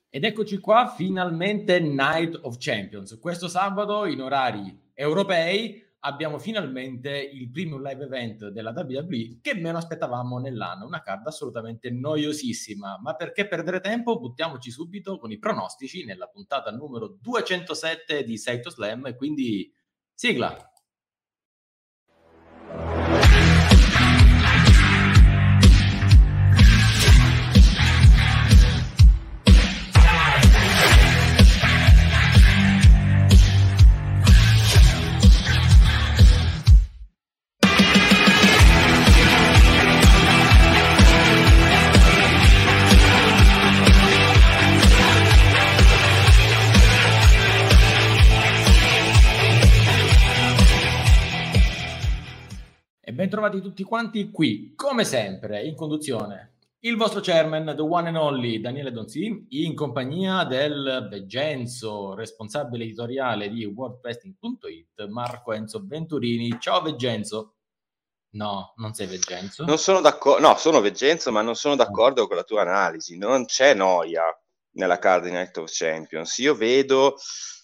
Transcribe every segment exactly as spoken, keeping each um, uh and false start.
Ed eccoci qua, finalmente Night of Champions. Questo sabato in orari europei abbiamo finalmente il premium live event della W W E che meno aspettavamo nell'anno, una card assolutamente noiosissima, ma perché perdere tempo? Buttiamoci subito con i pronostici nella puntata numero duecentosette di Saito Slam, e quindi sigla! Bentrovati tutti quanti qui, come sempre, in conduzione il vostro chairman, the one and only Daniele Donzi, in compagnia del Veggenzo, responsabile editoriale di world wrestling punto it, Marco Enzo Venturini. Ciao Veggenzo. No, non sei Veggenzo. Non sono d'accordo, no, sono Veggenzo, ma non sono d'accordo oh. con la tua analisi. Non c'è noia nella card di Night of Champions. Io vedo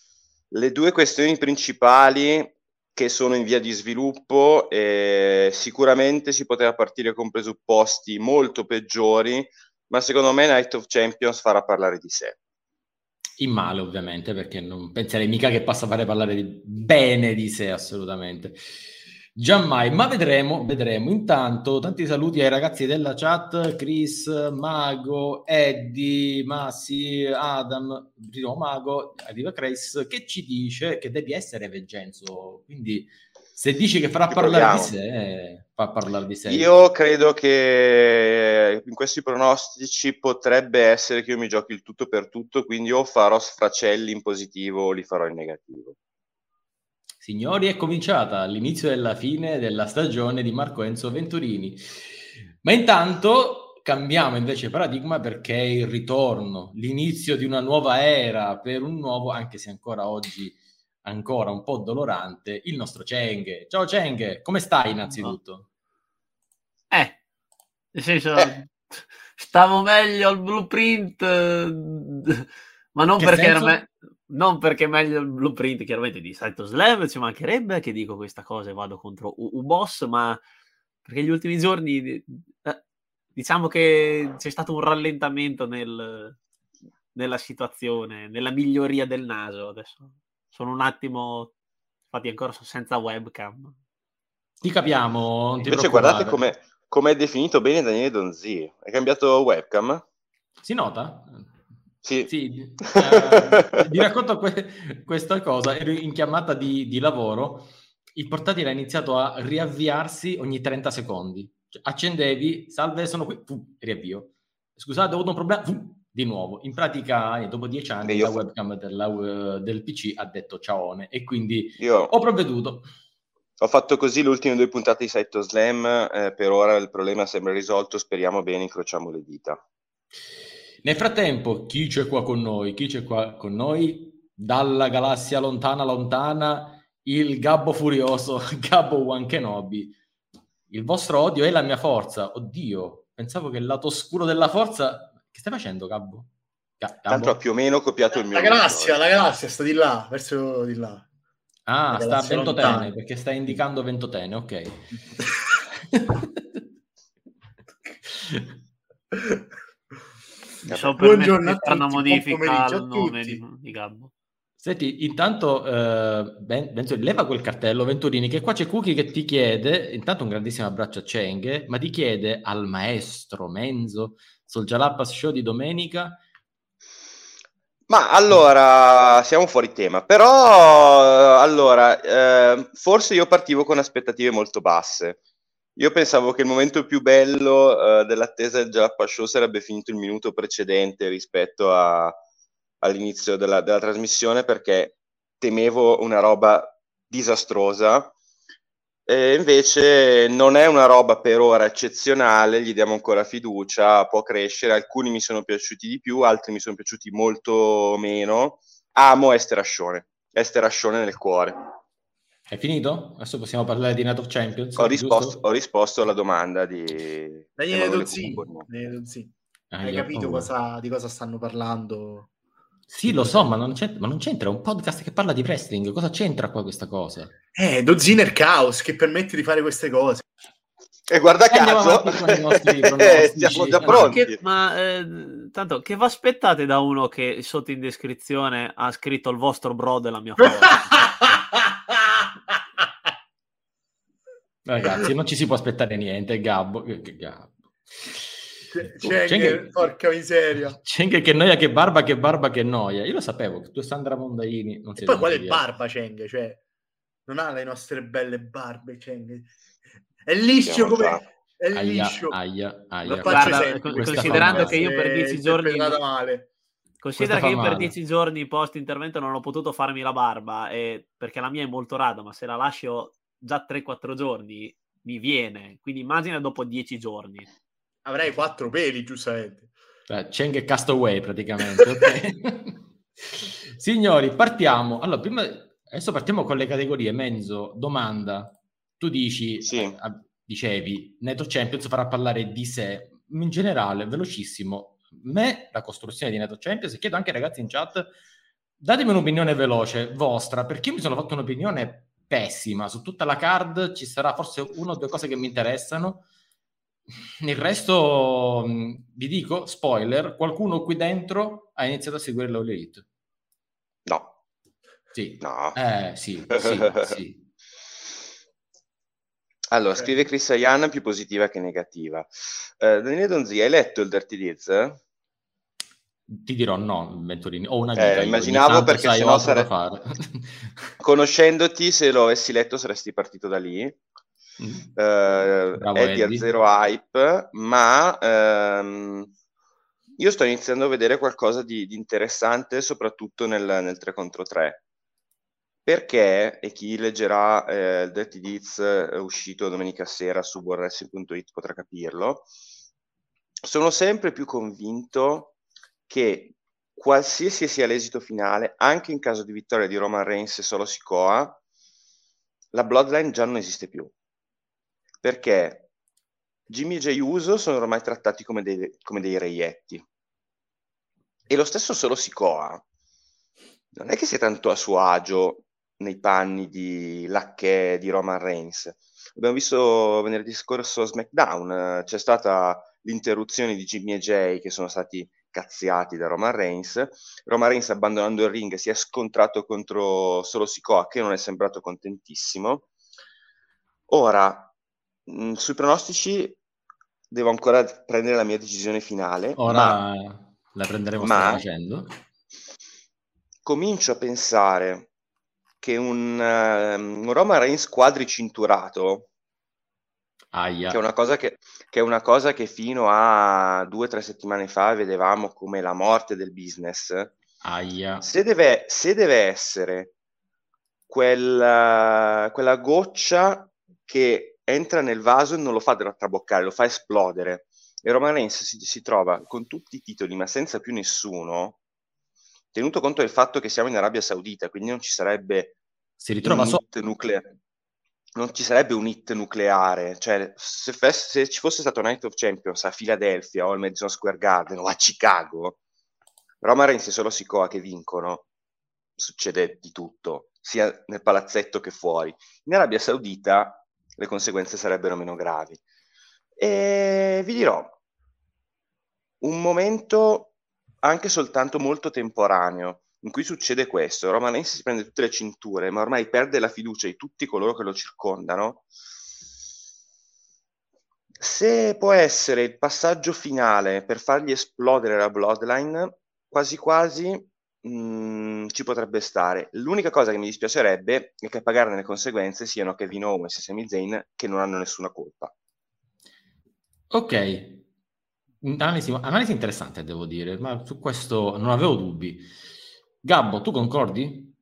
le due questioni principali che sono in via di sviluppo, e sicuramente si poteva partire con presupposti molto peggiori, ma secondo me Night of Champions farà parlare di sé. In male, ovviamente, perché non penserei mica che possa fare parlare di bene di sé, assolutamente. Giammai, ma vedremo, vedremo. Intanto, tanti saluti ai ragazzi della chat, Chris, Mago, Eddie, Massi, Adam, primo Mago, arriva Chris, che ci dice che devi essere Veggenzo, quindi se dici che farà Ci parlare proviamo. di sé, eh, fa parlare di sé. Io credo che in questi pronostici potrebbe essere che io mi giochi il tutto per tutto, quindi o farò sfracelli in positivo o li farò in negativo. Signori, è cominciata l'inizio e la fine della stagione di Marco Enzo Venturini. Ma intanto cambiamo invece paradigma, perché è il ritorno, l'inizio di una nuova era per un nuovo, anche se ancora oggi ancora un po' dolorante, il nostro Cheng. Ciao Cheng, come stai innanzitutto? Eh, nel senso, eh. stavo meglio al blueprint, ma non che perché senso? era me- non perché meglio il blueprint chiaramente di Saito Slam, ci mancherebbe che dico questa cosa e vado contro U-Boss, ma perché gli ultimi giorni eh, diciamo che c'è stato un rallentamento nel, nella situazione, nella miglioria del naso. Adesso sono un attimo, infatti ancora sono senza webcam. Ti capiamo, non ti Invece preoccupare. guardate come come è definito bene Daniele Donzi. Hai cambiato webcam? Si nota? Sì. Sì, eh, vi racconto que- questa cosa. Ero in chiamata di, di lavoro, il portatile ha iniziato a riavviarsi ogni trenta secondi. Cioè, accendevi, salve, sono qui, fu, riavvio. Scusate, ho avuto un problema, fu, di nuovo. In pratica, eh, dopo dieci anni, la fa... webcam della, uh, del P C ha detto ciaone, e quindi io ho provveduto. Ho fatto così le ultime due puntate di Saito Slam, eh, per ora il problema sembra risolto, speriamo bene, incrociamo le dita. Nel frattempo, chi c'è qua con noi? Chi c'è qua con noi? Dalla galassia lontana lontana, il Gabbo furioso, Gabbo One Kenobi. Il vostro odio è la mia forza. Oddio, pensavo che il lato oscuro della forza... Che stai facendo, Gabbo? Ga- Tanto ha più o meno copiato il mio La galassia, nome. la galassia sta di là, verso di là. Ah, La sta a galassia Ventotene, lontana. perché sta indicando Ventotene, ok. So Buongiorno a di fare una tutti, buon modifica pomeriggio al a nome tutti. di, di Gabbo. Senti, intanto eh, ben, Benzo, leva quel cartello, Venturini, che qua c'è Cookie che ti chiede, intanto un grandissimo abbraccio a Cheng, ma ti chiede al maestro Menzo sul Jalapas Show di domenica. Ma allora, siamo fuori tema, però allora, eh, forse io partivo con aspettative molto basse. Io pensavo che il momento più bello eh, dell'attesa del Jalapa Show sarebbe finito il minuto precedente rispetto a, all'inizio della, della trasmissione, perché temevo una roba disastrosa. E invece non è una roba per ora eccezionale, gli diamo ancora fiducia, può crescere. Alcuni mi sono piaciuti di più, altri mi sono piaciuti molto meno. Amo Esther Ascione, Esther Ascione nel cuore. È finito? Adesso possiamo parlare di Night of Champions, Ho risposto, giusto? ho risposto alla domanda di Daniele Emanuele Donzi, Cucco. Daniele Donzi. Ah, Hai io- capito oh. cosa, di cosa stanno parlando Sì, lo so, ma non, c'è, ma non c'entra, è un podcast che parla di wrestling, cosa c'entra qua questa cosa? Eh, Dozziner Chaos che permette di fare queste cose. E guarda E andiamo caso, avanti con i nostri pronostici. siamo già Ma Ma, pronti. che, ma eh, tanto, che vi aspettate da uno che sotto in descrizione ha scritto il vostro bro della mia foto? Ragazzi, non ci si può aspettare niente, Gabbo. Che, che Gabbo. C'è, Oh, c'è c'è che, che- porca miseria. C'è anche che noia, che barba, che barba, che noia. Io lo sapevo, che tu e Sandra Mondaini non E siete poi quale venuti via. barba Cheng, cioè non ha le nostre belle barbe Cheng. È liscio Siamo come già. è Aia, liscio. aia, aia. Non faccio Guarda, esempi, co- perché considerando fa che io potrebbe per dieci essere giorni interpretata male. considera Questa che fa io per male. dieci giorni post intervento non ho potuto farmi la barba e, perché la mia è molto rada, ma se la lascio già tre quattro giorni mi viene, quindi immagina dopo dieci giorni. Avrai quattro peli, giustamente. Cioè, Cheng e Castaway praticamente, ok? Signori, partiamo. Allora, prima, adesso partiamo con le categorie. Menzo, domanda. Tu dici, Sì. eh, dicevi, Network Champions farà parlare di sé. In generale, velocissimo. Me, la costruzione di Network Champions, e chiedo anche ai ragazzi in chat, datemi un'opinione veloce, vostra, perché io mi sono fatto un'opinione pessima. Su tutta la card ci sarà forse una o due cose che mi interessano. Il resto, mh, vi dico, spoiler, qualcuno qui dentro ha iniziato a seguire l'All Elite. No. Sì. No. Eh, sì, sì, sì. Allora, Ok. scrive Chris Ayan, più positiva che negativa. Eh, Daniele Donzi, hai letto il Dirty Deeds? Ti dirò no, Venturini. Ho un'amica Eh, io, ogni immaginavo, tanto, perché sai, ho sennò altro da sare- fare. conoscendoti, se lo avessi letto saresti partito da lì. Mm. Eh, Bravo è di Eddie. zero hype, ma ehm, io sto iniziando a vedere qualcosa di, di interessante, soprattutto nel, nel tre contro tre. Perché, e chi leggerà eh, il Dirty Deeds eh, uscito domenica sera su world wrestling punto it potrà capirlo, sono sempre più convinto che qualsiasi sia l'esito finale, anche in caso di vittoria di Roman Reigns e Solo Sikoa, la Bloodline già non esiste più. Perché Jimmy e Jey Uso sono ormai trattati come dei, come dei reietti. E lo stesso Solo Sikoa non è che sia tanto a suo agio nei panni di Lacche di Roman Reigns. Abbiamo visto venerdì scorso a SmackDown, c'è stata l'interruzione di Jimmy e Jay che sono stati cazziati da Roman Reigns. Roman Reigns, abbandonando il ring, si è scontrato contro Solo Sikoa, che non è sembrato contentissimo. Ora, mh, sui pronostici devo ancora prendere la mia decisione finale, Ora ma, la prenderemo ma strada facendo. comincio a pensare che un, um, un Roman Reigns quadricinturato, Aia. che è una cosa che, che è una cosa che fino a due o tre settimane fa vedevamo come la morte del business, Aia. se deve, se deve essere quella, quella goccia che entra nel vaso e non lo fa traboccare, lo fa esplodere, e Roman Reigns si, si trova con tutti i titoli ma senza più nessuno, tenuto conto del fatto che siamo in Arabia Saudita, quindi non ci sarebbe Si ritrova un solo. hit nucleare, non ci sarebbe un hit nucleare, cioè se, fes- se ci fosse stato Night of Champions a Philadelphia o al Madison Square Garden o a Chicago, Roman Reigns e Solo Sikoa che vincono, succede di tutto, sia nel palazzetto che fuori. In Arabia Saudita le conseguenze sarebbero meno gravi. E vi dirò, un momento anche soltanto molto temporaneo in cui succede questo: Roman Reigns si prende tutte le cinture, ma ormai perde la fiducia di tutti coloro che lo circondano. Se può essere il passaggio finale per fargli esplodere la Bloodline, quasi quasi mh, ci potrebbe stare. L'unica cosa che mi dispiacerebbe è che a pagarne le conseguenze siano Kevin Owens e Sami Zayn, che non hanno nessuna colpa. Ok. Analisi, analisi interessante, devo dire, ma su questo non avevo dubbi. Gabbo, tu concordi?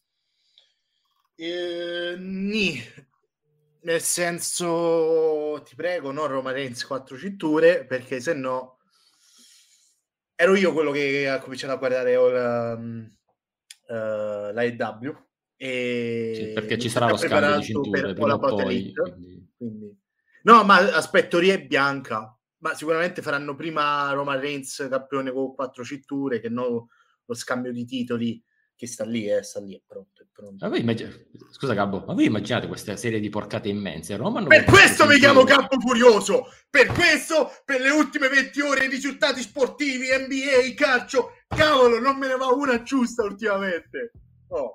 Eh, nì. Nel senso, ti prego, non Roman Reigns quattro cinture, perché se no ero io quello che ha cominciato a guardare la, um, uh, la E W, e Sì, perché ci mi sarà sto lo scambio di preparando cinture per prima la o poi. Elite, Quindi... quindi... No, ma aspetto Ria e Bianca, ma sicuramente faranno prima Roman Reigns campione con quattro cinture, che no, lo lo scambio di titoli che sta lì, eh, sta lì, è pronto, è pronto. Ma voi immag- Scusa Gabbo, ma voi immaginate questa serie di porcate immense? Roma hanno Per comprato questo mi cinque chiamo euro. Campo Furioso, per questo, per le ultime venti ore i risultati sportivi, N B A, calcio, cavolo, non me ne va una giusta ultimamente. No,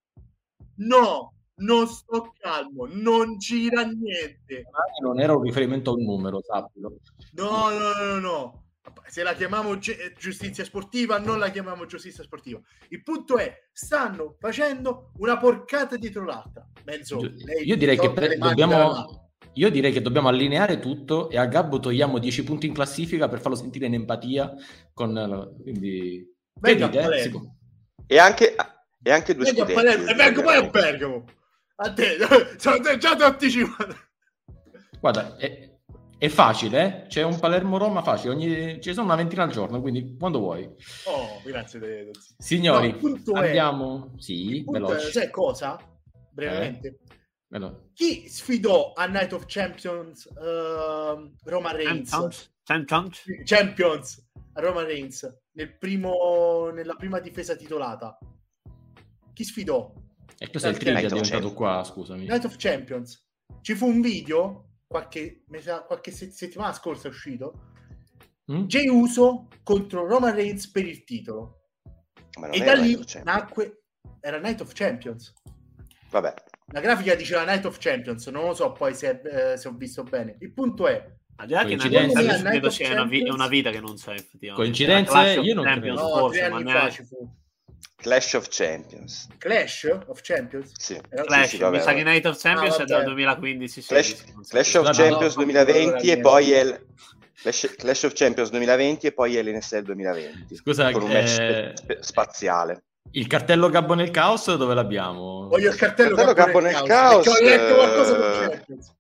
no, non sto calmo, non gira niente. Non era un riferimento a un numero, sappilo. No, no, no, no, no. Se la chiamiamo gi- giustizia sportiva, non la chiamiamo giustizia sportiva. Il punto è, stanno facendo una porcata dietro l'altra. Mezzo, lei Io direi che tolta le pre- mani dalla lama. dobbiamo io direi che dobbiamo allineare tutto e a Gabbo togliamo dieci punti in classifica per farlo sentire in empatia con la- quindi Venga che dite, a eh? Palermo. Si- E anche, e anche due Vengo a scudetti. Palermo e vengo poi a Bergamo. A te, sono già ti ho anticipato. Guarda, è, è facile, eh? C'è un Palermo-Roma facile, ogni... ci sono una ventina al giorno, quindi quando vuoi. Oh, grazie. De... Signori, no, il punto andiamo... È, sì, il punto veloci. è, sai cosa? Brevemente. Eh, velo- Chi sfidò a Night of Champions uh, Roman Reigns? Champions, Champions. Champions a Roman Reigns nel primo, nella prima difesa titolata. Chi sfidò? E cos'è il Perché trivia è Night of diventato qua, scusami. Night of Champions. Ci fu un video qualche, qualche settimana scorsa è uscito. Mm? Jey Uso contro Roman Reigns per il titolo. Ma non E era da lì Night of Champions. nacque, era Night of Champions. Vabbè, La grafica diceva Night of Champions, non lo so poi se, eh, se ho visto bene. Il punto è, Al di là che Coincidenze? Night of Night credo of sia una, vi- è Champions? una vita che non c'è effettivamente. Coincidenze? La Clash of Io non Champions credo. no, forse, tre ma anni ne- fa ci fu Clash of Champions. Clash of Champions. Sì, Era- Clash, sì, sì, vabbè, mi sa vabbè. che Night of Champions Ah, è dal vabbè. duemilaquindici Clash, sedici, non so. Clash of Vabbè, Champions no, duemilaventi no, e poi è il Clash, Clash of Champions duemilaventi e poi è l'N S L duemilaventi. Scusa, con un match eh, spe- spe- spaziale. il cartello Gabbo nel caos dove l'abbiamo? Voglio il cartello, Cartello Capo Capo nel nel caos, caos, perché ho letto qualcosa eh, per Champions.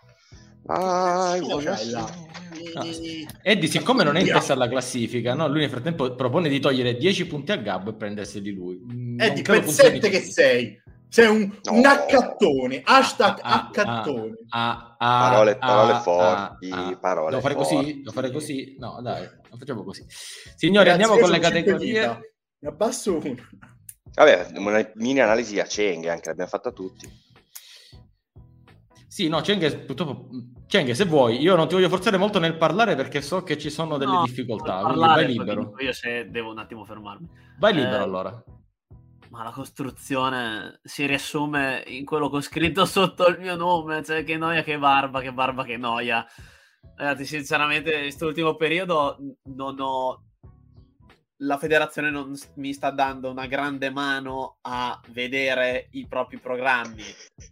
Ah, Che cazzo io c'hai là? Ah, I- Eddie, siccome non è in Via. testa alla classifica, no? Lui nel frattempo propone di togliere dieci punti a Gabbo e prenderseli lui. Mm, Eh, non di credo funzioni pezzette che così. sei. Sei un, No. un accattone. Hashtag Ah, ah, accattone. ah, ah, Parole- parole ah, forti, ah, ah. parole Devo fare così? forti. Devo fare così? No, dai, non facciamo così. Signori, Ragazzi, andiamo io con le sono cinque categorie. dita. Ne abbasso uno. Vabbè, una mini analisi a Cheng, anche l'abbiamo fatta tutti. Sì, no, Cenghe, purtroppo, Cenghe, se vuoi, io non ti voglio forzare molto nel parlare perché so che ci sono delle No, difficoltà, non quindi parlare, vai poi libero. dico io se devo un attimo fermarmi. Vai libero Eh, allora. Ma la costruzione si riassume in quello che ho scritto sotto il mio nome, cioè che noia, che barba, che barba, che noia. Ragazzi, sinceramente, in quest'ultimo periodo non ho... La federazione non s- mi sta dando una grande mano a vedere i propri programmi.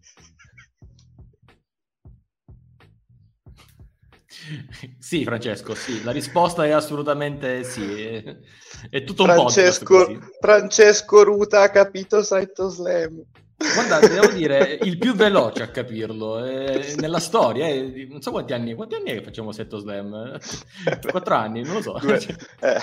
Sì, Francesco, sì, la risposta è assolutamente sì. È, è tutto un podcast Francesco, così. Francesco Ruta ha capito Saito Slam. Guarda, devo dire, il più veloce a capirlo eh, nella storia. eh, non so quanti anni, quanti anni è che facciamo Setto Slam? Quattro anni, non lo so. Due- eh.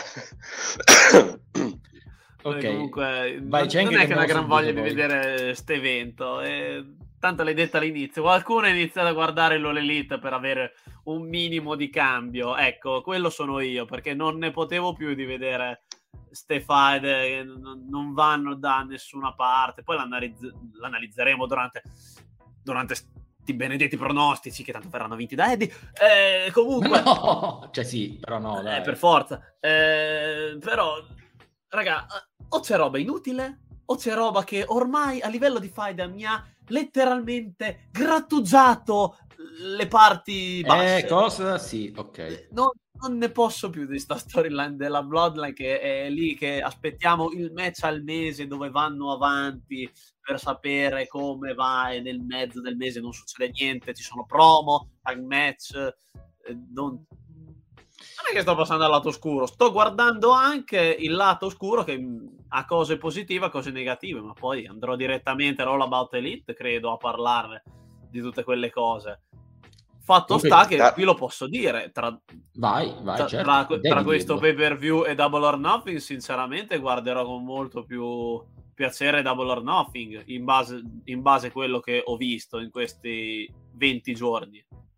Ok, Eh, comunque, vai, non, c'è anche non è che che ho una andiamo gran voglia subito di poi. vedere st'evento. eh, tanto l'hai detto all'inizio. Qualcuno ha iniziato a guardare l'All Elite per avere un minimo di cambio. Ecco, quello sono io, perché non ne potevo più di vedere ste faide che non, non vanno da nessuna parte. Poi l'analizz- l'analizzeremo durante, durante sti benedetti pronostici che tanto verranno vinti da Eddie. Eh, comunque... No, cioè sì, però no, dai. Eh, per forza. Eh, però, raga, o c'è roba inutile, o c'è roba che ormai a livello di faida mi ha letteralmente grattugiato le parti basse. Eh, cosa? Sì, ok. Non, non ne posso più di sta storyline della Bloodline che è lì che aspettiamo il match al mese dove vanno avanti per sapere come va e nel mezzo del mese non succede niente, ci sono promo, tag match, eh, non... Non è che sto passando al lato oscuro, sto guardando anche il lato oscuro che mh, ha cose positive e cose negative, ma poi andrò direttamente a All About Elite, credo, a parlarne di tutte quelle cose. Fatto Comunque, sta che da- qui lo posso dire, tra, Vai, vai, tra, certo. tra- devi tra questo dirlo. pay per view e Double or Nothing, sinceramente guarderò con molto più piacere Double or Nothing in base, in base a quello che ho visto in questi venti giorni.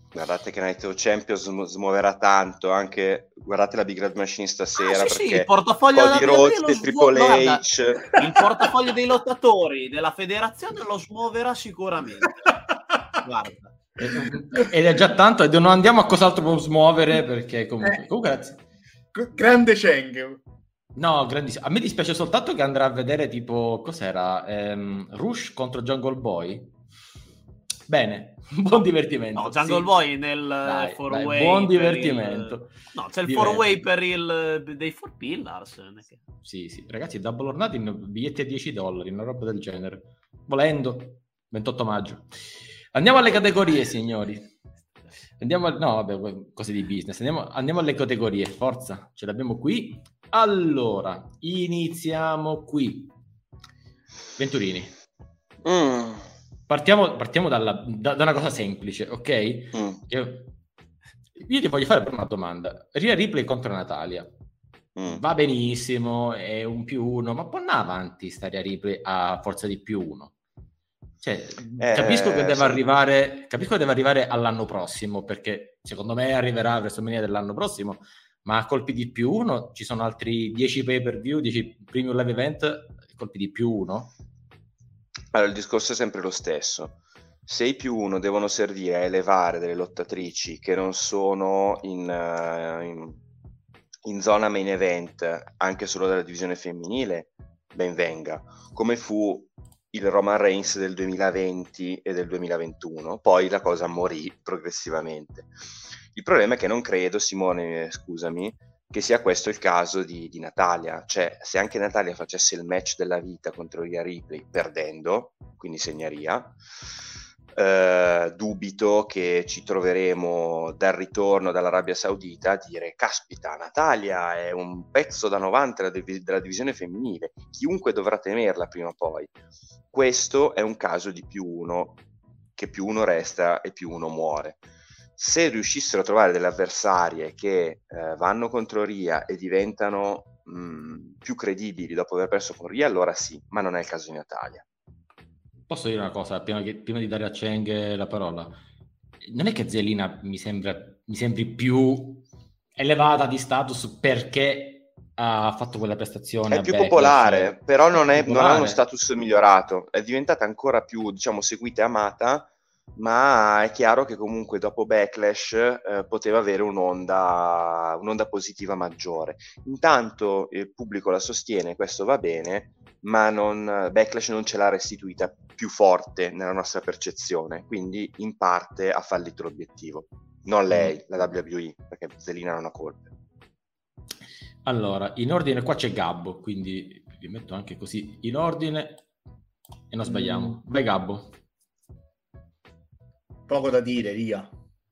Guardate che Night of Champions smu- smuoverà tanto, anche guardate la Big Red Machine stasera, Ah, sì, sì, perché il portafoglio Cody della Rhodes W W E e lo Triple smuo- guarda, H. il portafoglio dei lottatori della federazione lo smuoverà sicuramente. Guarda. Ed è già tanto, e non andiamo a cos'altro può smuovere, perché comunque, Eh. comunque ragazzi, G- grande Cheng. no, grandissimo. A me dispiace soltanto che andrà a vedere tipo cos'era Ehm, Rush contro Jungle Boy. Bene, buon divertimento. No, Jungle sì. Boy nel Dai, four dai, way buon per divertimento. il... No, c'è il Diverti. four way per il dei Four Pillars. Sì, sì, ragazzi, Double or Nothing, biglietti a dieci dollari, una roba del genere. Volendo, ventotto maggio. Andiamo alle categorie, signori. Andiamo a... No, vabbè, cose di business. Andiamo, andiamo alle categorie. Forza, ce l'abbiamo qui. Allora, iniziamo qui. Venturini. Mm. Partiamo, partiamo dalla, da, da una cosa semplice, ok? Mm. Io, io ti voglio fare una domanda. Rhea Ripley contro Natalia. Mm. Va benissimo, è un più uno, ma può andare avanti sta Rhea Ripley a forza di più uno? Cioè, Eh, capisco che deve sì. arrivare, capisco che deve arrivare all'anno prossimo, perché secondo me arriverà a WrestleMania dell'anno prossimo, ma a colpi di più uno ci sono altri dieci pay per view, dieci premium live event, colpi di più uno. Allora, il discorso è sempre lo stesso. Se i più uno devono servire a elevare delle lottatrici che non sono in, uh, in, in zona main event, anche solo della divisione femminile, ben venga. Come fu il Roman Reigns del duemilaventi e del duemilaventuno, poi la cosa morì progressivamente. Il problema è che non credo, Simone, scusami, che sia questo il caso di, di Natalia. Cioè, se anche Natalia facesse il match della vita contro Rhea Ripley perdendo, quindi segnaria, eh, dubito che ci troveremo dal ritorno dall'Arabia Saudita a dire caspita, Natalia è un pezzo da novanta della, div- della divisione femminile, chiunque dovrà temerla prima o poi. Questo è un caso di più uno, che più uno resta e più uno muore. Se riuscissero a trovare delle avversarie che eh, vanno contro Rhea e diventano mh, più credibili dopo aver perso con Rhea, allora sì, ma non è il caso di Natalia. Posso dire una cosa, prima, che, prima di dare a Cheng la parola? Non è che Zelina mi, sembra, mi sembri più elevata di status perché ha fatto quella prestazione. È a più Backlash. popolare, però non, è, popolare. non ha uno status migliorato. È diventata ancora più, diciamo, seguita e amata, ma è chiaro che comunque dopo Backlash eh, poteva avere un'onda, un'onda positiva maggiore. Intanto il pubblico la sostiene, questo va bene, ma non, Backlash non ce l'ha restituita più forte nella nostra percezione, quindi in parte ha fallito l'obiettivo. Non lei, la W W E, perché Zelina non ha colpe. Allora, in ordine qua c'è Gabbo, quindi vi metto anche così in ordine e non sbagliamo. Vai Gabbo. Poco da dire, Ria.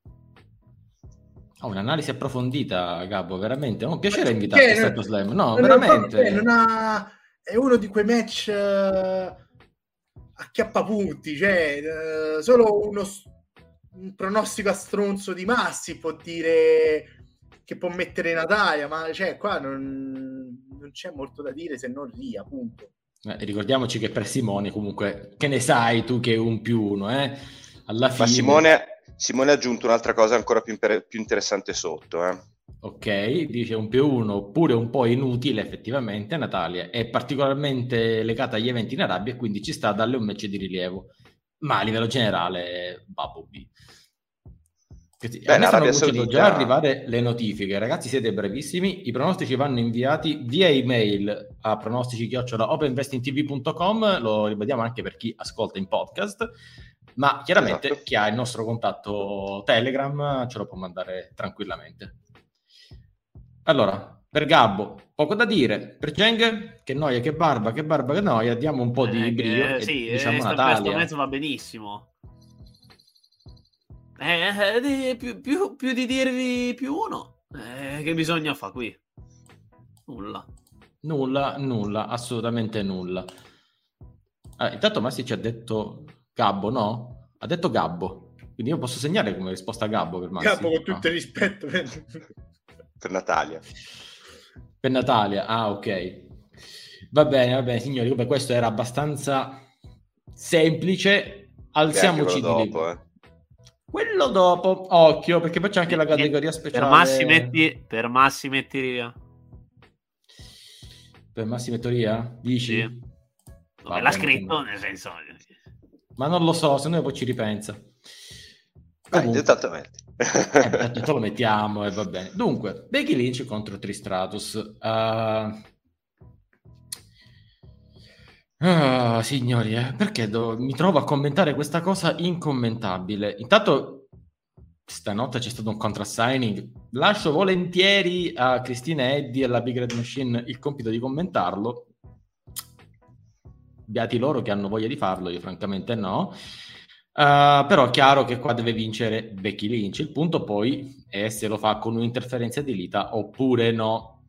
Oh, un'analisi approfondita, Gabbo, veramente. È un piacere Ma invitarti che- a Status Slam. No, non- veramente. Non ha... È uno di quei match uh, a chiappapunti, cioè uh, solo uno, un pronostico a stronzo di Massi può dire che può mettere Natalia, ma cioè qua non, non c'è molto da dire se non Ria, appunto. Eh, ricordiamoci che per Simone comunque, che ne sai tu che è un più uno, eh? Alla fine... Ma Simone, Simone ha aggiunto un'altra cosa ancora più, imper- più interessante sotto, eh. Ok, dice un più uno, oppure un po' inutile effettivamente. Natalia è particolarmente legata agli eventi in Arabia e quindi ci sta a darle un match di rilievo, ma a livello generale Babbo B. Così, Beh, a me stanno l'Arabia cominciando Saudita... già a arrivare le notifiche, ragazzi, siete bravissimi, i pronostici vanno inviati via email a pronostici chiocciola openvestingtv punto com, lo ribadiamo anche per chi ascolta in podcast, ma chiaramente Esatto. chi ha il nostro contatto Telegram ce lo può mandare tranquillamente. Allora, per Gabbo, poco da dire. Per Cheng, che noia, che barba, che barba, che noia. Diamo un po' di Eh, brio. che, E sì, diciamo eh, Natalia. questo mezzo va benissimo. Eh, eh, di- più, più, più di dirvi più uno. Eh, che bisogna fare qui? Nulla. Nulla, nulla, assolutamente nulla. Ah, intanto Massi ci ha detto Gabbo, no? Ha detto Gabbo. Quindi io posso segnare come risposta a Gabbo per Massi. Capo, con tutto No. il rispetto per... per Natalia. Per Natalia, ah ok. Va bene, va bene, signori, come questo era abbastanza semplice. Alziamoci quello di dopo, livello. eh. Quello dopo, occhio, perché poi c'è anche la categoria speciale. Per Massi metti, per Massi metti via. Per Massi mettoria? Dici? Sì. Vabbè, l'ha scritto, mettiamo. nel senso... Ma non lo so, se no poi ci ripensa. Dai, intanto metti. eh, te lo mettiamo e va bene. Dunque, Becky Lynch contro Trish Stratus. Uh... Ah, signori, eh, perché do... mi trovo a commentare questa cosa incommentabile? Intanto, stanotte c'è stato un contract signing. Lascio volentieri a Cristina Eddy e alla Big Red Machine il compito di commentarlo. Beati loro che hanno voglia di farlo, io francamente no. Uh, però è chiaro che qua deve vincere Becky Lynch. Il punto poi è se lo fa con un'interferenza di Lita oppure no.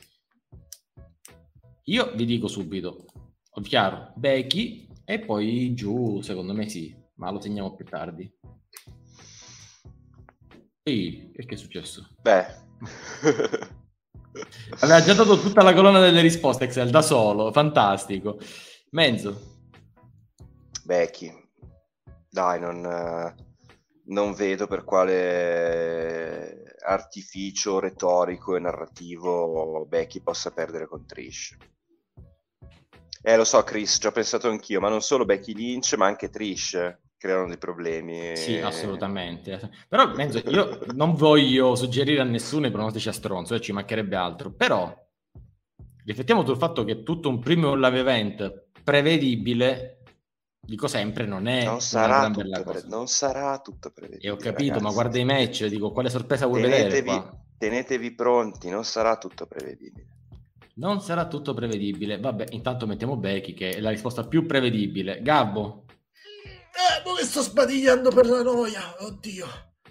Io vi dico subito, chiaro, Becky e poi giù, secondo me sì, ma lo segniamo più tardi. Ehi, che è successo? Beh, aveva già dato tutta la colonna delle risposte Excel da solo, fantastico. Menzo. Becky, dai, non, non vedo per quale artificio retorico e narrativo Becky possa perdere con Trish. Eh, lo so, Chris, ci ho pensato anch'io, ma non solo Becky Lynch, ma anche Trish creano dei problemi. Sì, assolutamente. Però, Menzo, io non voglio suggerire a nessuno i pronostici a stronzo, eh, ci mancherebbe altro. Però, riflettiamo sul fatto che tutto un primo live event prevedibile, dico sempre, non è non sarà una gran bella tutto cosa. Pre- non sarà tutto prevedibile. E ho capito, ragazzi. Ma guarda i match, dico, quale sorpresa vuoi tenetevi, vedere qua? Tenetevi pronti, non sarà tutto prevedibile. Non sarà tutto prevedibile. Vabbè, intanto mettiamo Becky, che è la risposta più prevedibile. Gabbo? Eh, dove sto sbadigliando per la noia? Oddio.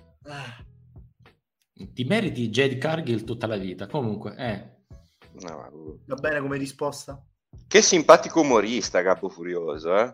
Eh. Ti meriti Jade Cargill tutta la vita. Comunque, eh. No, va bene come risposta. Che simpatico umorista, Gabbo Furioso, eh?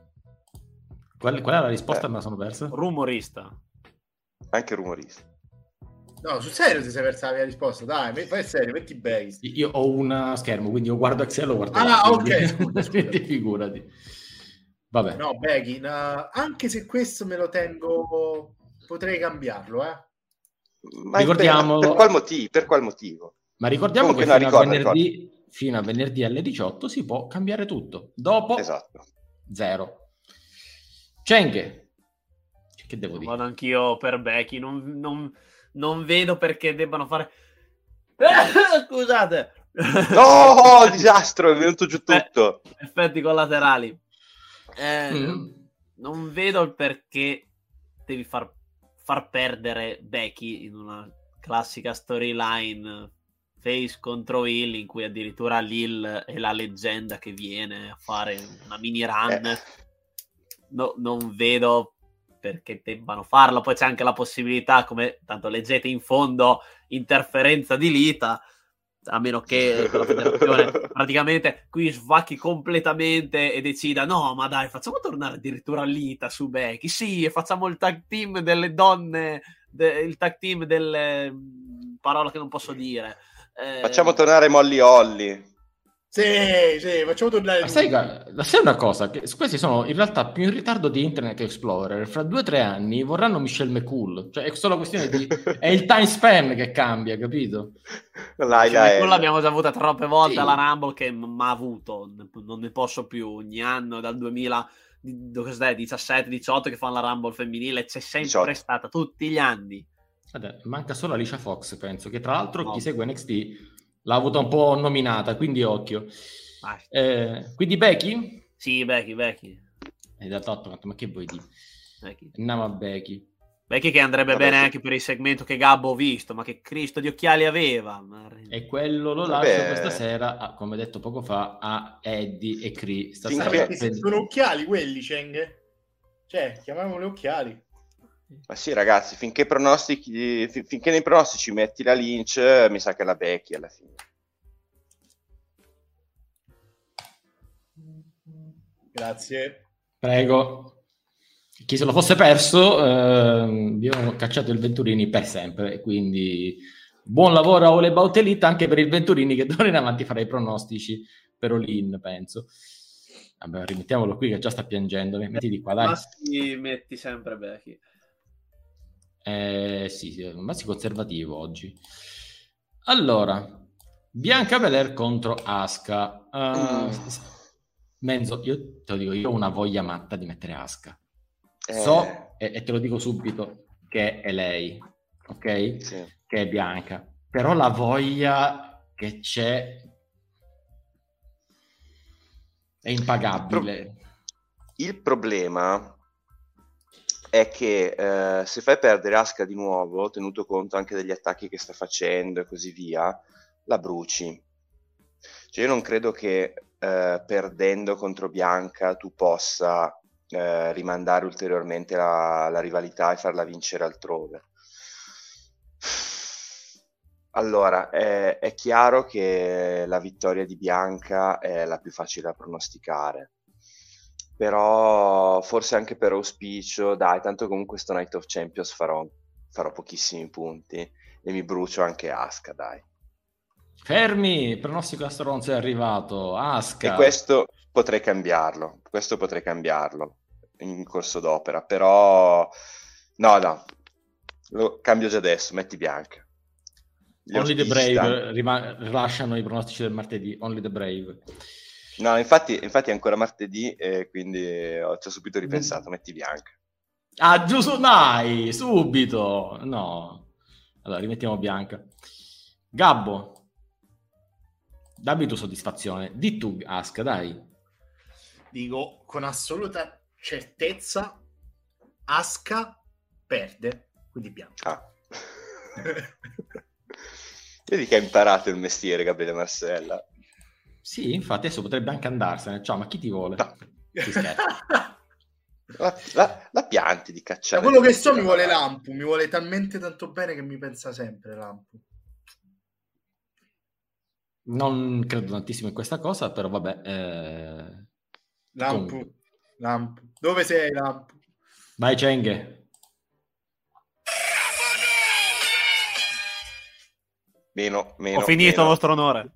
Qual, qual è la risposta? Eh. Me la sono persa. Rumorista. Anche rumorista. No, sul serio ti sei persa la mia risposta? Dai, fai il serio, metti Becky. Io ho un schermo, quindi io guardo Excel, lo guardo. Ah, quindi... ok, scusa, scusa. Figurati. Vabbè. No, Becky, no, anche se questo me lo tengo, potrei cambiarlo, eh. Ma ricordiamo... per, per qual motivo? Per qual motivo? Ma ricordiamo Comunque, che no, fino, ricorda, a venerdì, fino a venerdì alle diciotto si può cambiare tutto. Dopo, esatto. Zero. Cenghe. Che devo dire? Vado anch'io per Becky, non, non, non vedo perché debbano fare... Scusate. No, disastro, è venuto giù tutto. Eh, effetti collaterali. Eh, mm. Non vedo il perché devi far, far perdere Becky in una classica storyline face contro Hill, in cui addirittura Lil è la leggenda che viene a fare una mini run. Eh. No, non vedo perché debbano farlo. Poi c'è anche la possibilità, come tanto leggete in fondo, interferenza di Lita, a meno che la federazione praticamente qui svacchi completamente e decida no, ma dai, facciamo tornare addirittura Lita su Becky, sì, e facciamo il tag team delle donne, de, il tag team delle parole che non posso dire, eh... facciamo tornare Molly Holly. Sì, sì, facciamo tornare. Ma sai, sai una cosa? Che questi sono in realtà più in ritardo di Internet Explorer. Fra due o tre anni vorranno Michelle McCool. Cioè, è solo questione di. È il time span che cambia, capito? L'hai, cioè, l'hai, l'abbiamo già avuta troppe volte sì. Alla Rumble che mi ha avuto. Non ne posso più. Ogni anno dal duemiladiciassette diciotto che fanno la Rumble femminile. C'è sempre diciotto. Stata, tutti gli anni. Vabbè, manca solo Alicia Fox, penso. Che tra l'altro no. Chi segue N X T l'ha avuta un po' nominata, quindi occhio. Eh, quindi Becky? Sì, Becky, Becky. Hai dato otto, ma che vuoi dire? Becky. Andiamo a Becky. Becky che andrebbe Vabbè, bene sì. Anche per il segmento che Gabbo ho visto, ma che Cristo di occhiali aveva. E quello lo Vabbè. Lascio questa sera, a, come detto poco fa, a Eddie e Chris. Stasera sono occhiali quelli, Cheng? Cioè, chiamiamoli occhiali. Ma sì, ragazzi, finché pronostichi, fin- finché nei pronostici metti la Lynch, mi sa che la Becky alla fine. Grazie. Prego. Chi se lo fosse perso, eh, vi ho cacciato il Venturini per sempre, quindi buon lavoro a All About Elite anche per il Venturini che d'ora in avanti farà i pronostici per All-In, penso. Vabbè, rimettiamolo qui che già sta piangendo. Metti di qua, dai. Ma sì, metti sempre Becky. Eh, sì, sì, ma si conservativo oggi. Allora, Bianca Belair contro Asuka. Uh, Mm. Menzo, io te lo dico, io ho una voglia matta di mettere Asuka. Eh, So, e, e te lo dico subito, che è lei, ok? sì. Che è Bianca. Però la voglia che c'è è impagabile. Il problema è che eh, se fai perdere Asuka di nuovo, tenuto conto anche degli attacchi che sta facendo e così via, la bruci. Cioè io non credo che eh, perdendo contro Bianca tu possa eh, rimandare ulteriormente la, la rivalità e farla vincere altrove. Allora, è, è chiaro che la vittoria di Bianca è la più facile da pronosticare, però forse anche per auspicio, dai, tanto comunque sto Night of Champions farò, farò pochissimi punti e mi brucio anche Asuka, dai. Fermi, pronostico a stronzo è arrivato, Asuka. E questo potrei cambiarlo, questo potrei cambiarlo in corso d'opera, però no, no, lo cambio già adesso, metti Bianca. Gli Only the auspici Brave stanno- rima- rilasciano i pronostici del martedì. Only the Brave. No, infatti, infatti è ancora martedì e quindi ho, ci ho subito ripensato, metti Bianca. Ah, giusto, dai, subito. No. Allora, rimettiamo Bianca. Gabbo, dammi tu soddisfazione. Di tu, Asuka, dai. Dico con assoluta certezza Asuka perde, quindi Bianca. Ah. Vedi che ha imparato il mestiere, Gabriele Marcella. Sì, infatti adesso potrebbe anche andarsene. Ciao, ma chi ti vuole? No. Si scherza. La, la, la pianti di Da cacciare. quello che so mi vuole la Lampu, mi vuole talmente tanto bene che mi pensa sempre Lampu. Non credo tantissimo in questa cosa, però vabbè. Eh... Lampu, Comunque. Lampu. Dove sei Lampu? Vai, Cenghe. Meno, meno, Ho finito, meno. vostro onore.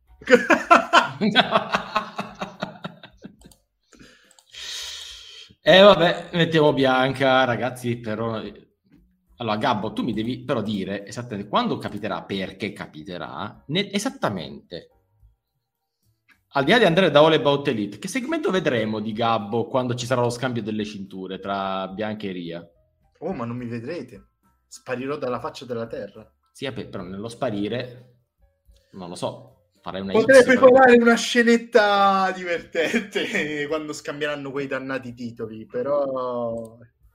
E eh, vabbè, mettiamo Bianca, ragazzi, però... Allora, Gabbo, tu mi devi però dire esattamente quando capiterà, perché capiterà, ne... esattamente. Al di là di andare da All About Elite, che segmento vedremo di Gabbo quando ci sarà lo scambio delle cinture tra Bianca e Ria? Oh, ma non mi vedrete. Sparirò dalla faccia della terra. Sì, però nello sparire, non lo so, farei una Potrei X, preparare una scenetta divertente quando scambieranno quei dannati titoli, però...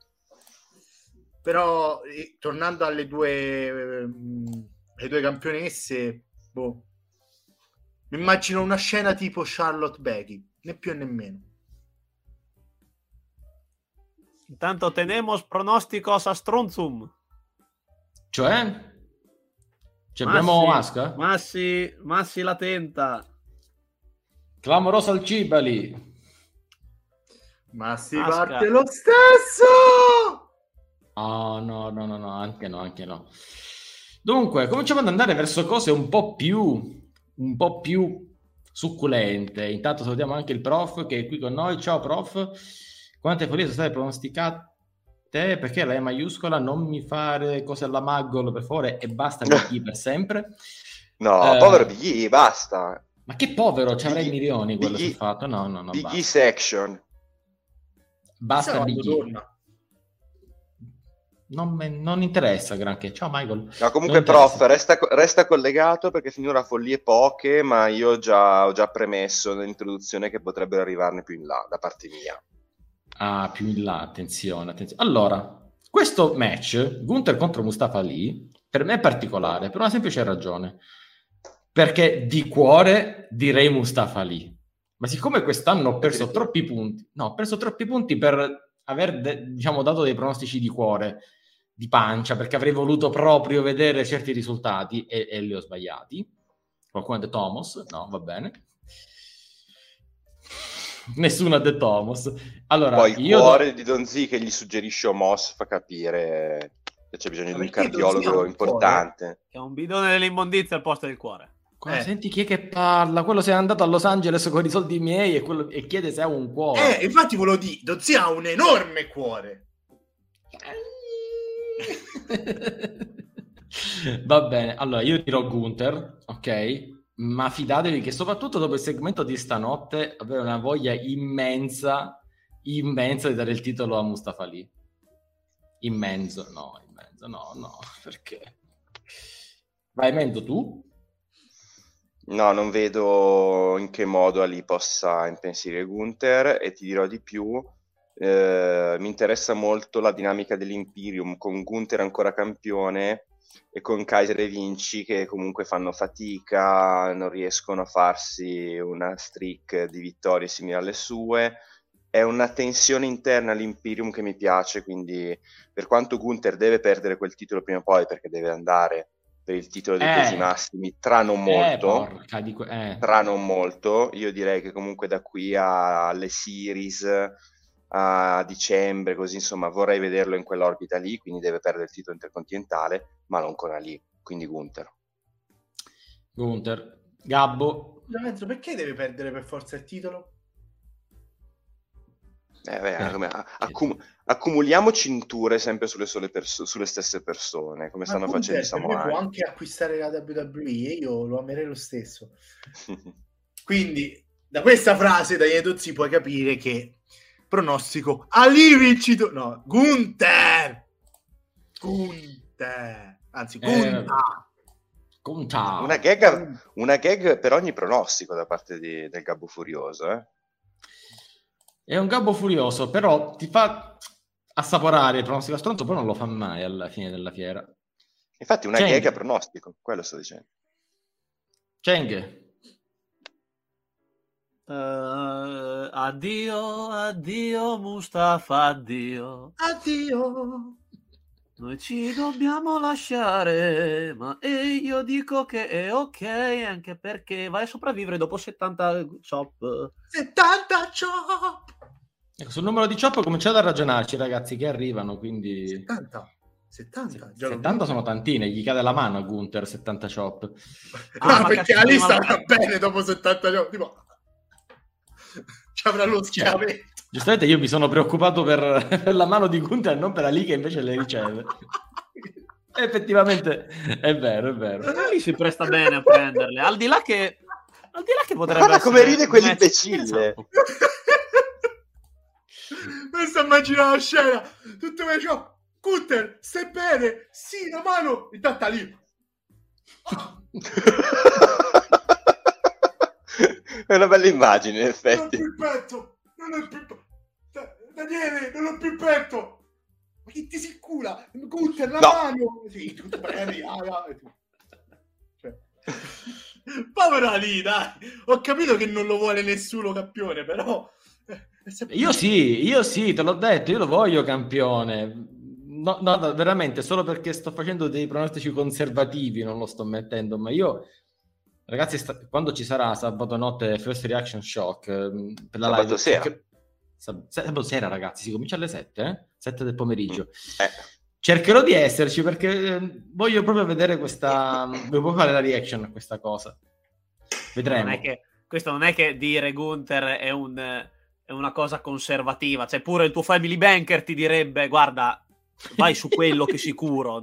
Però, eh, tornando alle due, eh, le due campionesse, boh, mi immagino una scena tipo Charlotte Becky, né più né meno. Intanto tenemos pronosticos a stronzum. Cioè? Cioè abbiamo Massi, Asuka? Massi, Massi la tenta. Clamoroso al Cibali. Ma si Asuka. parte lo stesso! Oh, no, no, no, no, anche no, anche no. Dunque, cominciamo ad andare verso cose un po' più, un po' più succulente. Intanto salutiamo anche il prof che è qui con noi. Ciao prof. Quante follie sono state pronosticate? Perché la E maiuscola? Non mi fare cose alla Maggol, per favore, e basta Big E per sempre. No, Eh, povero Big E, basta. Ma che povero, ci avrei Big E- milioni quello Big E- sul fatto. No, no, no, Big E basta. section. Basta Chissà Big quando E. torna. Non, me- non interessa granché. Ciao Michael. No, comunque Non prof, interessa. resta, resta collegato perché finora follie poche, ma io ho già, ho già premesso nell'introduzione che potrebbero arrivarne più in là, da parte mia. Ah, più in là, attenzione, attenzione. Allora, questo match, Gunther contro Mustafa Ali, per me è particolare, per una semplice ragione. Perché di cuore direi Mustafa Ali. Ma siccome quest'anno ho perso troppi punti, no, ho perso troppi punti per aver, de- diciamo, dato dei pronostici di cuore, di pancia, perché avrei voluto proprio vedere certi risultati e, e li ho sbagliati. Qualcuno ha detto Thomas? No, va bene. Nessuno ha detto Thomas. Allora, Poi il io cuore do- di Don Z che gli suggerisce Omos fa capire che c'è bisogno Ma di un perché Don Z ha cardiologo un importante. Che è un bidone dell'immondizia al posto del cuore. Qua, Eh. senti chi è che parla? Quello se è andato a Los Angeles con i soldi miei e, quello, e chiede se ha un cuore. Eh, infatti volevo dire, Dozzi ha un enorme cuore. Va bene, allora io dirò Gunther, ok? Ma fidatevi che soprattutto dopo il segmento di stanotte avevo una voglia immensa, immensa di dare il titolo a Mustafa Ali. Immenso, no, immenso, no, no, perché? Vai, Mendo, tu? No, non vedo in che modo Ali possa impensierire Gunther, e ti dirò di più, eh, mi interessa molto la dinamica dell'Imperium con Gunther ancora campione e con Kaiser e Vinci che comunque fanno fatica, non riescono a farsi una streak di vittorie simili alle sue. È una tensione interna all'Imperium che mi piace, quindi per quanto Gunther deve perdere quel titolo prima o poi, perché deve andare per il titolo dei Eh. pesi massimi tra non molto, Eh, porca di que- eh. tra non molto, io direi che comunque da qui a- alle series a dicembre, così insomma vorrei vederlo in quell'orbita lì, quindi deve perdere il titolo intercontinentale, ma non con Ali, quindi Gunther. Gunther. Gabbo? Lorenzo, perché deve perdere per forza il titolo? Eh, beh, Eh, come- accum- accumuliamo cinture sempre sulle, sole perso- sulle stesse persone, come Ma stanno facendo i Gunther per me può Samurai. anche acquistare la W W E e io lo amerei lo stesso. Quindi da questa frase da Iedozzi puoi capire che pronostico Ali vincito, no, Gunther Gunther anzi Eh, Gunther Conta. Una gag, una gag per ogni pronostico da parte di- del Gabbo Furioso, eh? È un Gabbo furioso, però ti fa assaporare il pronostico stronzo, poi non lo fa mai alla fine della fiera. Infatti una Cheng. gag a pronostico, quello sto dicendo. Cheng. Eh, addio, addio Mustafa, addio. addio. Noi ci dobbiamo lasciare, ma e io dico che è ok, anche perché vai a sopravvivere dopo settanta chop. settanta chop. Ecco, sul numero di chop cominciate a ragionarci, ragazzi, che arrivano, quindi... settanta settanta già l'ho settanta sono tantine, gli cade la mano a Gunther, settanta chop. Ah, Ah, ma perché cazzo, Ali prima- sta bene dopo settanta chop, tipo ci avrà lo schiavetto. Giustamente io mi sono preoccupato per, per la mano di Gunther e non per Ali che invece le riceve. Effettivamente è vero, è vero. Lui si presta bene a prenderle, al di là che al di là che potrebbe Guarda come essere ride un quell'imbecille. match Mi sto immaginando la scena, tutto me dico, Gunther, stai bene? Sì, la mano, intanto lì. È una bella immagine, in Non ho effetti. più il petto, non ho più il petto. Daniele, non ho più il petto. Ma chi ti si cura? Gunther, la No. mano. Sì, tutto bene, ah, ah. Cioè, povero lì, dai. Ho capito che non lo vuole nessuno campione, però... è sempre- Io sì, io sì, te l'ho detto, io lo voglio campione. No, no, no, veramente, solo perché sto facendo dei pronostici conservativi non lo sto mettendo, ma io, ragazzi, sta- quando ci sarà sabato notte First Reaction Shock, ehm, per la Sabato live, sera. cercher- sab- sabato sera, ragazzi, si comincia alle sette, eh? sette del pomeriggio. Eh. Cercherò di esserci perché eh, voglio proprio vedere questa, devo fare la reaction a questa cosa. Vedremo. Non è che, questo non è che dire Gunther è, un, è una cosa conservativa, cioè pure il tuo family banker ti direbbe guarda, vai su quello che sicuro.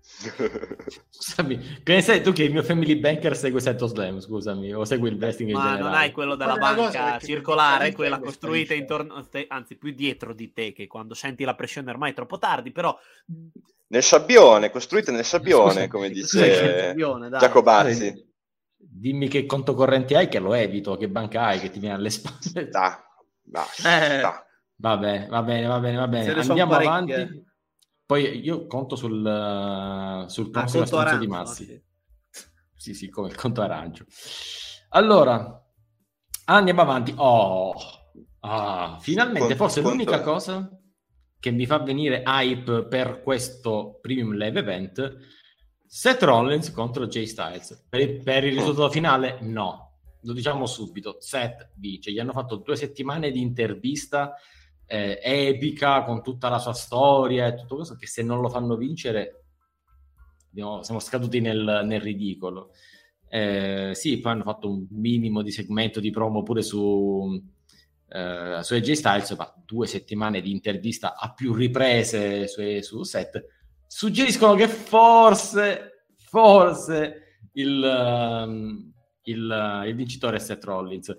Scusami, che ne sai tu che il mio family banker segue Seto Slam, scusami, o segue il wrestling in Ma generale? non hai quello della Guarda una banca cosa, perché circolare, perché quella questo costruita dice- intorno a te, anzi più dietro di te, che quando senti la pressione ormai è troppo tardi, però Nel sabbione, costruite nel sabbione, Scusa, come scusa, nel dice sabbione, dai. Giacobazzi. Dimmi che conto corrente hai che lo evito, che banca hai che ti viene alle spalle. Da, da, Eh. da. Va bene, va bene, va bene, va bene. Se ne son Andiamo parecchie. avanti. Poi io conto sul, uh, sul Ah, prossimo conto stronzo di arancio, Massi. sì. Sì, sì, come il conto arancio. Allora, andiamo avanti. Oh, ah, finalmente, Conto- forse conto l'unica è- cosa che mi fa venire hype per questo Premium Live Event, Seth Rollins contro Jay Styles. Per il, per il risultato finale, no. Lo diciamo subito, Seth vince. Gli hanno fatto due settimane di intervista eh, epica con tutta la sua storia e tutto questo, che se non lo fanno vincere abbiamo- siamo scaduti nel, nel ridicolo. Eh, sì, poi hanno fatto un minimo di segmento di promo pure su eh, su A J Styles, ma due settimane di intervista a più riprese su, su set suggeriscono che forse, forse il, um, il, il vincitore è Seth Rollins.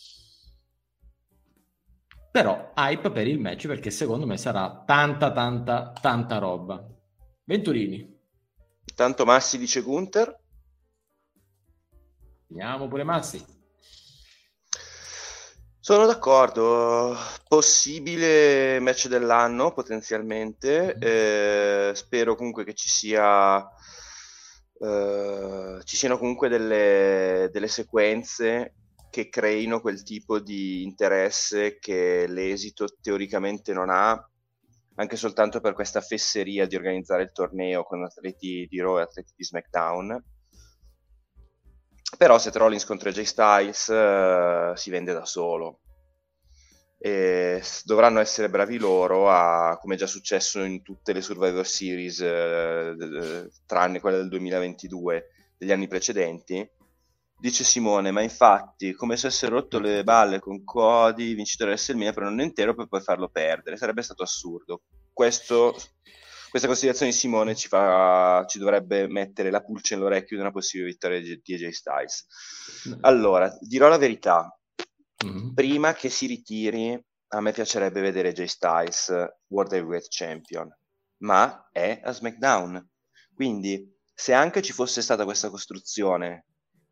Però hype per il match, perché secondo me sarà tanta, tanta, tanta roba. Venturini. Tanto Massi dice Gunther. Andiamo pure Massi. Sono d'accordo, possibile match dell'anno potenzialmente, eh, spero comunque che ci sia eh, ci siano comunque delle, delle sequenze che creino quel tipo di interesse che l'esito teoricamente non ha, anche soltanto per questa fesseria di organizzare il torneo con atleti di Raw e atleti di SmackDown. Però Seth Rollins contro A J Styles uh, si vende da solo e dovranno essere bravi loro a, come è già successo in tutte le Survivor Series uh, d- tranne quella del duemilaventidue degli anni precedenti. Dice Simone, ma infatti come se avesse rotto le balle con Cody, vincitore WrestleMania per un anno intero, per poi farlo perdere, sarebbe stato assurdo. Questo Questa considerazione di Simone ci, fa, ci dovrebbe mettere la pulce nell'orecchio di una possibile vittoria di, di A J Styles. Allora, dirò la verità. Mm-hmm. Prima che si ritiri, a me piacerebbe vedere A J Styles World Heavyweight Champion, ma è a SmackDown. Quindi, se anche ci fosse stata questa costruzione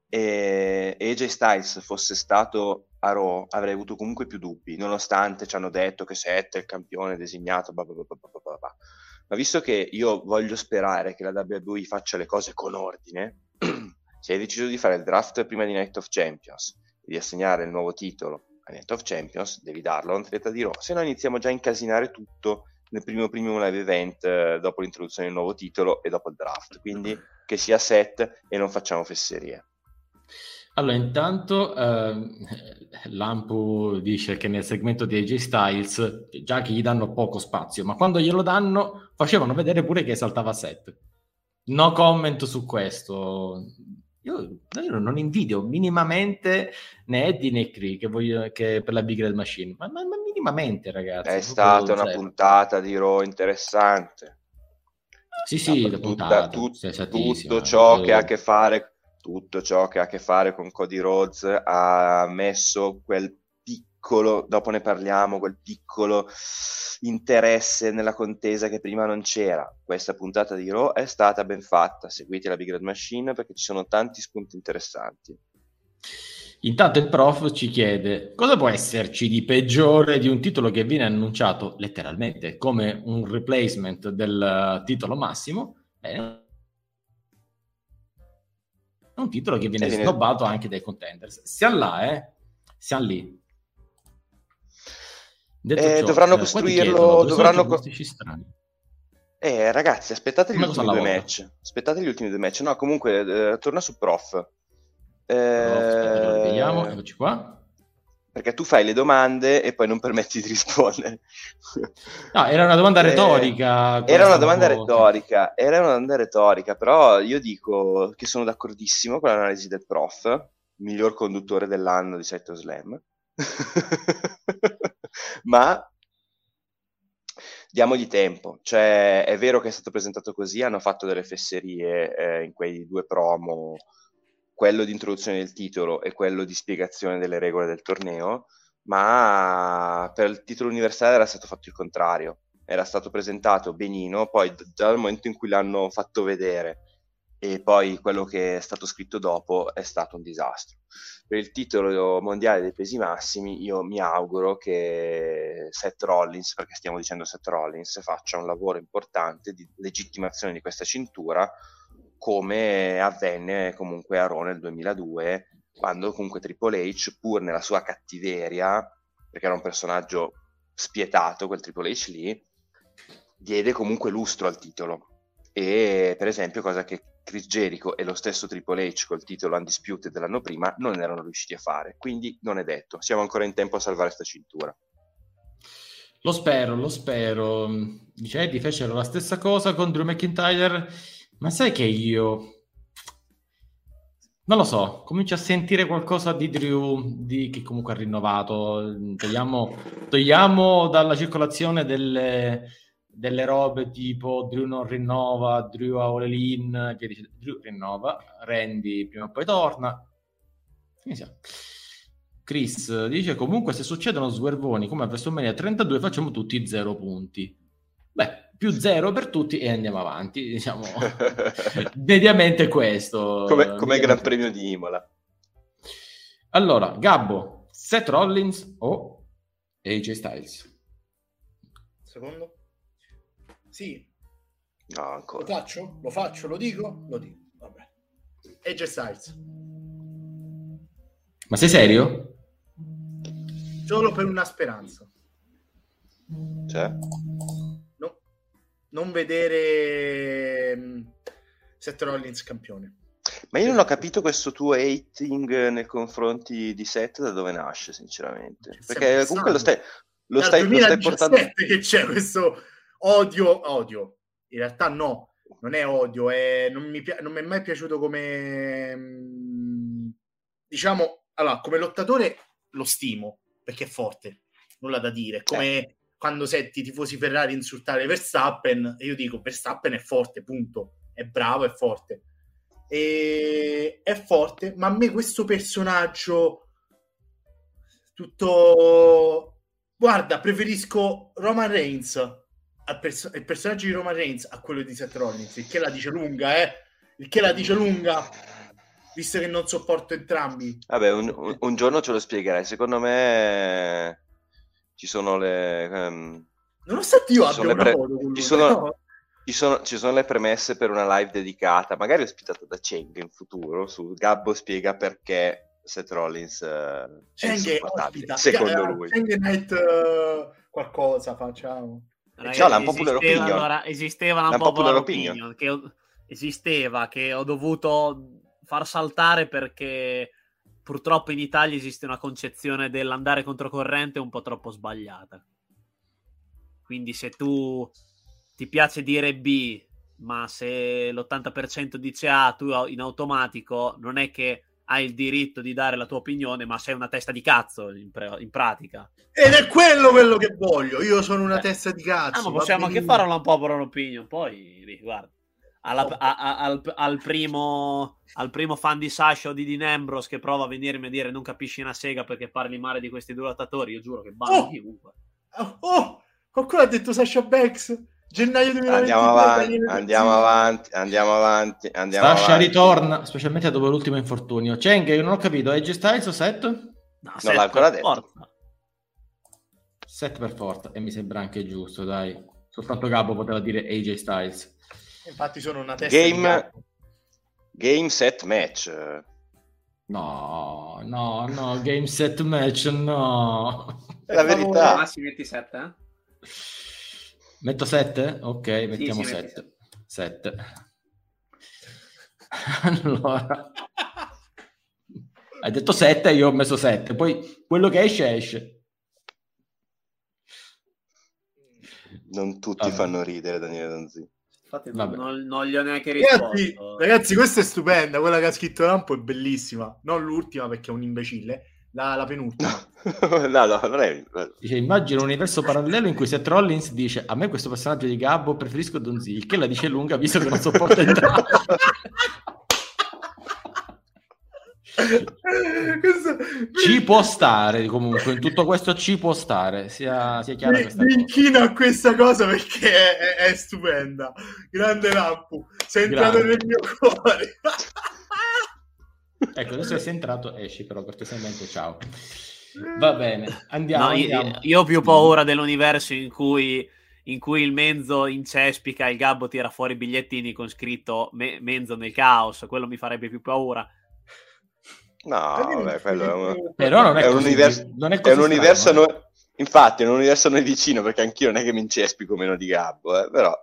e A J Styles fosse stato a Raw, avrei avuto comunque più dubbi, nonostante ci hanno detto che Seth è il campione designato, blah blah blah blah blah blah. Ma visto che io voglio sperare che la W W E faccia le cose con ordine, se hai deciso di fare il draft prima di Night of Champions e di assegnare il nuovo titolo a Night of Champions, devi darlo a un atleta di Raw, se no iniziamo già a incasinare tutto nel primo primo live event eh, dopo l'introduzione del nuovo titolo e dopo il draft, quindi che sia set e non facciamo fesserie. Allora, intanto eh, Lampu dice che nel segmento di A J Styles già che gli danno poco spazio, ma quando glielo danno facevano vedere pure che esaltava Seth. No comment su questo. Io, io non invidio minimamente né Eddie né Cree che, voglio, che per la Big Red Machine, ma, ma, ma minimamente, ragazzi. È stata una zero. Puntata di Raw interessante. Sì, sì, ah, la tutta, puntata, tut, tutto ciò io... che ha a che fare tutto ciò che ha a che fare con Cody Rhodes ha messo quel piccolo, dopo ne parliamo, quel piccolo interesse nella contesa che prima non c'era. Questa puntata di Raw è stata ben fatta, seguite la Big Red Machine perché ci sono tanti spunti interessanti. Intanto il prof ci chiede cosa può esserci di peggiore di un titolo che viene annunciato letteralmente come un replacement del titolo massimo. Beh, un titolo che viene viene... snobbato anche dai contenders. Siamo là, eh? Siamo lì. Detto eh, ciò, dovranno eh, costruirlo, chiedono, dovranno co- strani. Eh, ragazzi, aspettate gli ultimi due match. Aspettate gli ultimi due match. No, comunque, eh, torna su Prof. Eh, Prof vediamo, eccoci qua. Perché tu fai le domande e poi non permetti di rispondere. No, era una domanda retorica. Eh, era una domanda un retorica, era una domanda retorica, però io dico che sono d'accordissimo con l'analisi del prof, miglior conduttore dell'anno di SmackDown. Ma diamogli tempo, cioè è vero che è stato presentato così, hanno fatto delle fesserie eh, in quei due promo, quello di introduzione del titolo e quello di spiegazione delle regole del torneo, ma per il titolo universale era stato fatto il contrario, era stato presentato benino, poi d- dal momento in cui l'hanno fatto vedere e poi quello che è stato scritto dopo è stato un disastro. Per il titolo mondiale dei pesi massimi io mi auguro che Seth Rollins, perché stiamo dicendo Seth Rollins, faccia un lavoro importante di legittimazione di questa cintura, come avvenne comunque a Raw nel duemiladue, quando comunque Triple H, pur nella sua cattiveria, perché era un personaggio spietato quel Triple H lì, diede comunque lustro al titolo. E per esempio, cosa che Chris Jericho e lo stesso Triple H col titolo Undisputed dell'anno prima non erano riusciti a fare, quindi non è detto, siamo ancora in tempo a salvare sta cintura. Lo spero, lo spero. Dice Eddie, fecero la stessa cosa con Drew McIntyre, ma sai che io non lo so, comincio a sentire qualcosa di Drew di, che comunque ha rinnovato. Togliamo, togliamo dalla circolazione delle delle robe tipo Drew non rinnova, Drew a All In, che dice Drew rinnova, Randy prima o poi torna. Iniziamo. Chris dice comunque se succedono swervoni come a WrestleMania trentadue facciamo tutti zero punti. Beh, più zero per tutti e andiamo avanti, diciamo. Mediamente questo. Come, come il Gran Premio di Imola. Allora, Gabbo, Seth Rollins o A J Styles? Secondo? Sì. No, ancora. Lo faccio? Lo faccio? Lo dico? Lo dico. Vabbè. A J Styles. Ma sei serio? Solo per una speranza. Cioè? No, non vedere um, Seth Rollins campione. Ma io non ho capito questo tuo hating nei confronti di Seth da dove nasce, sinceramente. C'è Perché comunque lo stai, lo stai, lo stai portando... che c'è questo odio, odio. In realtà no, non è odio, è... non mi pi... non mi è mai piaciuto come... diciamo, allora, come lottatore lo stimo, perché è forte, nulla da dire. Come eh. quando senti i tifosi Ferrari insultare Verstappen, e io dico Verstappen è forte, punto. È bravo, è forte. E... è forte, ma a me questo personaggio tutto... Guarda, preferisco Roman Reigns, al perso- il personaggio di Roman Reigns a quello di Seth Rollins, il che la dice lunga, eh? Il che la dice lunga, visto che non sopporto entrambi. Vabbè, un, un, un giorno ce lo spiegherai. Secondo me ci sono le... Um, Nonostante io abbia una pre- foto con lui, ci sono... no? Ci sono, ci sono le premesse per una live dedicata, magari ospitata da Cheng in futuro, su Gabbo spiega perché Seth Rollins uh, è insopportabile, secondo uh, lui. Cheng Night uh, qualcosa facciamo. Ragazzi, no, la popular esisteva, opinion. Allora, esisteva una la popular, popular opinion, opinion. che ho, esisteva, che ho dovuto far saltare perché purtroppo in Italia esiste una concezione dell'andare controcorrente un po' troppo sbagliata. Quindi se tu... ti piace dire B, ma se l'ottanta per cento dice A, tu in automatico non è che hai il diritto di dare la tua opinione, ma sei una testa di cazzo in, pre- in pratica. Ed è quello quello che voglio. Io sono una eh. testa di cazzo. Ah, ma possiamo anche fare una popular opinion. Poi, guarda, alla, oh. a, a, al, al, primo, al primo fan di Sasha o di Dean Ambrose che prova a venirmi a dire non capisci una sega perché parli male di questi due lottatori, io giuro che banno oh. chiunque. Oh, qualcuno ha detto Sasha Banks. Gennaio duemilaventidue. Andiamo avanti, andiamo avanti, andiamo avanti, andiamo Sasha avanti. ritorna, specialmente dopo l'ultimo infortunio. Cheng, io non ho capito, A J Styles o Seth? No, non Seth l'ha ancora detto. Forza. Seth per forza, e mi sembra anche giusto, dai. Soltanto Gabbo poteva dire A J Styles. Infatti sono una testa game, di game set match. No, no, no, game set match, no. È la verità. Massi metti sette, eh? Metto sette? Ok, mettiamo sì, sette. sette. Allora, hai detto sette, io ho messo sette. Poi quello che esce, esce. Non tutti Vabbè. fanno ridere, Daniele Donzi. Infatti non, non, non gli ho neanche risposto. Ragazzi, ragazzi, questa è stupenda. Quella che ha scritto Lampo è bellissima. Non l'ultima perché è un imbecille. La, la penultima. no, no, non è... Dice, immagino un universo parallelo in cui Seth Rollins dice a me questo personaggio di Gabbo preferisco Donzi, il che la dice lunga visto che non sopporta entrambi. questo... Ci può stare comunque, in tutto questo ci può stare, sia, sia chiara mi, questa mi cosa. inchino a questa cosa perché è, è, è stupenda. Grande Lampo, sei entrato Grande. nel mio cuore. Ecco, adesso sei entrato, esci però cortesemente, ciao. Va bene, andiamo. No, andiamo. Io, io ho più paura dell'universo in cui, in cui il Menzo incespica, il Gabbo tira fuori i bigliettini con scritto me, Menzo nel caos, quello mi farebbe più paura. No, vabbè, quello è un, però non è, è così, un universo, non è, così è un universo strano, noi, infatti è un universo a noi vicino, perché anch'io non è che mi incespico meno di Gabbo, eh, però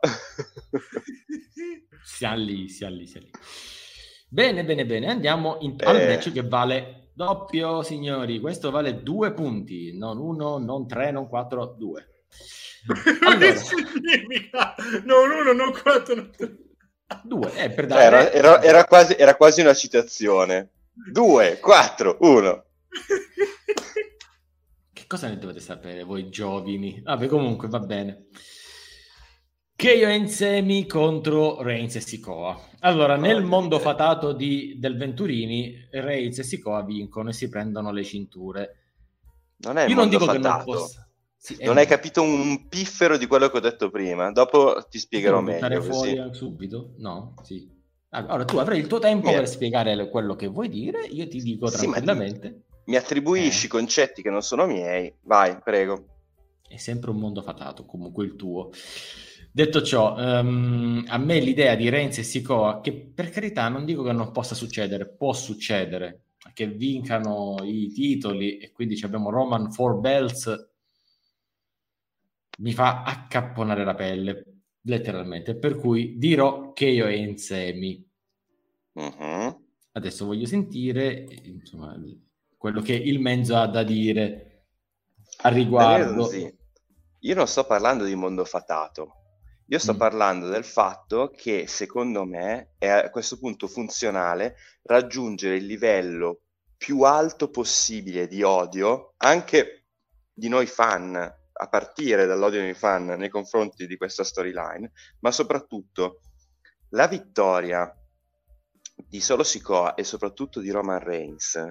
siamo lì, siamo lì, siamo lì. Bene, bene, bene, andiamo in, al eh. match che vale doppio, signori. Questo vale due punti, non uno, non tre, non quattro, due. Allora. Che significa? Non uno, non quattro, non tre. Due, eh, per dare... era, era, era, quasi, era quasi una citazione. Due, quattro, uno. Che cosa ne dovete sapere voi giovani? Vabbè, comunque va bene. Keio e Nsemi contro Reigns e Sikoa. Allora, nel mondo fatato di, del Venturini, Reigns e Sikoa vincono e si prendono le cinture. Non è il Io non mondo dico fatato. che non possa. Sì, non hai capito un piffero di quello che ho detto prima. Dopo ti spiegherò meglio. Fuori così. subito? No? Sì. Allora, tu avrai il tuo tempo Mi per è... spiegare quello che vuoi dire. Io ti dico sì, tranquillamente. Mi, mi attribuisci eh. concetti che non sono miei. Vai, prego. È sempre un mondo fatato, comunque il tuo. Detto ciò, um, a me l'idea di Reigns e Sikoa, che per carità non dico che non possa succedere, può succedere, che vincano i titoli e quindi abbiamo Roman four belts, mi fa accapponare la pelle, letteralmente, per cui dirò Keio e Nsemi. Uh-huh. Adesso voglio sentire insomma, quello che il Menzo ha da dire a riguardo. Io non sto parlando di mondo fatato, io sto mm. parlando del fatto che secondo me è a questo punto funzionale raggiungere il livello più alto possibile di odio anche di noi fan, a partire dall'odio dei fan nei confronti di questa storyline, ma soprattutto la vittoria di Solo Sikoa e soprattutto di Roman Reigns.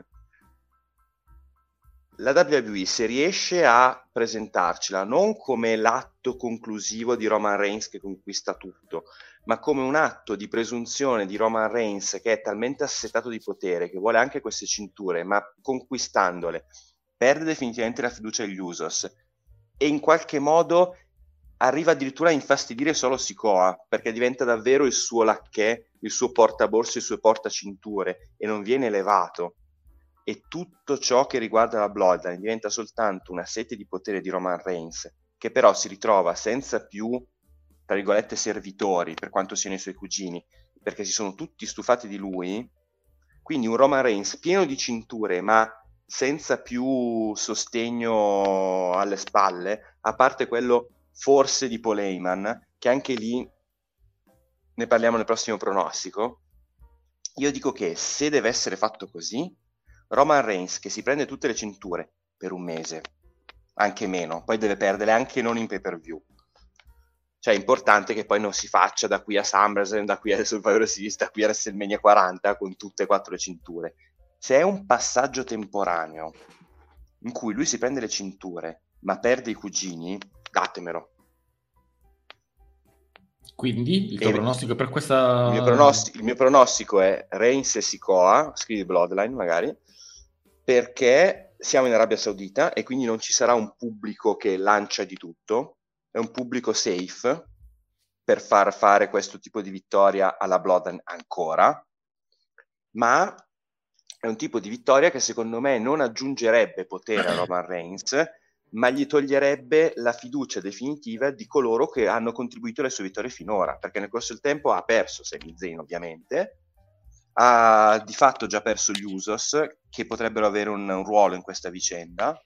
La W W E, se riesce a presentarcela non come l'atto conclusivo di Roman Reigns che conquista tutto, ma come un atto di presunzione di Roman Reigns che è talmente assetato di potere, che vuole anche queste cinture, ma conquistandole perde definitivamente la fiducia agli Usos e in qualche modo arriva addirittura a infastidire Solo Sikoa, perché diventa davvero il suo lacchè, il suo portaborse, il suo portacinture e non viene elevato. E tutto ciò che riguarda la Bloodline diventa soltanto una sete di potere di Roman Reigns, che però si ritrova senza più, tra virgolette, servitori, per quanto siano i suoi cugini, perché si sono tutti stufati di lui. Quindi un Roman Reigns pieno di cinture, ma senza più sostegno alle spalle, a parte quello forse di Paul Heyman, che anche lì ne parliamo nel prossimo pronostico. Io dico che se deve essere fatto così, Roman Reigns che si prende tutte le cinture per un mese, anche meno, poi deve perdere anche non in pay per view, cioè è importante che poi non si faccia da qui a SummerSlam, da qui a Survivor Series, da qui a WrestleMania quaranta con tutte e quattro le cinture. Se è un passaggio temporaneo in cui lui si prende le cinture ma perde i cugini, datemelo. Quindi il tuo e pronostico per questa... Il mio pronostico, il mio pronostico è Reigns e Sikoa, scrivi Bloodline magari, perché siamo in Arabia Saudita e quindi non ci sarà un pubblico che lancia di tutto, è un pubblico safe per far fare questo tipo di vittoria alla Bloodline ancora, ma è un tipo di vittoria che secondo me non aggiungerebbe potere a Roman Reigns, ma gli toglierebbe la fiducia definitiva di coloro che hanno contribuito alle sue vittorie finora, perché nel corso del tempo ha perso Sami Zayn ovviamente, ha di fatto già perso gli Usos, che potrebbero avere un, un ruolo in questa vicenda,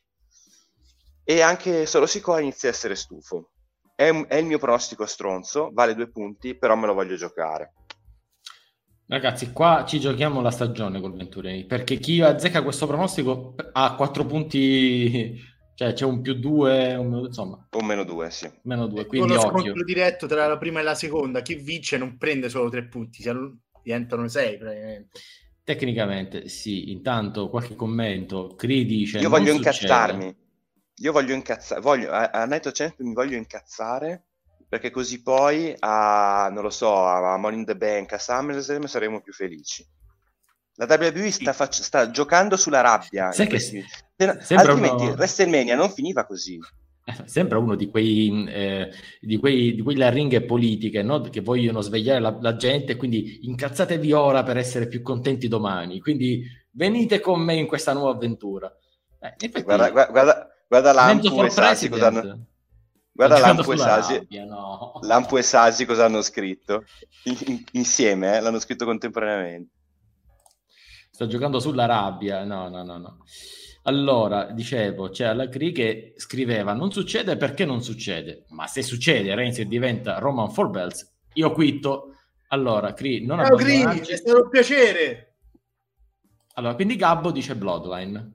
e anche Solo Sikoa inizia a essere stufo. È, è il mio pronostico stronzo, vale due punti, però me lo voglio giocare. Ragazzi, qua ci giochiamo la stagione col Venturini, perché chi azzecca questo pronostico ha quattro punti, cioè c'è un più due, un, insomma. O meno due, sì. Meno due, quindi con lo occhio. scontro diretto tra la prima e la seconda, chi vince non prende solo tre punti, diventano sei praticamente. Tecnicamente sì, intanto qualche commento. Cri dice: io voglio non incazzarmi succede. io voglio incazzare voglio, a, a Night of Champions mi voglio incazzare, perché così poi a, non lo so, a Money in the Bank, a SummerSlam saremo più felici. La W W E sta, fac- sta giocando sulla rabbia in questi... Se, altrimenti uno... WrestleMania non finiva così. Sembra uno di quei eh, di quei di quelle arringhe politiche, no? Che vogliono svegliare la, la gente, quindi incazzatevi ora per essere più contenti domani, quindi venite con me in questa nuova avventura. Eh, infatti, guarda, guarda, guarda Lampu e Sasi cosa hanno... guarda Lampu e Sasi rabbia, no. Lampu e Sasi cosa hanno scritto in, in, insieme, eh? L'hanno scritto contemporaneamente. Sta giocando sulla rabbia, no no no no. Allora, dicevo, c'era la Cree che scriveva: non succede perché non succede, ma se succede Reigns diventa Roman four belts, io quitto. Allora, Cree, non Ciao Cree, è stato un piacere. Allora, quindi Gabbo dice Bloodline.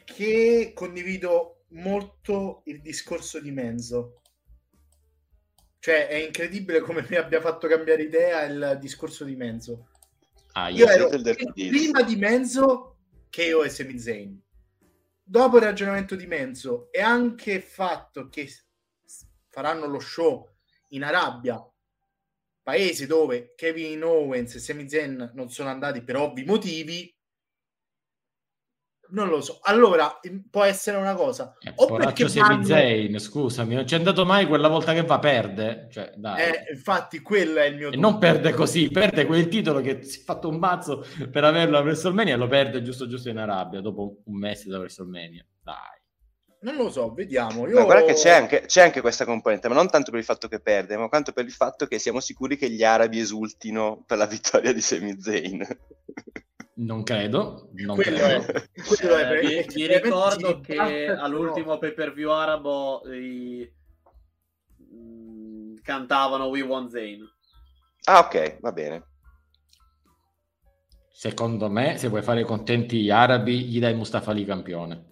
Perché condivido molto il discorso di Menzo. Cioè, è incredibile come mi abbia fatto cambiare idea il discorso di Menzo. Ah, io io ero del prima di Menzo che io e Sami Zayn. Dopo il ragionamento di Menzo e anche il fatto che faranno lo show in Arabia, paese dove Kevin Owens e Sami Zayn non sono andati per ovvi motivi, non lo so. Allora può essere una cosa, eh, o poraccio perché Sami vanno... Zayn, scusami, non c'è andato mai quella volta che va perde, cioè dai. Eh, infatti quello è il mio E dubbio. non perde così, perde quel titolo che si è fatto un mazzo per averlo a WrestleMania e lo perde giusto giusto in Arabia dopo un mese da WrestleMania. Dai. Non lo so, vediamo. Io... Ma guarda che c'è anche, c'è anche questa componente, ma non tanto per il fatto che perde, ma quanto per il fatto che siamo sicuri che gli arabi esultino per la vittoria di Sami Zayn. Non credo, non quello credo. È, quello è, Eh, vi, è, vi è, ricordo sì, che no. all'ultimo pay per view arabo i... mh, cantavano We Want Zayn. Ah, ok, va bene. Secondo me, se vuoi fare contenti gli arabi, gli dai Mustafa Ali campione.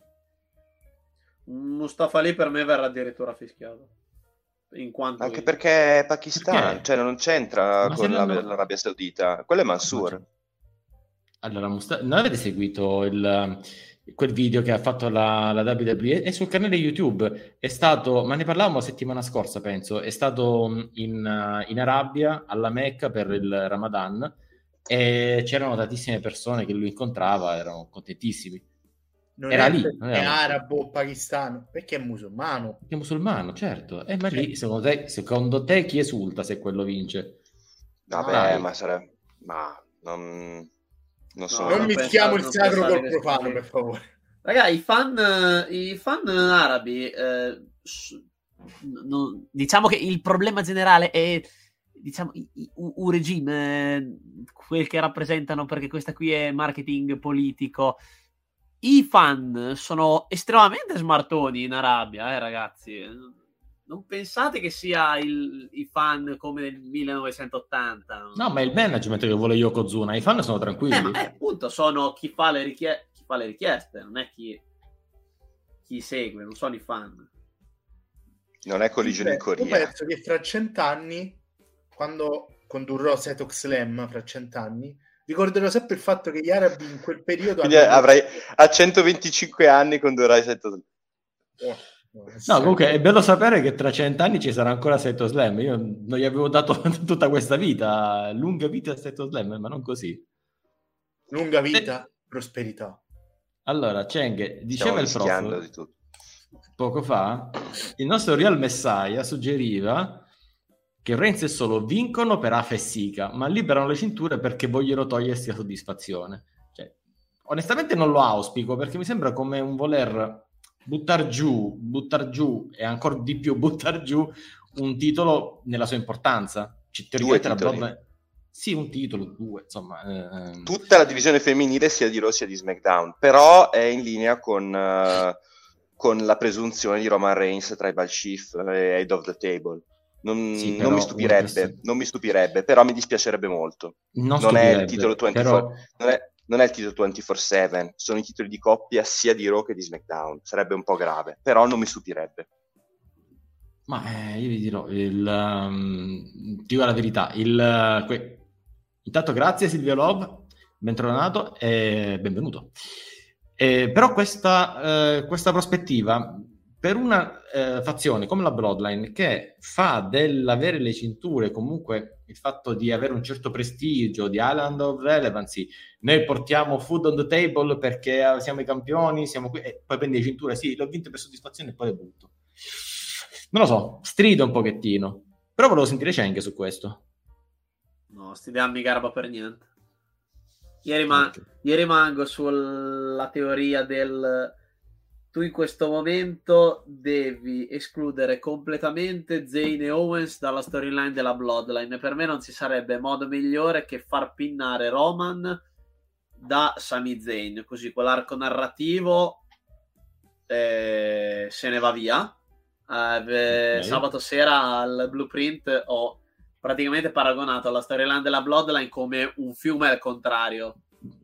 Mustafa Ali per me verrà addirittura fischiato. In quanto Anche io. perché è Pakistan, Perché? cioè non c'entra Ma con se la- non- l'Arabia Saudita. Quello è Mansour. Allora, Musta- non avete seguito il, quel video che ha fatto la, la W W E? È sul canale YouTube. È stato, ma ne parlavamo settimana scorsa, penso. È stato mh, in, uh, in Arabia, alla Mecca, per il Ramadan, e c'erano tantissime persone che lui incontrava, erano contentissimi. Non Era è lì, perché non è era musulmano. arabo o pakistano, perché è musulmano. È musulmano, certo. E ma lì, secondo te, secondo te chi esulta se quello vince? Vabbè, Dai. ma sarebbe... Ma non... Non sono... Non non mischiamo pensate- il non sacro pensate col che profano, sia- per favore. Raga, i fan, i fan arabi, eh, s- non- diciamo che il problema generale è, diciamo, i- i- un un regime, eh, quel che rappresentano, perché questa qui è marketing politico. I fan sono estremamente smartoni in Arabia, eh, ragazzi. Non pensate che sia il, i fan come nel millenovecentottanta. No, ma è il management che vuole Yokozuna. I fan sono tranquilli. Eh, ma eh, appunto sono chi fa le richieste, chi fa le richieste, non è chi, chi segue, non sono i fan. Non è collision in Io Corea. penso che fra cent'anni, quando condurrò Setox Slam, fra cent'anni, ricorderò sempre il fatto che gli arabi in quel periodo... Quindi hanno- avrai a centoventicinque anni condurrai sette... Oh, no, No, comunque è bello sapere che tra cent'anni ci sarà ancora Seto Slam. Io non gli avevo dato tutta questa vita, lunga vita a Seto Slam, ma non così. lunga vita, prosperità. Allora, Cheng, diceva Stiamo il rischiando prof di tutto. poco fa, il nostro Real Messiah suggeriva che Reigns e Solo vincono per Afa e Sika, ma liberano le cinture perché vogliono togliersi la soddisfazione. Cioè, onestamente non lo auspico, perché mi sembra come un voler buttar giù, buttar giù e ancora di più buttar giù un titolo nella sua importanza. Cioè, teoricamente la titoli. Bloodline- Sì, un titolo, due, insomma. ehm. Tutta la divisione femminile sia di Raw sia di SmackDown, però è in linea con, eh, con la presunzione di Roman Reigns, Tribal Chief e Head of the Table. Non, Sì, non però mi un stupirebbe, pres- non mi stupirebbe, però mi dispiacerebbe molto. Non, Non è il stupirebbe, titolo però... ventiquattro non è, non è il titolo ventiquattro sette, sono i titoli di coppia sia di Raw che di SmackDown. Sarebbe un po' grave, però non mi stupirebbe. Ma eh, io vi dirò, il, um, ti dico la verità, il, que- intanto grazie Silvio Love, bentornato e benvenuto. Eh, però questa, eh, questa prospettiva, per una eh, fazione come la Bloodline, che fa dell'avere le cinture, comunque il fatto di avere un certo prestigio, di Island of Relevancy, noi portiamo food on the table perché eh, siamo i campioni, siamo qui, e poi prendi le cinture, sì, l'ho vinto per soddisfazione e poi le butto. Non lo so, strido un pochettino. Però volevo sentire Cheng su questo. No, sti dammi garba per niente. Io, rima- io rimango sulla teoria del... Tu in questo momento devi escludere completamente Zayn e Owens dalla storyline della Bloodline. Per me non ci sarebbe modo migliore che far pinnare Roman da Sami Zayn. Così quell'arco narrativo eh, se ne va via. Uh, okay. Sabato sera al Blueprint ho praticamente paragonato la storyline della Bloodline come un fiume al contrario,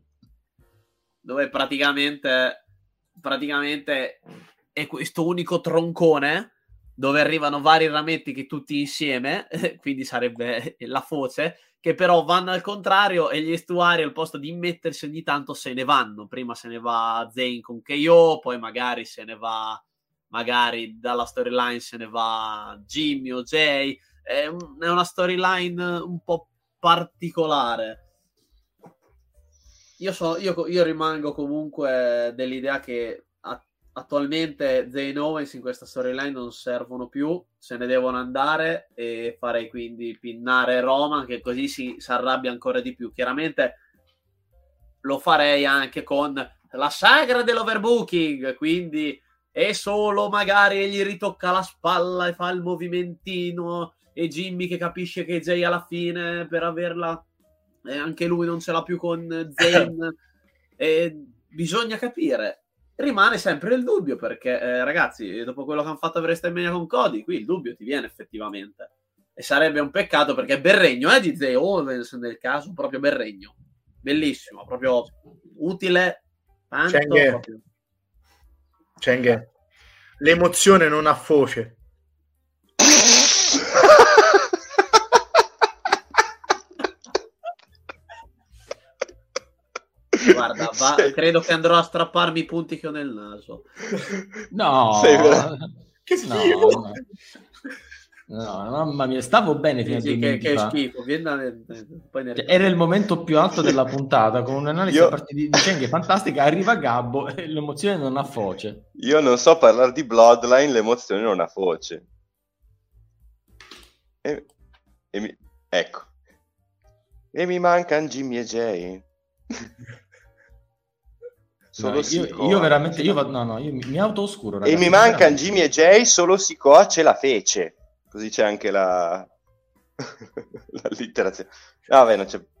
dove praticamente praticamente è questo unico troncone dove arrivano vari rametti che tutti insieme, quindi sarebbe la foce, che però vanno al contrario e gli estuari al posto di mettersi ogni tanto se ne vanno. Prima se ne va Zayn con K O, poi magari se ne va, magari dalla storyline se ne va Jimmy o Jay. È, un, è una storyline un po' particolare. Io, so, io, io rimango comunque dell'idea che a, attualmente Zayn Owens in questa storyline non servono più, se ne devono andare, e farei quindi pinnare Roman, che così si, si arrabbia ancora di più. Chiaramente lo farei anche con la sagra dell'overbooking, quindi è solo magari gli ritocca la spalla e fa il movimentino, e Jimmy che capisce che Jay alla fine per averla, e anche lui non ce l'ha più con Zayn. E bisogna capire, rimane sempre il dubbio, perché eh, ragazzi, dopo quello che hanno fatto a WrestleMania con Cody, qui il dubbio ti viene effettivamente, e sarebbe un peccato, perché è bel regno eh, di Zayn Owens nel caso, proprio bel regno, bellissimo, proprio utile tanto, Cenghe. proprio. Cenghe. L'emozione non ha foce. Guarda, va, sei... credo che andrò a strapparmi i punti che ho nel naso. No, che schifo. No, no. no, mamma mia, stavo bene fino sì, a che, che fa. schifo. Viene, poi ne cioè, era il momento più alto della puntata, con un'analisi Io... a parte di Cenghe fantastica. Arriva Gabbo e l'emozione non ha foce. Io non so parlare di Bloodline, l'emozione non ha foce. E, e mi... Ecco. E mi mancano Jimmy e Jay. Solo no, io, io veramente io vado, no no io mi, mi auto-oscuro, ragazzi. E mi mancano Jimmy e Jay, solo Sikoa ce la fece, così c'è anche la l'allitterazione. No, vabbè, non c'è.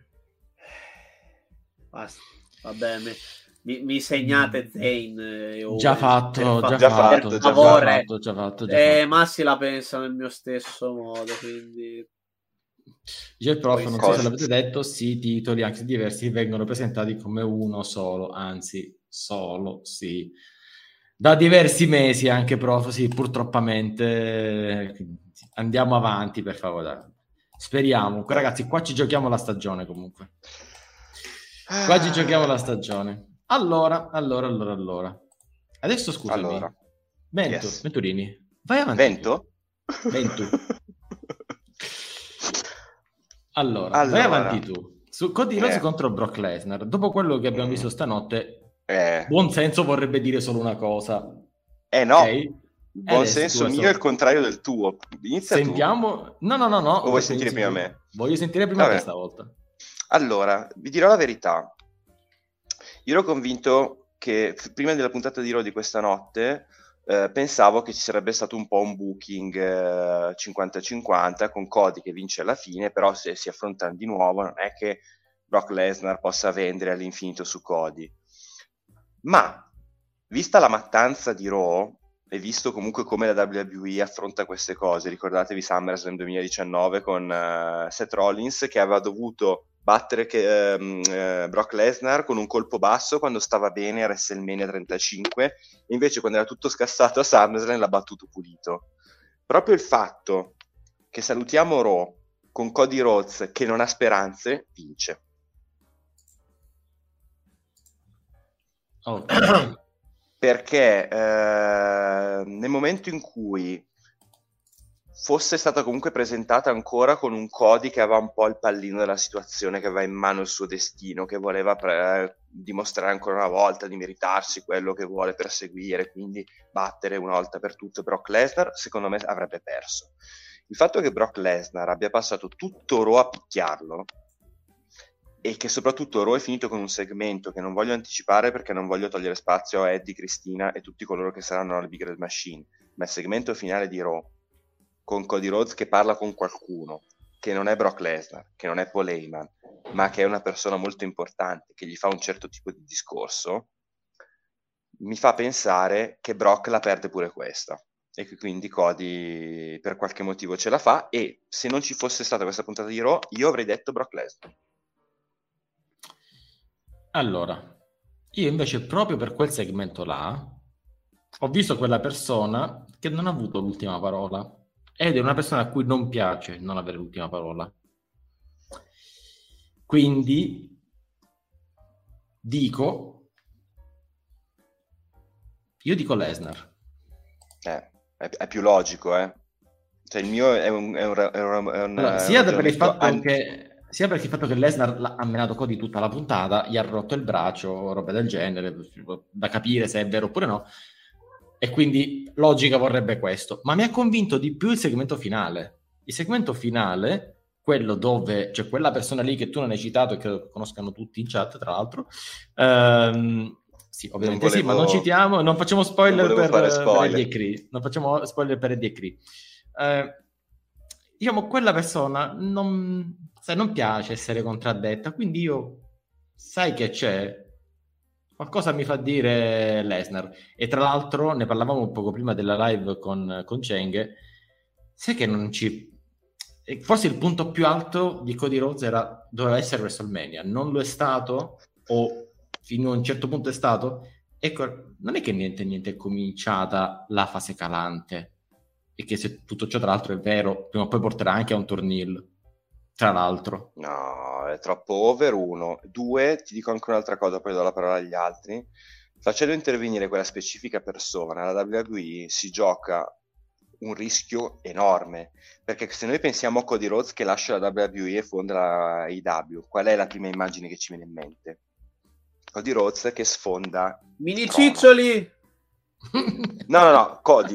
Basta, va bene, mi, mi segnate Zayn eh, già fatto già, già fatto, fatto, già fatto, già fatto, già eh, fatto. Massi la pensa nel mio stesso modo, quindi dice il prof, non cosa? so se l'avete detto, sì, i titoli anche diversi vengono presentati come uno solo, anzi solo, sì, da diversi mesi anche, prof, sì, purtroppamente. Andiamo avanti, per favore, speriamo, ragazzi, qua ci giochiamo la stagione, comunque qua ci giochiamo la stagione. Allora, allora, allora, allora adesso scusami, allora. Vento, Yes. Venturini, vai avanti. Vento? Vento. Allora, allora, vai avanti tu. Su Cody Rhodes eh. contro Brock Lesnar. Dopo quello che abbiamo visto stanotte, eh. buon senso vorrebbe dire solo una cosa. Eh no, okay? buon senso mio è il contrario del tuo. Inizia Sentiamo... tu. No, no, no, no. O vuoi sentire prima tu. me? Voglio sentire prima Vabbè. te stavolta. Allora, vi dirò la verità. Io ero convinto che prima della puntata di Raw di questa notte eh, pensavo che ci sarebbe stato un po' un booking eh, cinquanta cinquanta con Cody che vince alla fine, però se si affrontano di nuovo non è che Brock Lesnar possa vendere all'infinito su Cody. Ma vista la mattanza di Raw e visto comunque come la W W E affronta queste cose, ricordatevi SummerSlam duemiladiciannove con uh, Seth Rollins che aveva dovuto battere che, um, uh, Brock Lesnar con un colpo basso quando stava bene a WrestleMania trentacinque, e invece quando era tutto scassato a SummerSlam l'ha battuto pulito. Proprio il fatto che salutiamo Raw con Cody Rhodes che non ha speranze vince. Okay. Perché eh, nel momento in cui fosse stata comunque presentata ancora con un Cody che aveva un po' il pallino della situazione, che aveva in mano il suo destino, che voleva pre- dimostrare ancora una volta di meritarsi quello che vuole perseguire, quindi battere una volta per tutte Brock Lesnar, secondo me avrebbe perso. Il fatto che Brock Lesnar abbia passato tutto Raw a picchiarlo, e che soprattutto Raw è finito con un segmento che non voglio anticipare perché non voglio togliere spazio a Eddie, Cristina e tutti coloro che saranno alla Big Red Machine, ma il segmento finale di Raw con Cody Rhodes che parla con qualcuno che non è Brock Lesnar, che non è Paul Heyman, ma che è una persona molto importante, che gli fa un certo tipo di discorso, mi fa pensare che Brock la perde pure questa, e che quindi Cody per qualche motivo ce la fa, e se non ci fosse stata questa puntata di Raw io avrei detto Brock Lesnar. Allora, io invece proprio per quel segmento là ho visto quella persona che non ha avuto l'ultima parola ed è una persona a cui non piace non avere l'ultima parola. Quindi dico, io dico Lesnar. Eh, è, è più logico, eh. Cioè il mio è un, è un, è un, è un allora, sia per il fatto an... che sia perché il fatto che Lesnar ha menato Cody tutta la puntata, gli ha rotto il braccio, roba del genere, da capire se è vero oppure no, e quindi logica vorrebbe questo. Ma mi ha convinto di più il segmento finale. Il segmento finale, quello dove c'è quella persona lì che tu non hai citato e che conoscano tutti in chat, tra l'altro, ehm, sì, ovviamente volevo... sì, ma non citiamo, non facciamo spoiler, non per, spoiler. per Eddie e Cree, non facciamo spoiler per Eddie e Cree. Eh, diciamo, quella persona non... sai, non piace essere contraddetta, quindi io, sai che c'è, qualcosa mi fa dire Lesnar. E tra l'altro ne parlavamo un poco prima della live con, con Cheng, sai che non ci... forse il punto più alto di Cody Rhodes era, doveva essere WrestleMania, non lo è stato, o fino a un certo punto è stato. Ecco, non è che niente niente è cominciata la fase calante, e che se tutto ciò tra l'altro è vero, prima o poi porterà anche a un torneo. Tra l'altro, no, è troppo over. Uno, due, ti dico anche un'altra cosa, poi do la parola agli altri. Facendo intervenire quella specifica persona, la W W E si gioca un rischio enorme, perché se noi pensiamo a Cody Rhodes che lascia la W W E e fonda la A E W, qual è la prima immagine che ci viene in mente? Cody Rhodes che sfonda mini ciccioli. no no no Cody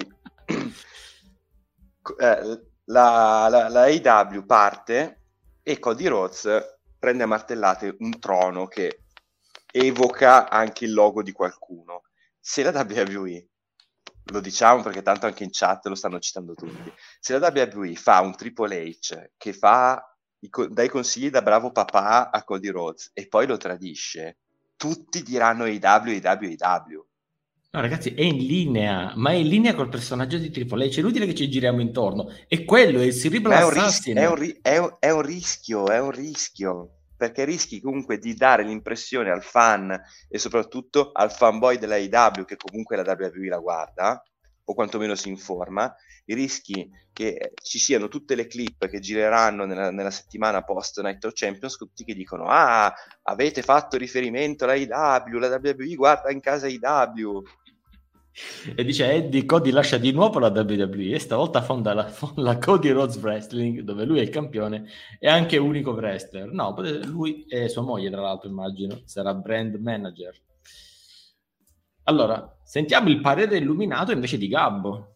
eh, la, la, la A E W parte e Cody Rhodes prende a martellate un trono che evoca anche il logo di qualcuno. Se la W W E, lo diciamo perché tanto anche in chat lo stanno citando tutti, se la W W E fa un Triple H che fa i, dai consigli da bravo papà a Cody Rhodes e poi lo tradisce, tutti diranno A E W, A E W, A E W. No, ragazzi, è in linea, ma è in linea col personaggio di Triple H. È inutile che ci giriamo intorno. E quello è il Cerebral Assassin. È un, ris- è, un, è un rischio, è un rischio. Perché rischi comunque di dare l'impressione al fan e soprattutto al fanboy della A E W, che comunque la W W E la guarda, o quantomeno si informa, i rischi che ci siano tutte le clip che gireranno nella, nella settimana post Night of Champions, tutti che dicono ah, avete fatto riferimento alla A E W, la W W E guarda in casa A E W. E dice Eddie, Cody lascia di nuovo la W W E e stavolta fonda la, la Cody Rhodes Wrestling, dove lui è il campione e anche unico wrestler. No, lui e sua moglie, tra l'altro, immagino, sarà brand manager. Allora, sentiamo il parere illuminato invece di Gabbo.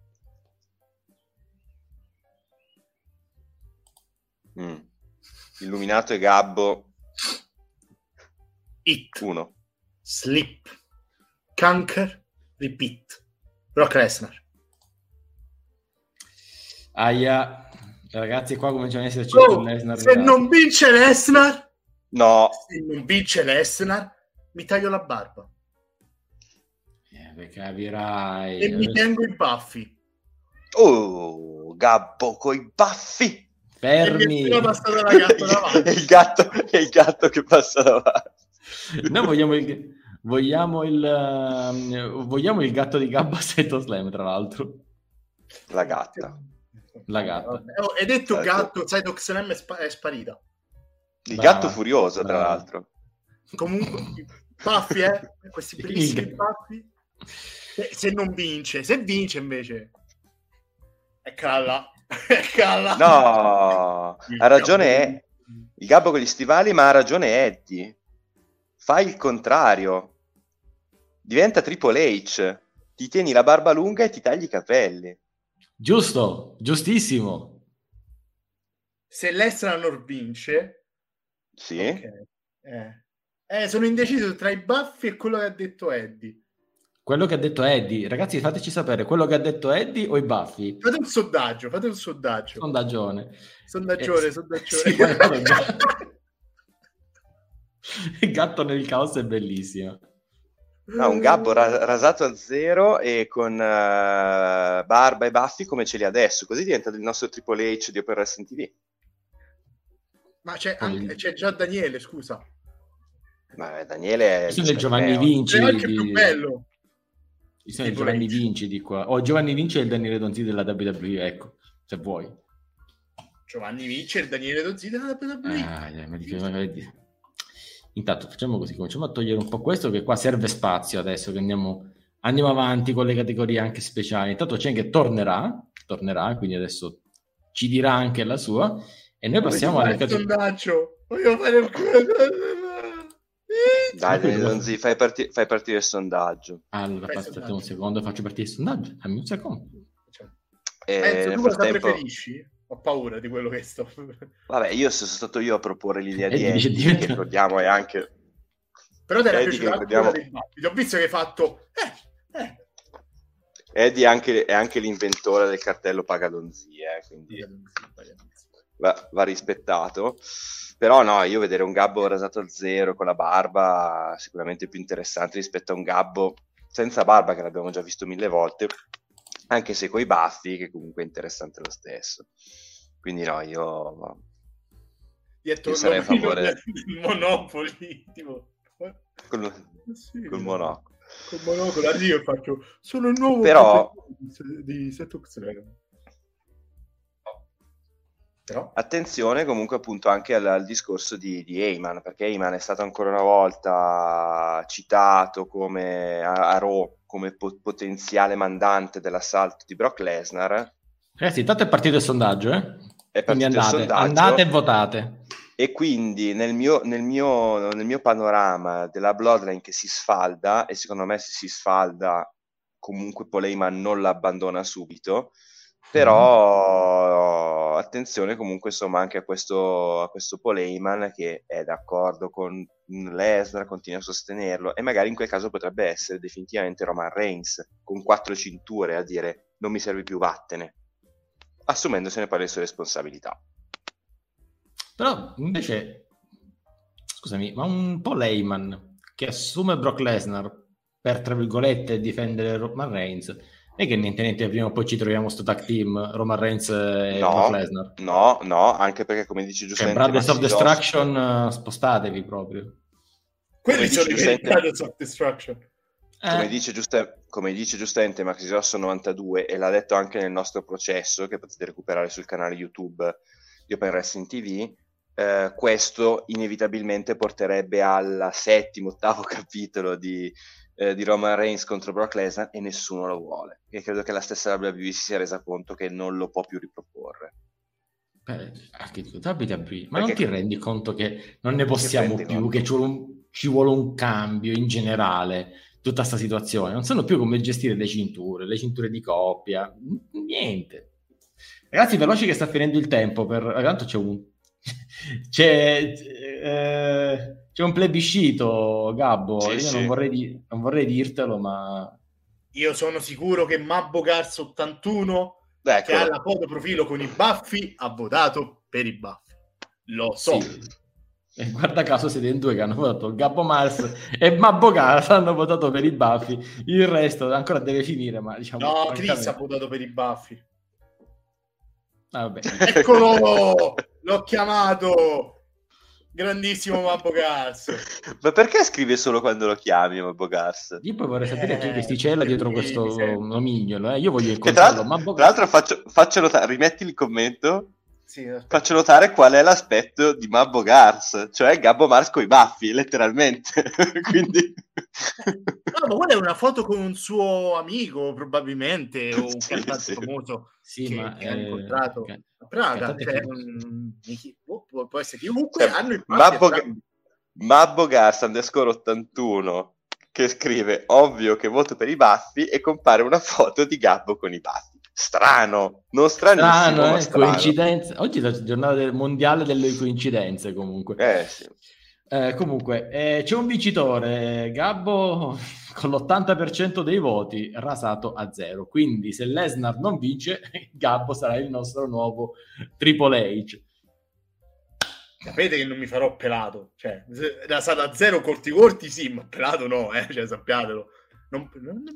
Mm. Illuminato e Gabbo. Hit. Uno. Slip. Conquer. Repeat. Brock Lesnar. Aia, ragazzi, qua cominciano a esserci oh, Lesnar. Se ragazzi. Non vince Lesnar, no. Se non vince Lesnar, mi taglio la barba. Eh, capirai. E mi tengo i baffi. Oh, Gabbo coi baffi. Fermi. E passato la gatto davanti. il gatto, è il gatto che passa davanti. Noi vogliamo il, vogliamo il, uh, vogliamo il gatto di Gabbo a Seto Slam, tra l'altro. La gatta. La gatta. Oh, hai detto ecco. Gatto, sai, Doxenem è, spa- è sparita. Il brava, gatto furioso, brava. Tra l'altro. Comunque, baffi, eh? Questi bellissimi baffi. Se, se non vince, se vince invece... È calla. È calla. No, ha ragione il Gabbo con gli stivali, ma ha ragione Eddie. Fai il contrario. Diventa Triple H. Ti tieni la barba lunga e ti tagli i capelli. Giusto, giustissimo. Se Lesnar non vince... Sì. Okay. Eh. eh, sono indeciso tra i baffi e quello che ha detto Eddie. Quello che ha detto Eddie, ragazzi, fateci sapere quello che ha detto Eddie o i baffi. Fate un sondaggio, fate un sondaggio. Sondaggione. Sondaggione, eh, sondaggione. Sì, il, gatto... il gatto nel caos è bellissimo. No, un Gabbo ra- rasato a zero e con uh, barba e baffi come ce li ha adesso, così diventa il nostro Triple H di Open Wrestling T V. Ma c'è, anche, c'è già Daniele, scusa. Ma Daniele è Giovanni Vinci. È anche di... più bello. Ci sono Giovanni Vinci di qua. O oh, Giovanni Vinci e il Daniele Donzi della W W E, ecco, se vuoi. Giovanni Vinci e il Daniele Donzi della W W E. Ah, ma dice, ma vedi. Intanto facciamo così, cominciamo a togliere un po' questo, che qua serve spazio adesso che andiamo, andiamo avanti con le categorie anche speciali. Intanto c'è che tornerà, tornerà, quindi adesso ci dirà anche la sua, e noi passiamo alle categorie. Sondaggio, voglio fare un Dai, Donzi, fai, parti- fai partire il sondaggio. Allora, Fai aspetta sondaggio. un secondo, faccio partire il sondaggio. Dammi un secondo. E Penso, nel tu cosa frattempo, preferisci? Ho paura di quello che sto... vabbè, io sono stato io a proporre l'idea E di dice, Eddie, diventa- che ricordiamo è anche... Però ti era Eddie, piaciuta che anche ricordiamo- quella del Babbito. Ho visto che hai fatto... Eh, eh. Eddie è anche, è anche l'inventore del cartello Paga Donzi, eh, quindi va, va rispettato. Però no, io vedere un Gabbo rasato al zero con la barba sicuramente più interessante rispetto a un Gabbo senza barba, che l'abbiamo già visto mille volte, anche se coi baffi, che comunque è interessante lo stesso. Quindi no, io... Dietro Io sarei a favore- del Monopoli, tipo... Col, Sì, col monocolo. Col monocolo arrivo e faccio... Sono il nuovo Però- di, di Setox Dragon. Però... Attenzione comunque appunto anche al, al discorso di, di Heyman, perché Heyman è stato ancora una volta citato come a, a Raw come po- potenziale mandante dell'assalto di Brock Lesnar. Ragazzi, intanto è partito il sondaggio, eh? È Quindi partito il andate, sondaggio. andate e votate. E quindi nel mio, nel, mio, nel mio panorama della Bloodline che si sfalda, e secondo me se si sfalda comunque Paul Heyman non l'abbandona subito, però attenzione comunque insomma anche a questo, a questo Paul Heyman che è d'accordo con Lesnar, continua a sostenerlo, e magari in quel caso potrebbe essere definitivamente Roman Reigns con quattro cinture a dire non mi serve più, vattene, assumendosene poi le sue responsabilità. Però invece, scusami, ma un Paul Heyman che assume Brock Lesnar per, tra virgolette, difendere Roman Reigns, e che niente niente prima o poi ci troviamo sto tag team Roman Reigns e No, Brock Lesnar. no, no, anche perché come dice Cioè, giustamente Brothers of Maxi Doss- Destruction, uh, spostatevi proprio. Quelli Come sono dici, i giustamente- Brothers of Destruction. come Eh, dice, giusta- come dice giustamente Maxi Rosso novantadue, e l'ha detto anche nel nostro processo che potete recuperare sul canale YouTube di Open Wrestling T V, eh, questo inevitabilmente porterebbe al settimo, ottavo capitolo di, eh, di Roman Reigns contro Brock Lesnar, e nessuno lo vuole, e credo che la stessa W W E si sia resa conto che non lo può più riproporre. beh, anche dico, W W E, ma Perché- non ti rendi conto che non ne possiamo rendi più, conto? che ci vuole, un, ci vuole un cambio in generale, tutta questa situazione, non sanno più come gestire le cinture, le cinture di coppia, n- niente. Ragazzi, veloci che sta finendo il tempo, per... tanto c'è un c'è, eh, c'è un plebiscito, Gabbo, Sì, io sì. non vorrei, di- non vorrei dirtelo, ma Io sono sicuro che Mabbo Gars ottantuno, Ecco, che ha la foto profilo con i baffi, ha votato per i baffi. Lo so. sì. E guarda caso siete in due che hanno votato Gabbo Mars e Mabbo Gars hanno votato per i baffi, il resto ancora deve finire, ma diciamo No, francamente- Chris ha votato per i baffi. Ah, vabbè. Eccolo! L'ho chiamato! Grandissimo Mabbo Gars. ma perché scrive solo quando lo chiami Mabbo Gars? Io poi vorrei sapere chi Eh, che si cela dietro sì, questo mi sembra. nomignolo, eh. Io voglio Che tra incontrarlo, l'altro, Mabbo tra l'altro faccio, faccio notare, rimetti il commento, Sì, aspetta. faccio notare qual è l'aspetto di Mabbo Gars, cioè Gabbo Mars coi baffi, letteralmente. Quindi No, ma quella è una foto con un suo amico, probabilmente, o un Sì, cantante sì. famoso Sì, che, ma che ha eh, incontrato ca- a Praga. cantante Cioè, famoso. mm, chi- può, può- può essere chiunque, Cioè, hanno i baffi Mabbo, entrambi. Mabbo Gars underscore ottantuno che scrive ovvio che voto per i baffi, e compare una foto di Gabbo con i baffi. Strano, non stranissimo, Strano, ma eh? strano. Coincidenze. Oggi è la giornata del mondiale delle coincidenze, comunque. Eh sì. Eh, comunque, eh, c'è un vincitore, Gabbo, con l'ottanta per cento dei voti, rasato a zero. Quindi, se Lesnar non vince, Gabbo sarà il nostro nuovo Triple H. Sapete che non mi farò pelato. Cioè, se- la sala a zero corti corti, sì, ma pelato no, eh. Cioè, sappiatelo. Non, non, non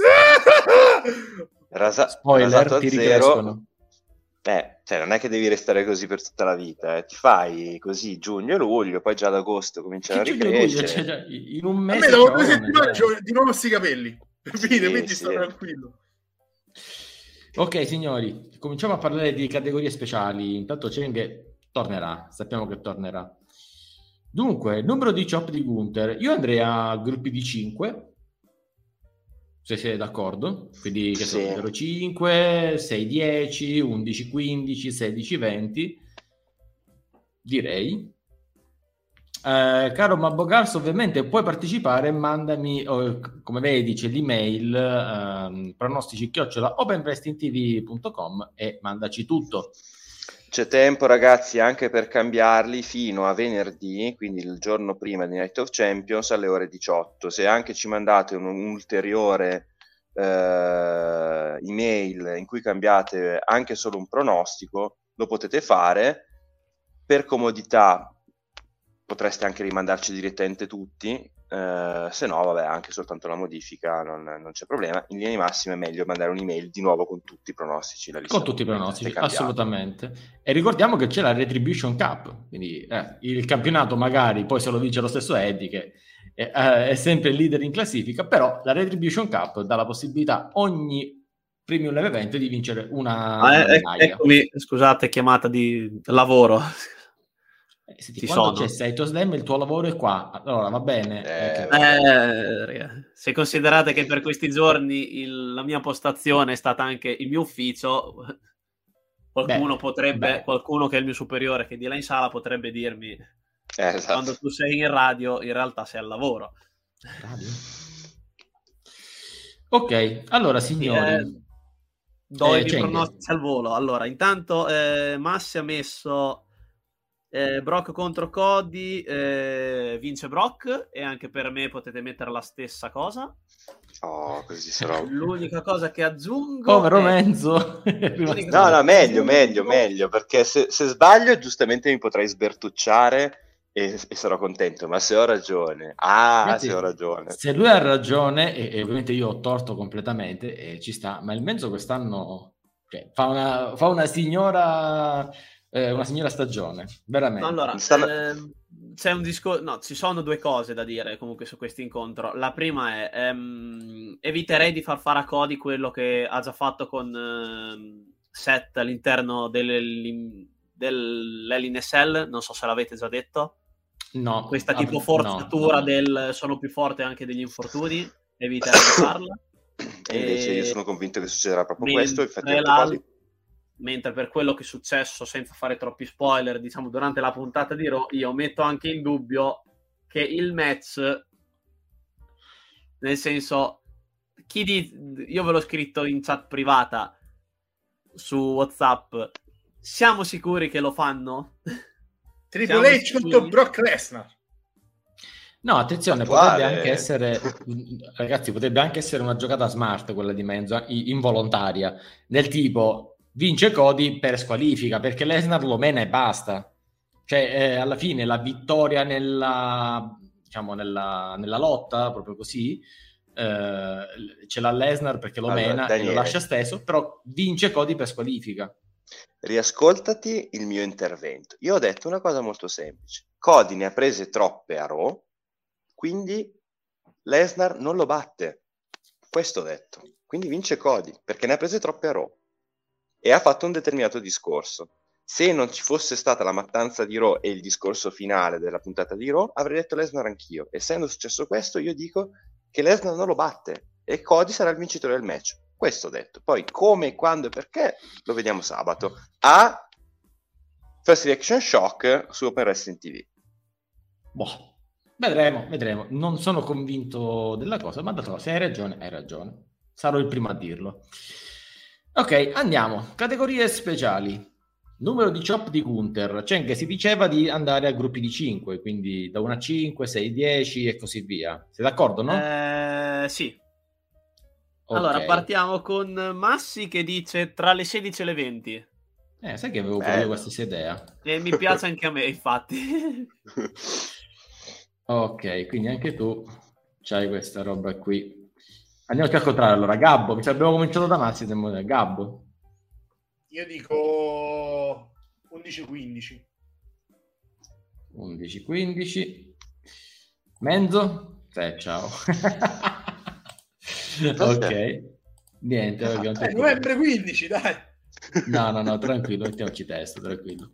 posso. Rasa- Spoiler, rasato a ti zero. ricrescono. Eh, cioè non è che devi restare così per tutta la vita, eh. Ti fai così giugno e luglio, poi già ad agosto cominciano a Che giugno e luglio, ricrescere. cioè, già in un A mese me dopo c'è due una, settimane cioè. c'ho di nuovo sti capelli. Capite? Sì, Quindi sì. sto tranquillo. Ok, signori, cominciamo a parlare di categorie speciali. Intanto Cenghe tornerà, sappiamo che tornerà. Dunque, numero di chop di Gunther. Io andrei a gruppi di cinque, se siete d'accordo. Quindi, che so, Sì. zero cinque, sei dieci, undici quindici, sedici venti. Direi. Eh, caro Mabbo Garso, ovviamente puoi partecipare, mandami, oh, come vedi c'è l'email ehm, pronostici chiocciola openwrestlingtv punto com e mandaci tutto. C'è tempo, ragazzi, anche per cambiarli fino a venerdì, quindi il giorno prima di Night of Champions alle ore diciotto. Se anche ci mandate un, un ulteriore eh, email in cui cambiate anche solo un pronostico, lo potete fare. Per comodità potreste anche rimandarci direttamente tutti, eh, se no vabbè, anche soltanto la modifica non, non c'è problema. In linea di massima è meglio mandare un'email di nuovo con tutti i pronostici, la lista Con tutti i pronostici, cambiata. assolutamente. E ricordiamo che c'è la Retribution Cup, quindi eh, il campionato magari poi se lo vince lo stesso Eddie, che è, eh, è sempre il leader in classifica, però la Retribution Cup dà la possibilità ogni premium live event di vincere una, Ah, una eh, medaglia. eccomi, scusate, chiamata di lavoro. Eh, senti, Ci quando sono. c'è Saito Slam il tuo lavoro è qua, allora va bene. Eh, eh, che- Eh, raga, se considerate che per questi giorni il- la mia postazione è stata anche il mio ufficio, qualcuno Beh, potrebbe, beh. qualcuno che è il mio superiore che è di là in sala potrebbe dirmi eh, esatto. quando tu sei in radio in realtà sei al lavoro. Radio? Ok, allora signori, Eh, do Eh, i miei Cenghe. pronostici al volo. Allora, intanto eh, Massi ha messo eh, Brock contro Cody, eh, vince Brock, e anche per me potete mettere la stessa cosa. Oh, così sarò. L'unica cosa che aggiungo povero è... Menzo. L'unica No, cosa no, che meglio, aggiungo- meglio, meglio, perché se, se sbaglio giustamente mi potrei sbertucciare e, e sarò contento, ma se ho ragione, ah, Ragazzi, se ho ragione. se lui ha ragione, e, e ovviamente io ho torto completamente, e ci sta, ma il Menzo quest'anno cioè, fa, una, fa una signora eh, una signora stagione, veramente. Allora, Stanno- ehm, c'è un discorso, no, ci sono due cose da dire comunque su questo incontro. La prima è ehm, eviterei di far fare a Cody quello che ha già fatto con ehm, Seth all'interno dell'L N S L, non so se l'avete già detto. No, Questa tipo av- forzatura no, no. del sono più forte anche degli infortuni, eviterei di farla. E invece E- io sono convinto che succederà proprio mentre questo, infatti ho detto l'al- Cody. mentre per quello che è successo, senza fare troppi spoiler, diciamo durante la puntata di Raw, io metto anche in dubbio che il match, nel senso, chi di... io ve l'ho scritto in chat privata su WhatsApp, siamo sicuri che lo fanno? Triple H Siamo contro sicuri? Brock Lesnar. No, attenzione, Attuale. potrebbe anche essere, ragazzi, potrebbe anche essere una giocata smart quella di Menzo, i- involontaria, del tipo vince Cody per squalifica, perché Lesnar lo mena e basta. Cioè, eh, alla fine la vittoria nella, diciamo, nella, nella lotta, proprio così, eh, ce l'ha Lesnar perché lo Allora, mena e Daniele. lo lascia steso, però vince Cody per squalifica. Riascoltati il mio intervento. Io ho detto una cosa molto semplice. Cody ne ha prese troppe a Raw, quindi Lesnar non lo batte. Questo ho detto. Quindi vince Cody, perché ne ha prese troppe a Raw. E ha fatto un determinato discorso. Se non ci fosse stata la mattanza di Raw e il discorso finale della puntata di Raw, avrei detto Lesnar anch'io. Essendo successo questo, io dico che Lesnar non lo batte e Cody sarà il vincitore del match. Questo ho detto. Poi come, quando e perché lo vediamo sabato a First Reaction Shock su Open Wrestling T V. Boh, vedremo, vedremo. Non sono convinto della cosa, ma dato se hai ragione, hai ragione. Sarò il primo a dirlo. Ok, andiamo. Categorie speciali. Numero di chop di Gunther. Cioè che si diceva di andare a gruppi di cinque, quindi da uno a cinque, sei, dieci e così via. Sei d'accordo, no? Eh, sì. Ok. Allora, partiamo con Massi che dice tra le sedici e le venti. Eh, sai che avevo pure Bello. io questa stessa idea. E mi piace anche a me, infatti. Ok, quindi anche tu c'hai questa roba qui. Andiamo al contrario, allora. Gabbo, mi sa abbiamo cominciato da Massi, siamo da Gabbo. Io dico undici quindici. undici quindici. Menzo? Eh, ciao. Ok, niente. Ah, dai, novembre quindici, dai. No, no, no, tranquillo, mettiamoci testo, tranquillo.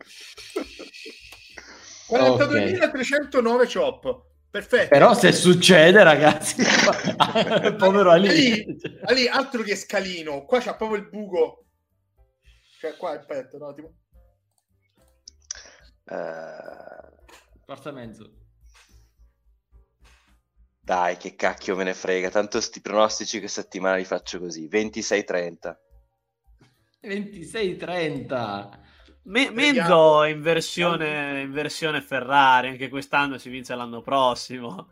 quarantaduemilatrecentonove chop. Perfetto. Però se succede, ragazzi, povero Ali. Ali, Ali, altro che scalino, qua c'ha proprio il buco. Cioè, qua, aspetta, un attimo. Uh... Quarta mezzo. Dai, che cacchio me ne frega, tanto sti pronostici che settimana li faccio così, ventisei trenta. ventisei trenta. Me- mezzo in versione, in versione Ferrari, anche quest'anno si vince l'anno prossimo.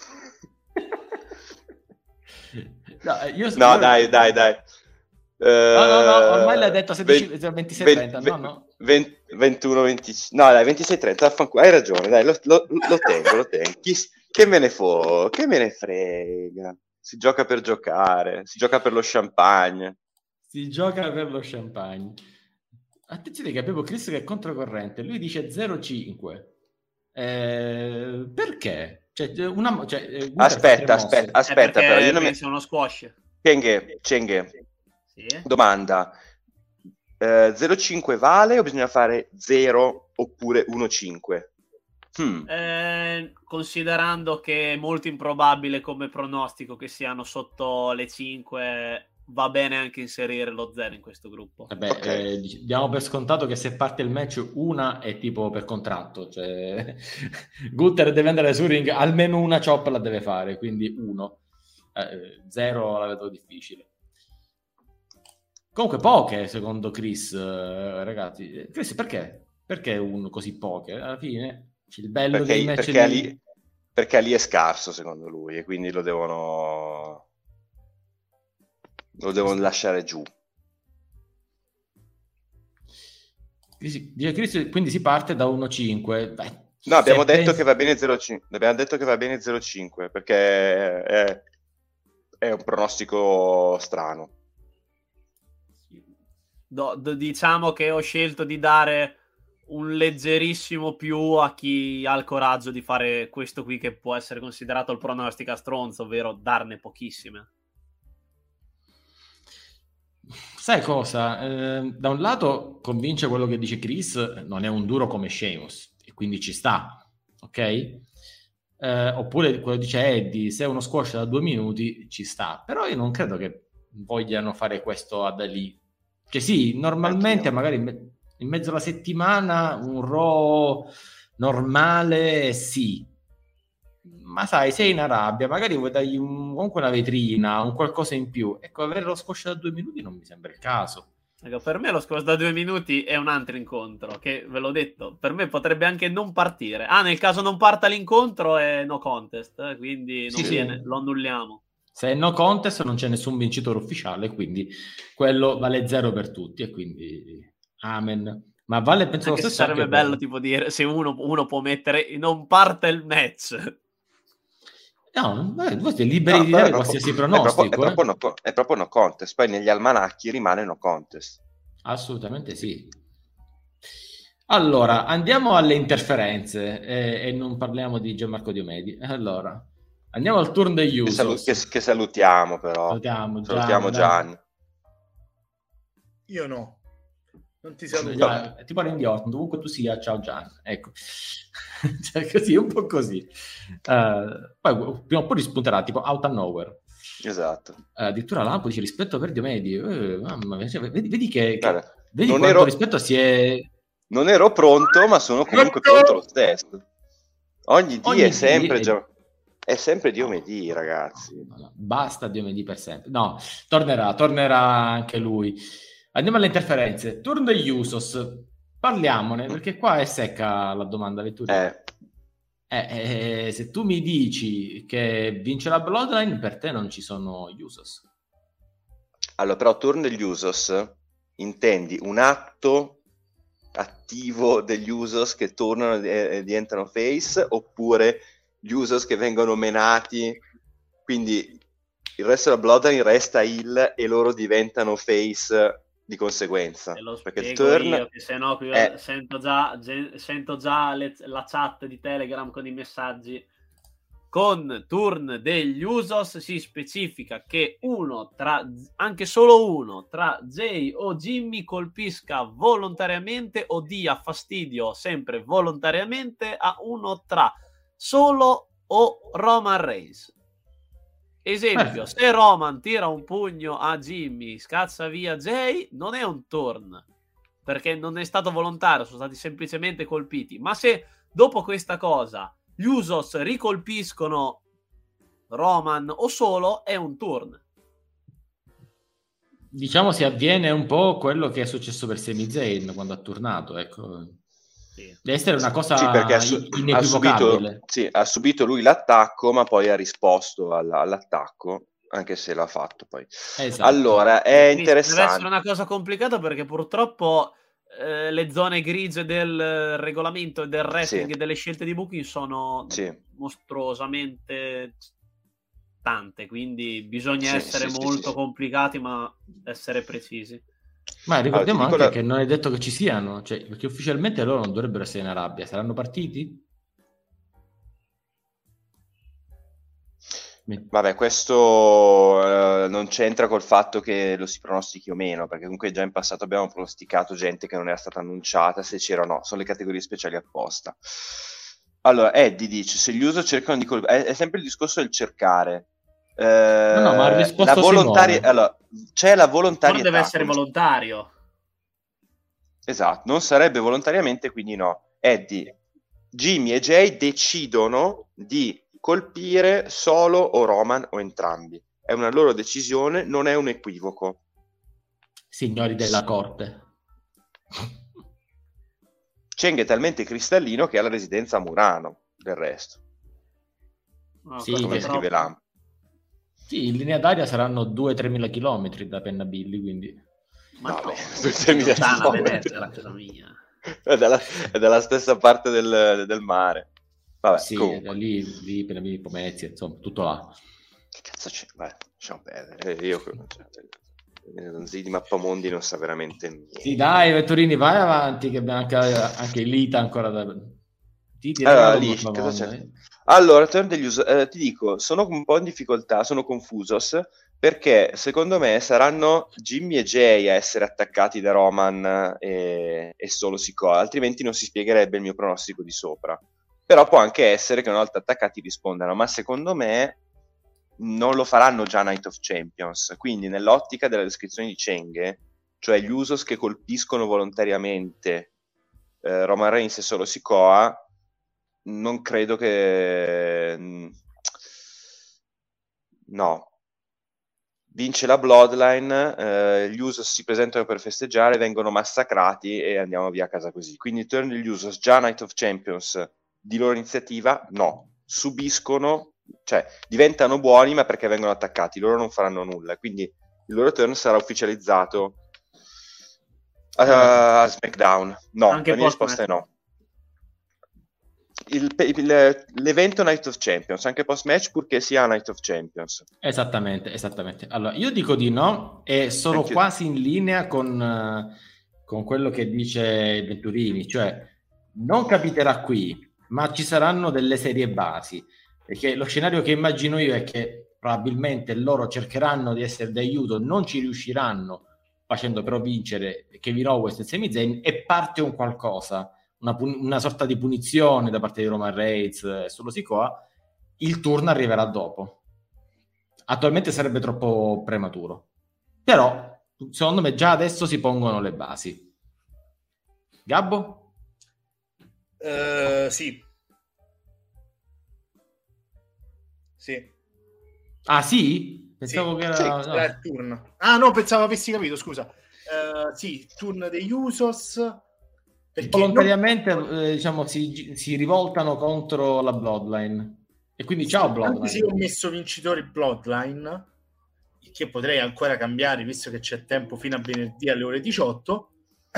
No, io no io... dai, dai, dai. Uh, no, no, no, ormai l'hai detto ventisei trenta, no, no. venti, ventuno venticinque. No, dai, ventisei trenta, hai ragione, dai, lo, lo, lo tengo, lo tengo. Chi, che me ne fo, che me ne frega. Si gioca per giocare, si gioca per lo champagne. Si gioca per lo champagne. Attenzione che abbiamo Chris che è controcorrente, lui dice zero cinque. Eh, perché? Cioè, una, cioè, aspetta, aspetta, aspetta, però io non penso mi... uno squash. Cenghe, Cenghe. Sì. Domanda. Eh, zero virgola cinque vale o bisogna fare zero oppure uno virgola cinque? Hmm. Eh, considerando che è molto improbabile come pronostico che siano sotto le cinque, va bene anche inserire lo zero in questo gruppo. Vabbè, okay. eh, diamo per scontato che se parte il match una è tipo per contratto, cioè Gunther deve andare su ring, almeno una chop la deve fare, quindi uno. Eh, zero la vedo difficile. Comunque poche secondo Chris, eh, ragazzi. Chris, perché? Perché uno così poche? Alla fine il bello perché, del match perché, di... Ali, perché Ali è scarso secondo lui e quindi lo devono lo devono lasciare giù. Dice Chris, quindi si parte da uno virgola cinque. Beh, no, abbiamo detto pensi... che va bene zero virgola cinque. Abbiamo detto che va bene zero virgola cinque perché è, è un pronostico strano. Do, do, diciamo che ho scelto di dare un leggerissimo più a chi ha il coraggio di fare questo qui che può essere considerato il pronostico a stronzo, ovvero darne pochissime. Sai cosa? Eh, da un lato convince quello che dice Chris, non è un duro come Sheamus e quindi ci sta, ok? Eh, oppure quello che dice Eddie, se è uno squash da due minuti ci sta, però io non credo che vogliano fare questo ad Ali. Che sì, normalmente magari in, me- in mezzo alla settimana un Raw normale sì, ma sai, sei in Arabia, magari vuoi dargli un, comunque una vetrina, un qualcosa in più. Ecco, avere lo squash da due minuti non mi sembra il caso. Ecco, per me lo squash da due minuti è un altro incontro, che ve l'ho detto, per me potrebbe anche non partire. Ah, nel caso non parta l'incontro è no contest, eh, quindi non sì, viene, sì. Lo annulliamo. Se è no contest non c'è nessun vincitore ufficiale, quindi quello vale zero per tutti e quindi amen. Ma vale penso anche lo stesso sarebbe anche bello per... tipo dire se uno, uno può mettere non parte il match. No, voi siete liberi no, di dare proprio, qualsiasi pronostico. È proprio, è, proprio eh? no, è proprio no contest, poi negli almanacchi rimane no contest. Assolutamente sì. Allora, andiamo alle interferenze e, e non parliamo di Gianmarco Diomedi. Allora, andiamo al turno degli Usos. Che, salu- che, che salutiamo però. Salutiamo, salutiamo Gian. Gian. Io no. Non ti saluto. Già, ti parlo in Diotto, dovunque tu sia, ciao Gian. Ecco. Cioè, così, un po' così. Uh, poi prima o poi rispunterà, tipo out of nowhere. Esatto. Uh, addirittura Lampo dice rispetto per Diomedi. Uh, mamma mia, cioè, vedi, vedi che, Guarda, che vedi non quanto ero, rispetto si è... Non ero pronto, ma sono comunque pronto lo stesso. Ogni D è sempre... È... È sempre Diomedi, ragazzi. No, no, basta Diomedi per sempre. No, tornerà, tornerà anche lui. Andiamo alle interferenze. Turno degli Usos. Parliamone, perché qua è secca la domanda, Vetturino. Eh. Eh, eh, se tu mi dici che vince la Bloodline, per te non ci sono Usos. Allora, però turno degli Usos intendi un atto attivo degli Usos che tornano e, e diventano face, oppure gli Usos che vengono menati, quindi il resto della Bloodline resta heel e loro diventano face di conseguenza? Te lo perché spiego turn io, che se no qui è... sento già, sento già le, la chat di Telegram con i messaggi con turn degli Usos si specifica che uno tra, anche solo uno tra Jay o Jimmy colpisca volontariamente o dia fastidio sempre volontariamente a uno tra Solo o Roman Reigns. Esempio, eh. se Roman tira un pugno a Jimmy, scazza via Jay, non è un turn, perché non è stato volontario, sono stati semplicemente colpiti. Ma se dopo questa cosa gli Usos ricolpiscono Roman o Solo, è un turn. Diciamo si avviene un po' quello che è successo per Sami Zayn quando ha turnato, ecco. Sì. Deve essere una cosa sì, perché ha, su- ha, subito, sì, ha subito lui l'attacco, ma poi ha risposto alla- all'attacco, anche se l'ha fatto poi. Esatto. Allora, è Quindi interessante. Deve essere una cosa complicata perché purtroppo eh, le zone grigie del regolamento e del wrestling sì. e delle scelte di booking sono sì. mostruosamente tante, quindi bisogna sì, essere sì, molto sì, complicati, ma essere precisi. Ma ricordiamo allora, anche la... che non è detto che ci siano, cioè, perché ufficialmente loro non dovrebbero essere in Arabia. Saranno partiti? Vabbè, questo eh, non c'entra col fatto che lo si pronostichi o meno, perché comunque già in passato abbiamo pronosticato gente che non era stata annunciata, se c'era o no, sono le categorie speciali apposta. Allora, Eddie dice, se gli user cercano di colpire, è, è sempre il discorso del cercare. Eh, no, no, ma la volontaria... allora, c'è la volontarietà. Non deve essere volontario. Esatto, non sarebbe volontariamente, quindi no. Eddie, Jimmy e Jay decidono di colpire Solo o Roman o entrambi. È una loro decisione, non è un equivoco. Signori della corte. Cheng è talmente cristallino che ha la residenza a Murano, del resto. No, sì, come scrive Lamp. Sì, in linea d'aria saranno due tre mila chilometri da Pennabilli, quindi... Ma no, due tre mila chilometri. È la casa mia. È dalla, è dalla stessa parte del, del mare. Vabbè, sì, comunque. da lì, lì Pennabilli, Pomezia, insomma, tutto là. Che cazzo c'è? Vai, lasciamo perdere. Io... Zì di Mappamondi non sa veramente niente. Sì, dai, Vetturini, vai avanti, che abbiamo anche, anche Lita ancora da... Ti allora, lì, cosa c'è? Allora, degli us- eh, ti dico, sono un po' in difficoltà, sono confusos, perché secondo me saranno Jimmy e Jay a essere attaccati da Roman e, e Solo Sikoa, altrimenti non si spiegherebbe il mio pronostico di sopra. Però può anche essere che una volta attaccati rispondano, ma secondo me non lo faranno già Night of Champions, quindi nell'ottica della descrizione di Cheng, cioè gli Usos che colpiscono volontariamente eh, Roman Reigns e Solo Sikoa, non credo che no, vince la Bloodline, eh, gli Usos si presentano per festeggiare, vengono massacrati e andiamo via a casa così. Quindi turn degli Usos già Night of Champions di loro iniziativa no, subiscono, cioè diventano buoni ma perché vengono attaccati, loro non faranno nulla, quindi il loro turn sarà ufficializzato a, a SmackDown. No, anche la mia risposta è no. Il, il, l'evento Night of Champions anche post match, purché sia Night of Champions. Esattamente, esattamente. Allora io dico di no e sono Anche quasi in linea con, con quello che dice Venturini, cioè non capiterà qui, ma ci saranno delle serie basi, perché lo scenario che immagino io è che probabilmente loro cercheranno di essere d'aiuto, non ci riusciranno, facendo però vincere Kevin Owens e Sami Zayn, e parte un qualcosa, Una, pun- una sorta di punizione da parte di Roman Reigns e Solo Sikoa. Il turno arriverà dopo. Attualmente sarebbe troppo prematuro, però secondo me già adesso si pongono le basi. Gabbo? Uh, sì. Sì. Ah sì? Pensavo sì. che era, sì, no. era il turno. Ah no, pensavo avessi capito, scusa. Uh, sì, turno degli Usos. Volontariamente non... eh, diciamo si, si rivoltano contro la Bloodline e quindi sì, ciao Bloodline. Anche se io ho messo vincitori Bloodline, che potrei ancora cambiare visto che c'è tempo fino a venerdì alle ore diciotto,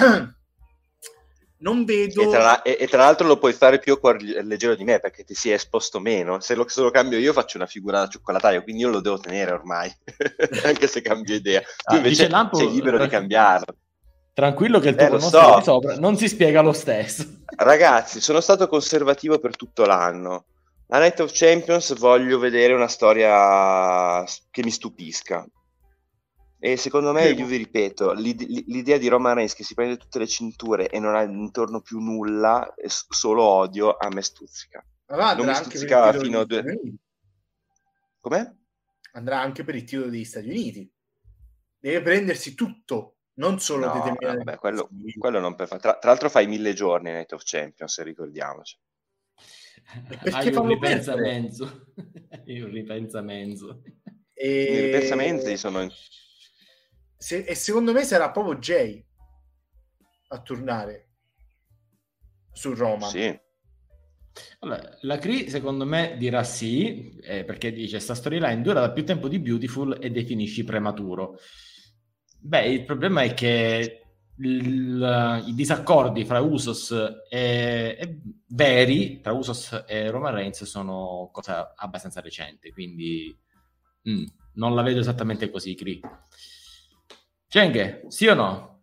non vedo e tra, la, e, e tra l'altro lo puoi fare più cuor leggero di me perché ti si è esposto meno. Se lo, se lo cambio io faccio una figura da cioccolataio, quindi io lo devo tenere ormai anche se cambio idea. Tu ah, invece Lampo, sei libero eh, di cambiarlo. Tranquillo che il tuo eh, pronostico so. di sopra non si spiega lo stesso. Ragazzi, sono stato conservativo per tutto l'anno. A Night of Champions voglio vedere una storia che mi stupisca. E secondo me, io vi ripeto, l'ide- l'idea di Roman Reigns che si prende tutte le cinture e non ha intorno più nulla, e s- solo odio, a me stuzzica. Allora Non andrà mi anche per il stuzzicava titolo fino a degli Stati due... Uniti. Com'è? Andrà anche per il titolo degli Stati Uniti. Deve prendersi tutto, non solo No, no, determinate vabbè, quello, quello non per fa- tra, tra l'altro fai mille giorni Night of Champions, ricordiamoci. perché Hai un fanno ripensamento. Hai un ripensamento. E... I ripensamenti sono... in- Se- e secondo me sarà proprio Jay a tornare su Roma. Sì. Allora, la Cree secondo me dirà sì, eh, perché dice sta storyline dura da più tempo di Beautiful e definisci prematuro. Beh, il problema è che il- i disaccordi fra Usos e, e veri tra Usos e Roman Reigns sono cosa abbastanza recente, quindi mm, non la vedo esattamente così, Cree. Cenghe, sì o no?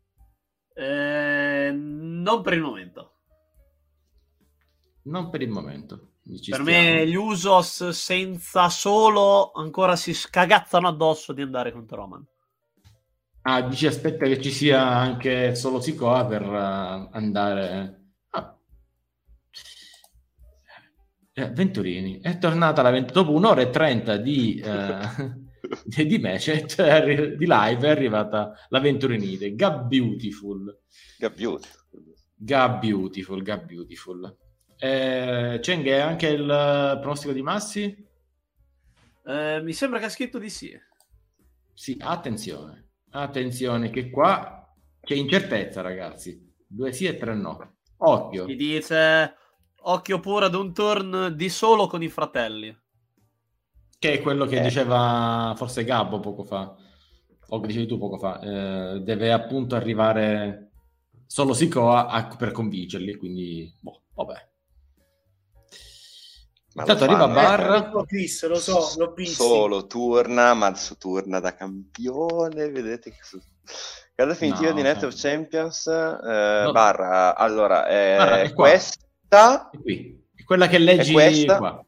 Eh, non per il momento. Non per il momento. Ci Per stiamo. me gli Usos senza solo ancora si scagazzano addosso di andare contro Roman. Ah, dici aspetta che ci sia anche solo Sikoa per uh, andare... Ah. Eh, Venturini, è tornata la vent- dopo un'ora e trenta di, uh, di match, è arri- di live, è arrivata la Venturinite. Ga Beautiful. Ga Beautiful. Ga Beautiful, Ga Beautiful. Eh, Cenghe, anche il pronostico di Massi? Eh, mi sembra che ha scritto di sì. Sì, attenzione. Attenzione che qua c'è incertezza, ragazzi. Due sì e tre no. Occhio. Mi dice occhio pure ad un turn di solo con i fratelli. Che è quello che Eh. diceva forse Gabbo poco fa. O che dicevi tu poco fa. Eh, deve appunto arrivare solo Sikoa a- per convincerli. Quindi, boh, vabbè. Ma Intanto lo arriva fanno, Barra. Eh, lo so, Chris, lo so, l'ho visto. Solo turna, ma su turna da campione, vedete che su... Casa definitiva No, di Night eh. of Champions, eh, No. Barra, allora, è, Barra, è qua. questa, È qui. È quella che leggi È questa? qua.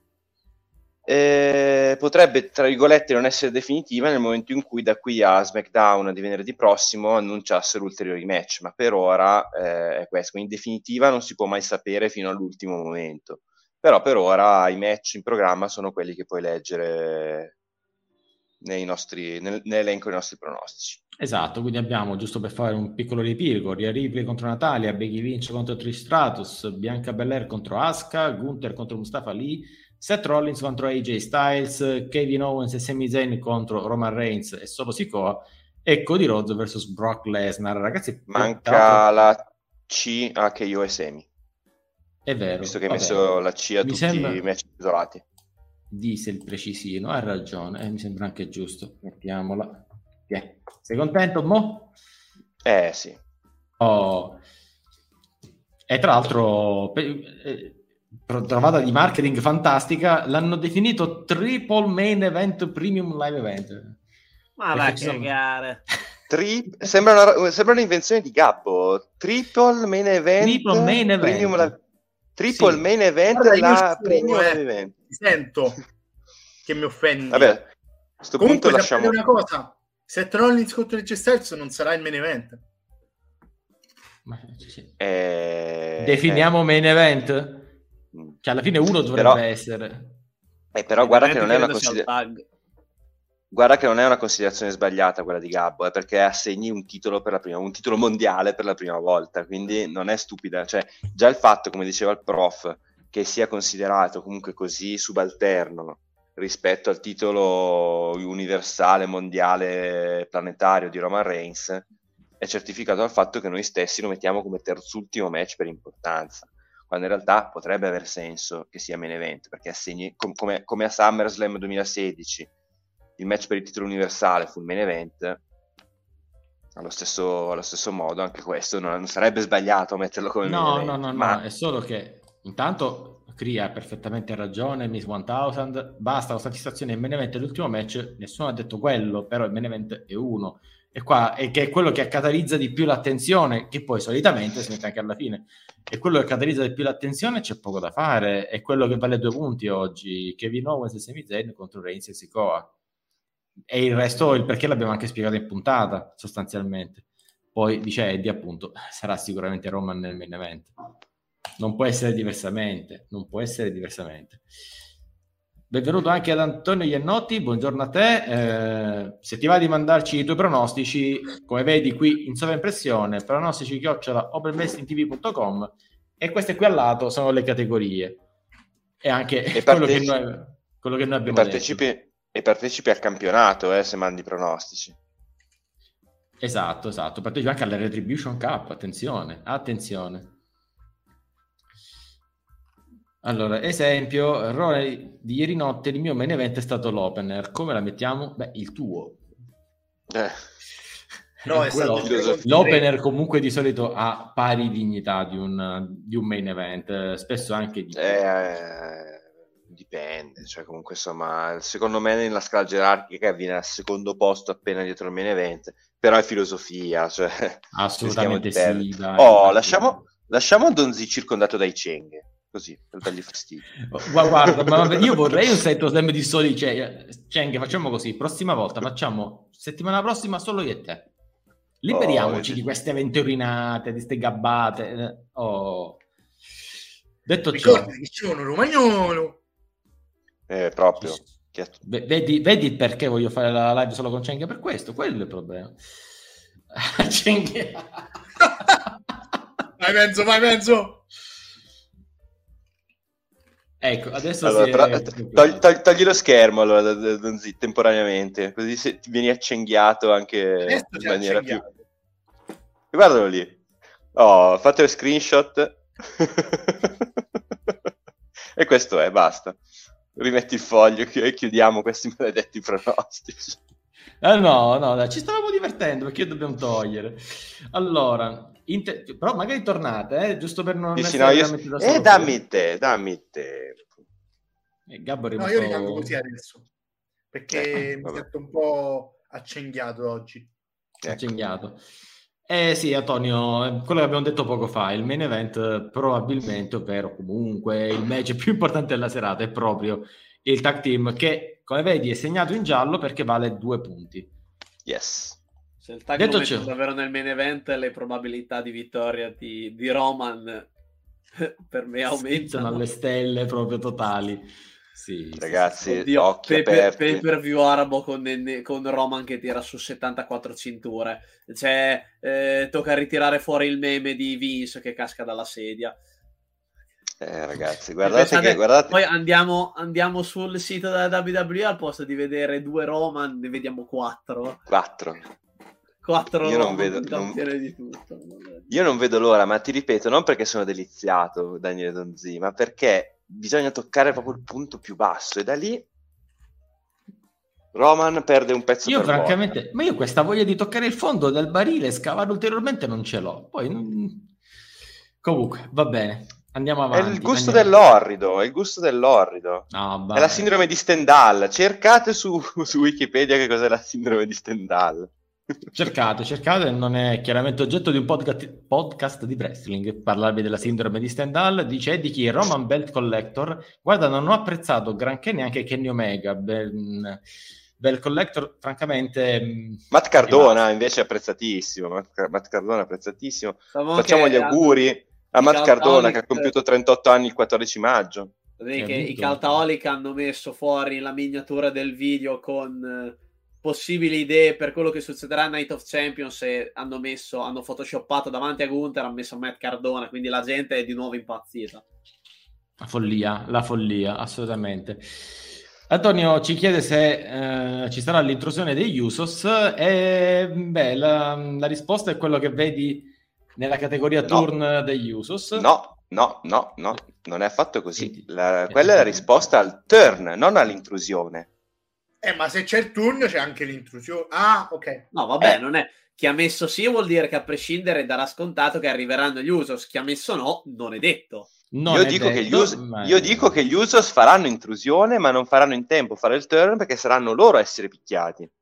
eh, potrebbe, tra virgolette, non essere definitiva nel momento in cui da qui a SmackDown di venerdì prossimo annunciassero ulteriori match, ma per ora eh, è questo, quindi definitiva non si può mai sapere fino all'ultimo momento. Però per ora i match in programma sono quelli che puoi leggere nei nostri, nel, nell'elenco dei nostri pronostici. Esatto, quindi abbiamo, giusto per fare un piccolo riepilogo, Rhea Ripley contro Natalia, Becky Lynch contro Trish Stratus, Bianca Belair contro Asuka, Gunther contro Mustafa Ali, Seth Rollins contro A J Styles, Kevin Owens e Sami Zayn contro Roman Reigns e solo Sikoa, e Cody Rhodes versus Brock Lesnar. Ragazzi, manca la C a K O e Semi. È vero. Visto che hai vabbè. messo la C a Mi tutti sembra... i match isolati. Diesel precisino, hai ragione, eh, mi sembra anche giusto. Mettiamola. Yeah. Sei contento, mo? Eh sì. Oh. E tra l'altro, eh, trovata di marketing fantastica, l'hanno definito Triple Main Event Premium Live Event. Ma Perché va a ci sono- cagare. Tri- sembra, una, sembra un'invenzione di Gabbo. Triple Main Event. Triple Main Event. Premium la- Triple Sì. Main Event Guarda, io la sono, Premium eh. Live Event. Ti sento che mi offendi. Vabbè, a questo Comunque, punto sapete lasciamo... una cosa: Seth Rollins contro A J Styles non sarà il main event. Ma- Eh, Definiamo main event? eh. Cioè, alla fine uno dovrebbe Però- essere. Eh, però guarda che non è una Credo sia il considerazione... tag. Guarda che non è una considerazione sbagliata quella di Gabbo, è perché assegni un titolo per la prima, un titolo mondiale per la prima volta, quindi non è stupida. Cioè, già il fatto, come diceva il prof, che sia considerato comunque così subalterno rispetto al titolo universale, mondiale, planetario di Roman Reigns, è certificato dal fatto che noi stessi lo mettiamo come terzultimo match per importanza, quando in realtà potrebbe aver senso che sia main event, perché assegni, com- come, come a SummerSlam duemilasedici il match per il titolo universale fu il main event, allo stesso, allo stesso modo anche questo non, non sarebbe sbagliato metterlo come No, main no, event, no, ma no, è solo che intanto Cria ha perfettamente ragione, Miss mille, basta la soddisfazione del main event dell'ultimo match, nessuno ha detto quello, però il main event è uno, E qua è che è quello che catalizza di più l'attenzione, che poi solitamente si mette anche alla fine. È quello che catalizza di più l'attenzione, c'è poco da fare. È quello che vale due punti oggi. Kevin Owens e Sami Zayn contro Reigns e Sikoa. E il resto, il perché l'abbiamo anche spiegato in puntata, sostanzialmente. Poi dice Eddie, appunto, sarà sicuramente Roman nel main event. Non può essere diversamente. Non può essere diversamente. Benvenuto anche ad Antonio Iannotti, buongiorno a te. Eh, se ti va di mandarci i tuoi pronostici, come vedi qui in sovraimpressione, pronostici chiocciola openwrestlingtv punto com, e queste qui al lato sono le categorie. E anche e quello, parteci- che noi, quello che noi abbiamo e partecipi, detto. E partecipi al campionato, eh, se mandi i pronostici. Esatto, esatto. Partecipi anche alla Retribution Cup, attenzione, attenzione. Allora, esempio, Ronnie, di ieri notte il mio main event è stato l'opener. Come la mettiamo? Beh, il tuo. Eh. No, è stato Quello- l'opener comunque di solito ha pari dignità di un, di un main event, eh, spesso anche di più. Eh, dipende, cioè comunque insomma, secondo me nella scala gerarchica viene al secondo posto appena dietro il main event, però è filosofia, cioè Assolutamente rischiamo di sì. perdere. Dai, Oh, infatti. lasciamo, lasciamo Donzi circondato dai Cheng, così, per dargli fastidio. Gua- Guarda, ma io vorrei un set slam di soli cioè, Cheng, facciamo così, prossima volta facciamo settimana prossima solo io e te. Liberiamoci Oh, di queste avventurinate, di ste gabbate. eh, Oh. Detto ciò, Ricordi che c'è un romagnolo. Eh, proprio. Che- ve- vedi, vedi il perché voglio fare la live solo con Cheng per questo, quello è il problema. Cheng... Vai mezzo, vai mezzo. Ecco, adesso Allora, si però, è... togli, togli- togli lo schermo allora, da- da- Donzi, temporaneamente, così se ti vieni accenghiato anche Adesso in c'è maniera più... accenghiato. Guardalo lì. Oh, fate lo screenshot. E questo è, basta. Rimetti il foglio e chiudiamo questi maledetti pronostici. Ah, no, no, dai, ci stavamo divertendo perché dobbiamo togliere. Allora, inte- però magari tornate, eh, giusto per non Sì, sì, essere no, io... veramente da solo. Eh, dammi te, dammi te. Eh, Gabbo è No, rimasto... io rimango così adesso. Perché Eh, mi vabbè. sento un po' accenghiato oggi. Ecco. accenghiato. Eh sì, Antonio, eh, quello che abbiamo detto poco fa, il main event eh, probabilmente, ovvero comunque il match più importante della serata è proprio il tag team che, come vedi, è segnato in giallo perché vale due punti. Yes. Se il tag Detto lo metto ciò- davvero nel main event, le probabilità di vittoria di, di Roman per me Aumentano aumentano. alle stelle proprio totali. Sì, sì, Ragazzi, Oddio, occhi pay per, aperti. pay per view arabo con, con Roman che tira su settantaquattro cinture. Cioè, eh, tocca ritirare fuori il meme di Vince che casca dalla sedia. Eh, ragazzi, E guardate pensate, che... Guardate... Poi andiamo, andiamo sul sito della W W E, al posto di vedere due Roman, ne vediamo quattro. Quattro. Quattro Io non Roman, vedo- il non- campione di tutto. Io non vedo l'ora, ma ti ripeto, non perché sono deliziato, Daniele Donzi, ma perché bisogna toccare proprio il punto più basso e da lì Roman perde un pezzo Io per francamente, ma io questa voglia di toccare il fondo del barile e scavare ulteriormente non ce l'ho. Poi mm, comunque, va bene. Andiamo volta. È avanti. il gusto andiamo- dell'orrido, è il gusto dell'orrido. No, È vabbè. la sindrome di Stendhal. Cercate su, su Wikipedia che cos'è la sindrome di Stendhal. Cercate, cercate, non è chiaramente oggetto di un podcast, podcast di wrestling. Parlarvi della sindrome di Stendhal, dice Eddie Key, Roman Belt Collector. Guarda, non ho apprezzato granché neanche Kenny Omega. Ben, Belt Collector, francamente... mh, Matt Cardona basta. invece è apprezzatissimo. Matt, Matt Cardona è apprezzatissimo. Sappiamo Facciamo che gli auguri a i Matt Cardona Cultaholic- che ha compiuto trentotto anni il quattordici maggio. Vedi Che che ha i vinto. Cultaholic hanno messo fuori la miniatura del video con eh, possibili idee per quello che succederà a Night of Champions e hanno messo, hanno photoshoppato davanti a Gunther, hanno messo Matt Cardona, quindi la gente è di nuovo impazzita. La follia, la follia, assolutamente. Antonio ci chiede se eh, ci sarà l'intrusione degli Usos e beh, la, la risposta è quello che vedi nella categoria No. turn degli Usos. No, no, no, no, non è affatto così. Senti, La- eh, quella è la eh. risposta al turn, non all'intrusione. Eh, ma se c'è il turn c'è anche l'intrusione. Ah, ok. No, vabbè, Eh. non è... Chi ha messo sì vuol dire che a prescindere darà scontato che arriveranno gli Usos, chi ha messo no non è detto. Non io, è dico che gli detto, Us- ma- io dico che gli Usos faranno intrusione, ma non faranno in tempo a fare il turn perché saranno loro a essere picchiati.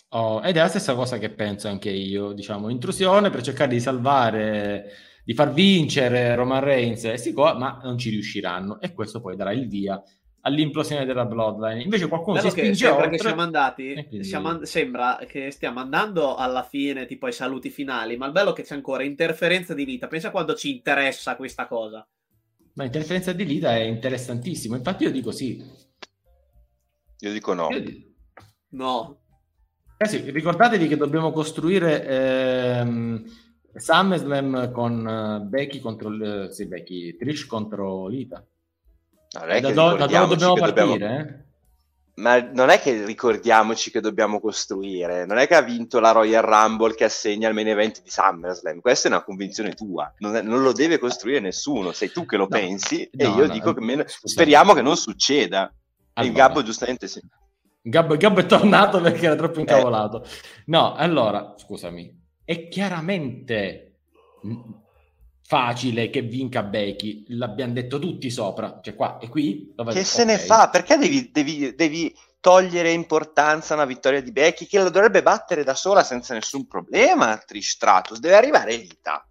Oh, ed è la stessa cosa che penso anche io, diciamo, intrusione per cercare di salvare, di far vincere Roman Reigns e Sikoa, ma non ci riusciranno, e questo poi darà il via all'implosione della Bloodline. Invece qualcuno Bello si che spinge sembra oltre, che siamo andati, e quindi... siamo and- sembra che stiamo andando alla fine, tipo ai saluti finali, ma il bello è che c'è ancora interferenza di vita. Pensa quando ci interessa questa cosa. Ma interferenza di Lita è interessantissimo, infatti io dico sì. Io dico no. Io dico... No. Eh sì, ricordatevi che dobbiamo costruire ehm, SummerSlam con uh, Becky contro uh, sì, Becky, Trish contro Lita. Non è da, che do, da dove dobbiamo che partire? Dobbiamo... Eh? Ma non è che ricordiamoci che dobbiamo costruire, non è che ha vinto la Royal Rumble che assegna il main event di SummerSlam, questa è una convinzione tua, non, è, non lo deve costruire nessuno, sei tu che lo no, pensi no, e io no, dico no, che meno... speriamo che non succeda. Allora. E il Gabbo giustamente sì. Gabbo, Gabbo è tornato perché era troppo incavolato. Eh. No, allora, scusami, è chiaramente facile che vinca Becky, l'abbiamo detto tutti sopra, cioè qua e qui. Che se okay. ne fa? Perché devi, devi, devi togliere importanza a una vittoria di Becky che lo dovrebbe battere da sola senza nessun problema? Trish Stratus, deve arrivare Lita.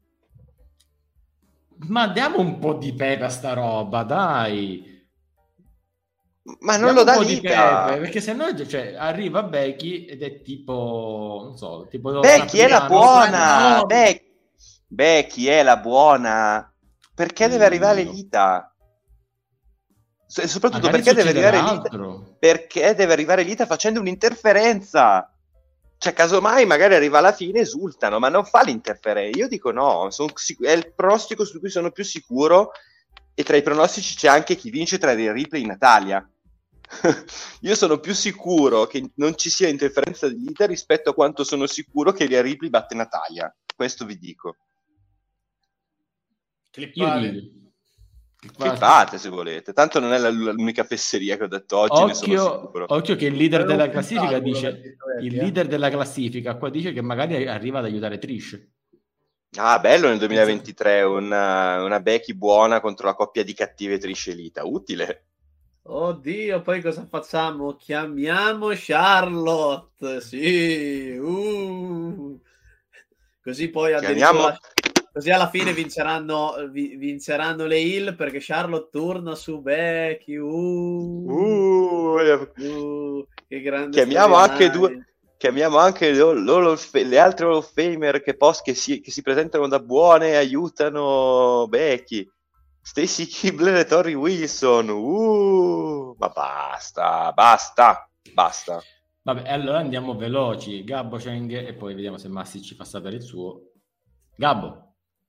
Ma diamo un po' di pepe a sta roba, dai. Ma non diamo lo dà Lita, pepe, perché se no cioè, arriva Becky ed è tipo, non so, tipo Becky è la buona, Becky Becky è la buona, perché deve arrivare Lita? E soprattutto perché deve arrivare Lita? Perché deve arrivare Lita facendo un'interferenza? Cioè, casomai magari arriva alla fine, esultano, ma non fa l'interferenza. Io dico no, sono sic- è il pronostico su cui sono più sicuro, e tra i pronostici c'è anche chi vince tra i Ripley in Natalia. Io sono più sicuro che non ci sia interferenza di Lita rispetto a quanto sono sicuro che Rhea Ripley batte Natalia. Questo vi dico. Clippate. Clippate se volete, tanto non è la, l'unica fesseria che ho detto oggi, occhio, ne sono sicuro. Occhio che il leader Però della classifica dice il eh. leader della classifica qua dice che magari arriva ad aiutare Trish. Ah, bello nel duemilaventitré una, una Becky buona contro la coppia di cattive Trish e Lita, utile. Oddio, poi cosa facciamo? Chiamiamo Charlotte, sì, uh. Così poi Chiamiamo... addirittura... Così alla fine vinceranno, vi, vinceranno le heel perché Charlotte torna su Becky. Uh, uh, uh, che grande chiamiamo anche, due, chiamiamo anche le, le altre Hall of Famer che, post, che, si, che si presentano da buone e aiutano Becky. Stacy Kibler e Tori Wilson. Uh, ma basta, basta, basta. Vabbè, allora andiamo veloci. Gabbo, Cheng, e poi vediamo se Massi ci fa sapere il suo. Gabbo.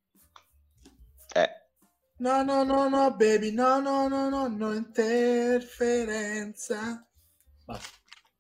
Eh. No, no, no, no, baby, no, no, no, no, no, interferenza. Basta.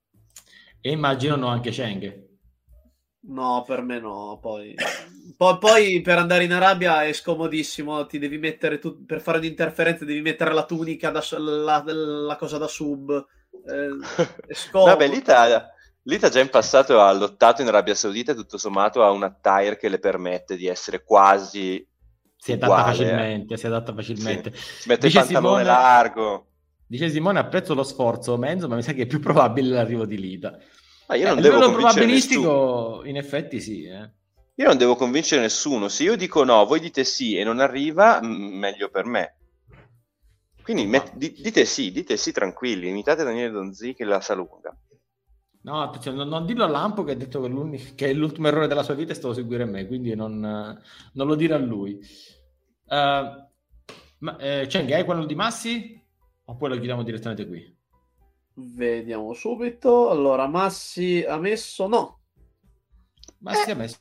E immagino no anche Cheng. No, per me no, poi. poi poi per andare in Arabia è scomodissimo, ti devi mettere tu, per fare un'interferenza devi mettere la tunica, da, la, la cosa da sub. Eh, è scomodo. Vabbè, Lita, Lita già in passato ha lottato in Arabia Saudita e tutto sommato ha un attire che le permette di essere quasi... Si adatta facilmente, si adatta facilmente. Sì. Si mette dice il pantalone Simone, largo. Dice Simone, apprezzo lo sforzo, Menzo, ma mi sa che è più probabile l'arrivo di Lita. Ma io non eh, devo convincere probabilistico, nessuno. In effetti sì. Eh. Io non devo convincere nessuno. Se io dico no, voi dite sì e non arriva, m- meglio per me. Quindi no. met- di- dite sì, dite sì tranquilli. Imitate Daniele Donzi che la sa lunga. No, attenzione, non, non dirlo a Lampo che ha detto che, che l'ultimo errore della sua vita è stato seguire me, quindi non, non lo dire a lui. Uh, ma, eh, Cheng, hai quello di Massi? O poi lo chiediamo direttamente qui? Vediamo subito. Allora, Massi ha messo no. Massi eh. ha messo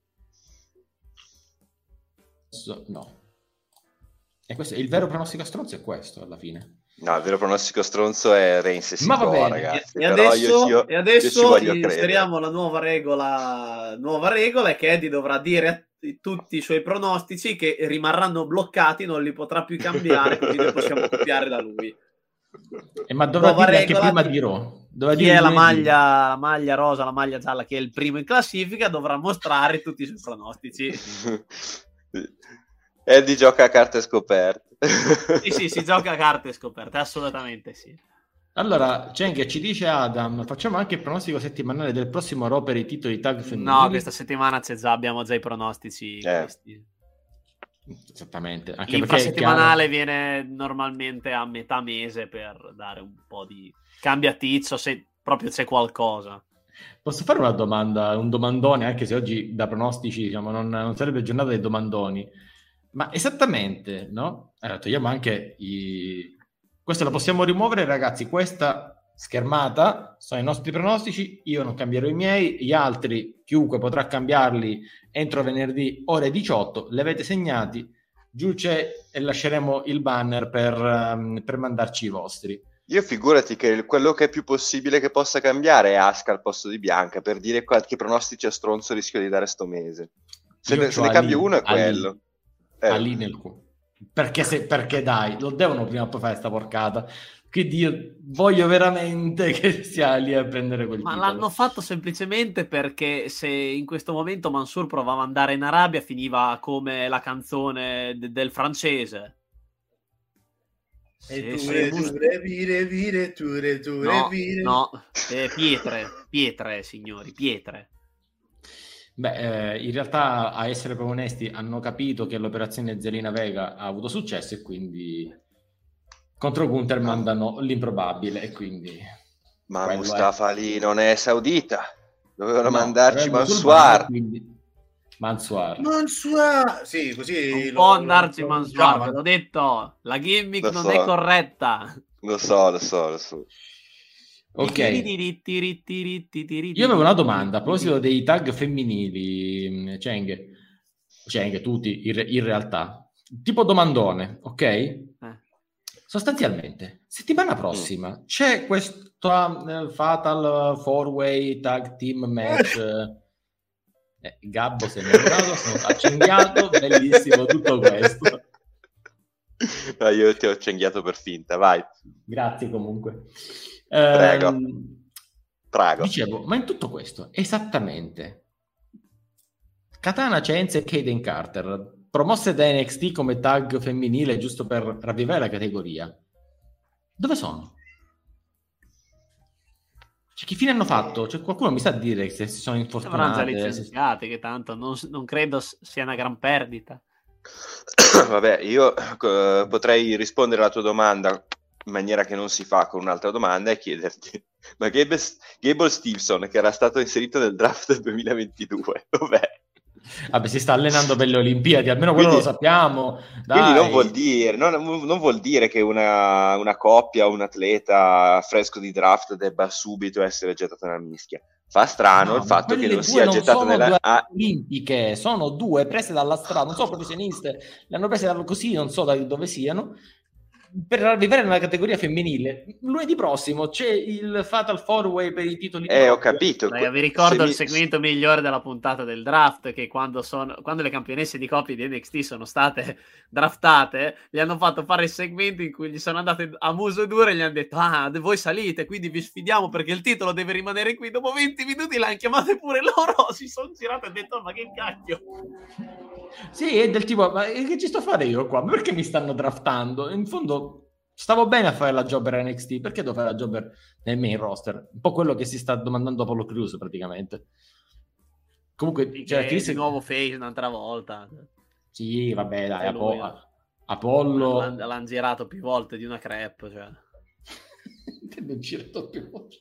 no. E questo, il vero pronostico stronzo è questo alla fine. No, il vero pronostico stronzo è Reigns e Sikoa, ragazzi. E adesso, io, e adesso inseriamo la nuova regola, nuova regola è che Eddie dovrà dire a tutti i suoi pronostici che rimarranno bloccati, non li potrà più cambiare, così li possiamo copiare da lui. E ma dovrà dire anche prima di Raw. Chi dire è la maglia, la maglia rosa, la maglia gialla, che è il primo in classifica, dovrà mostrare tutti i suoi pronostici. Eddie gioca a carte scoperte. Sì, sì, si gioca a carte scoperte, assolutamente sì. Allora, c'è che ci dice Adam, facciamo anche il pronostico settimanale del prossimo Raw per i titoli tag femminili. No, questa settimana c'è già, abbiamo già i pronostici. Eh. Questi. Esattamente. Anche L'infrasettimanale viene normalmente a metà mese per dare un po' di cambiaticcio se proprio c'è qualcosa. Posso fare una domanda, un domandone, anche se oggi da pronostici diciamo, non, non sarebbe giornata dei domandoni, ma esattamente, no? Allora, togliamo anche i... Questo lo possiamo rimuovere, ragazzi, questa schermata sono i nostri pronostici, io non cambierò i miei, gli altri, chiunque potrà cambiarli entro venerdì ore diciotto, li avete segnati, giù c'è e lasceremo il banner per, um, per mandarci i vostri. Io figurati che quello che è più possibile che possa cambiare è Asuka al posto di Bianca, per dire qualche pronostici a stronzo rischio di dare sto mese. Se, ne, se ne cambio uno è quello. Eh. Ali nel culo. Perché, se, perché dai, lo devono prima o poi fare sta porcata. Quindi io voglio veramente che sia lì a prendere quel Ma titolo. l'hanno fatto semplicemente perché se in questo momento Mansur provava ad andare in Arabia finiva come la canzone de- del francese. E ture, ture, vire, vire, ture, ture, no, vire. no, eh, pietre, pietre, signori, pietre. Beh, eh, in realtà, a essere proprio onesti, hanno capito che l'operazione Zelina Vega ha avuto successo e quindi contro Gunther mandano l'improbabile e quindi... Ma Mustafa è... lì non è saudita, dovevano no, mandarci Mansoir. Quindi... Mansoir. Mansoir! Sì, così... Non lo, può andarci lo, Mansoir, lo, ve l'ho detto, la gimmick lo non so. è corretta. Lo so, lo so, lo so. Ok. Io avevo una domanda a proposito dei tag femminili, Cheng, Cheng tutti in, in realtà, tipo domandone, ok? Eh. Sostanzialmente, settimana prossima mm. c'è questo uh, Fatal four way tag team match. eh, Gabbo se ne è andato, sono accinghiato, bellissimo tutto questo. No, io ti ho accinghiato per finta, vai. Grazie comunque. Prego. Um, Prego. Dicevo, ma in tutto questo, esattamente, Katana Chance e Kaden Carter, promosse da N X T come tag femminile giusto per ravvivare la categoria, dove sono? Cioè, che fine hanno fatto? Cioè, qualcuno mi sa dire se si sono infortunate? Avranno già licenziate, che tanto non, non credo sia una gran perdita. Vabbè, io uh, potrei rispondere alla tua domanda in maniera che non si fa con un'altra domanda e chiederti, ma Gable, Gable Stevenson, che era stato inserito nel draft del duemilaventidue, dov'è? Vabbè, si sta allenando per le Olimpiadi, almeno quello quindi, lo sappiamo. Dai. Quindi non vuol dire, non, non vuol dire che una, una coppia o un atleta fresco di draft debba subito essere gettato nella mischia. Fa strano no, il fatto che non sia non gettato sono nella due ah. olimpiche, sono due prese dalla strada, non so professioniste, le hanno prese da così, non so da dove siano, per arrivare nella categoria femminile. Lunedì prossimo c'è il Fatal four way per i titoli. Eh, ho capito. Dai, vi ricordo Se il mi... segmento migliore della puntata del draft, che quando, sono, quando le campionesse di coppia di N X T sono state draftate, gli hanno fatto fare il segmento in cui gli sono andate a muso duro e gli hanno detto: ah, voi salite, quindi vi sfidiamo perché il titolo deve rimanere qui. Dopo venti minuti l'hanno chiamate pure loro, si sono girate e hanno detto: ma che cacchio. Sì, è del tipo, ma che ci sto a fare io qua? Perché mi stanno draftando? In fondo stavo bene a fare la jobber N X T, perché devo fare la jobber nel main roster? Un po' quello che si sta domandando Apollo Crews praticamente. Comunque c'era chi di nuovo face un'altra volta. Sì, vabbè, dai, Apollo, Apollo... L'hanno, l'hanno girato più volte di una crepe, cioè. L'hanno girato più volte.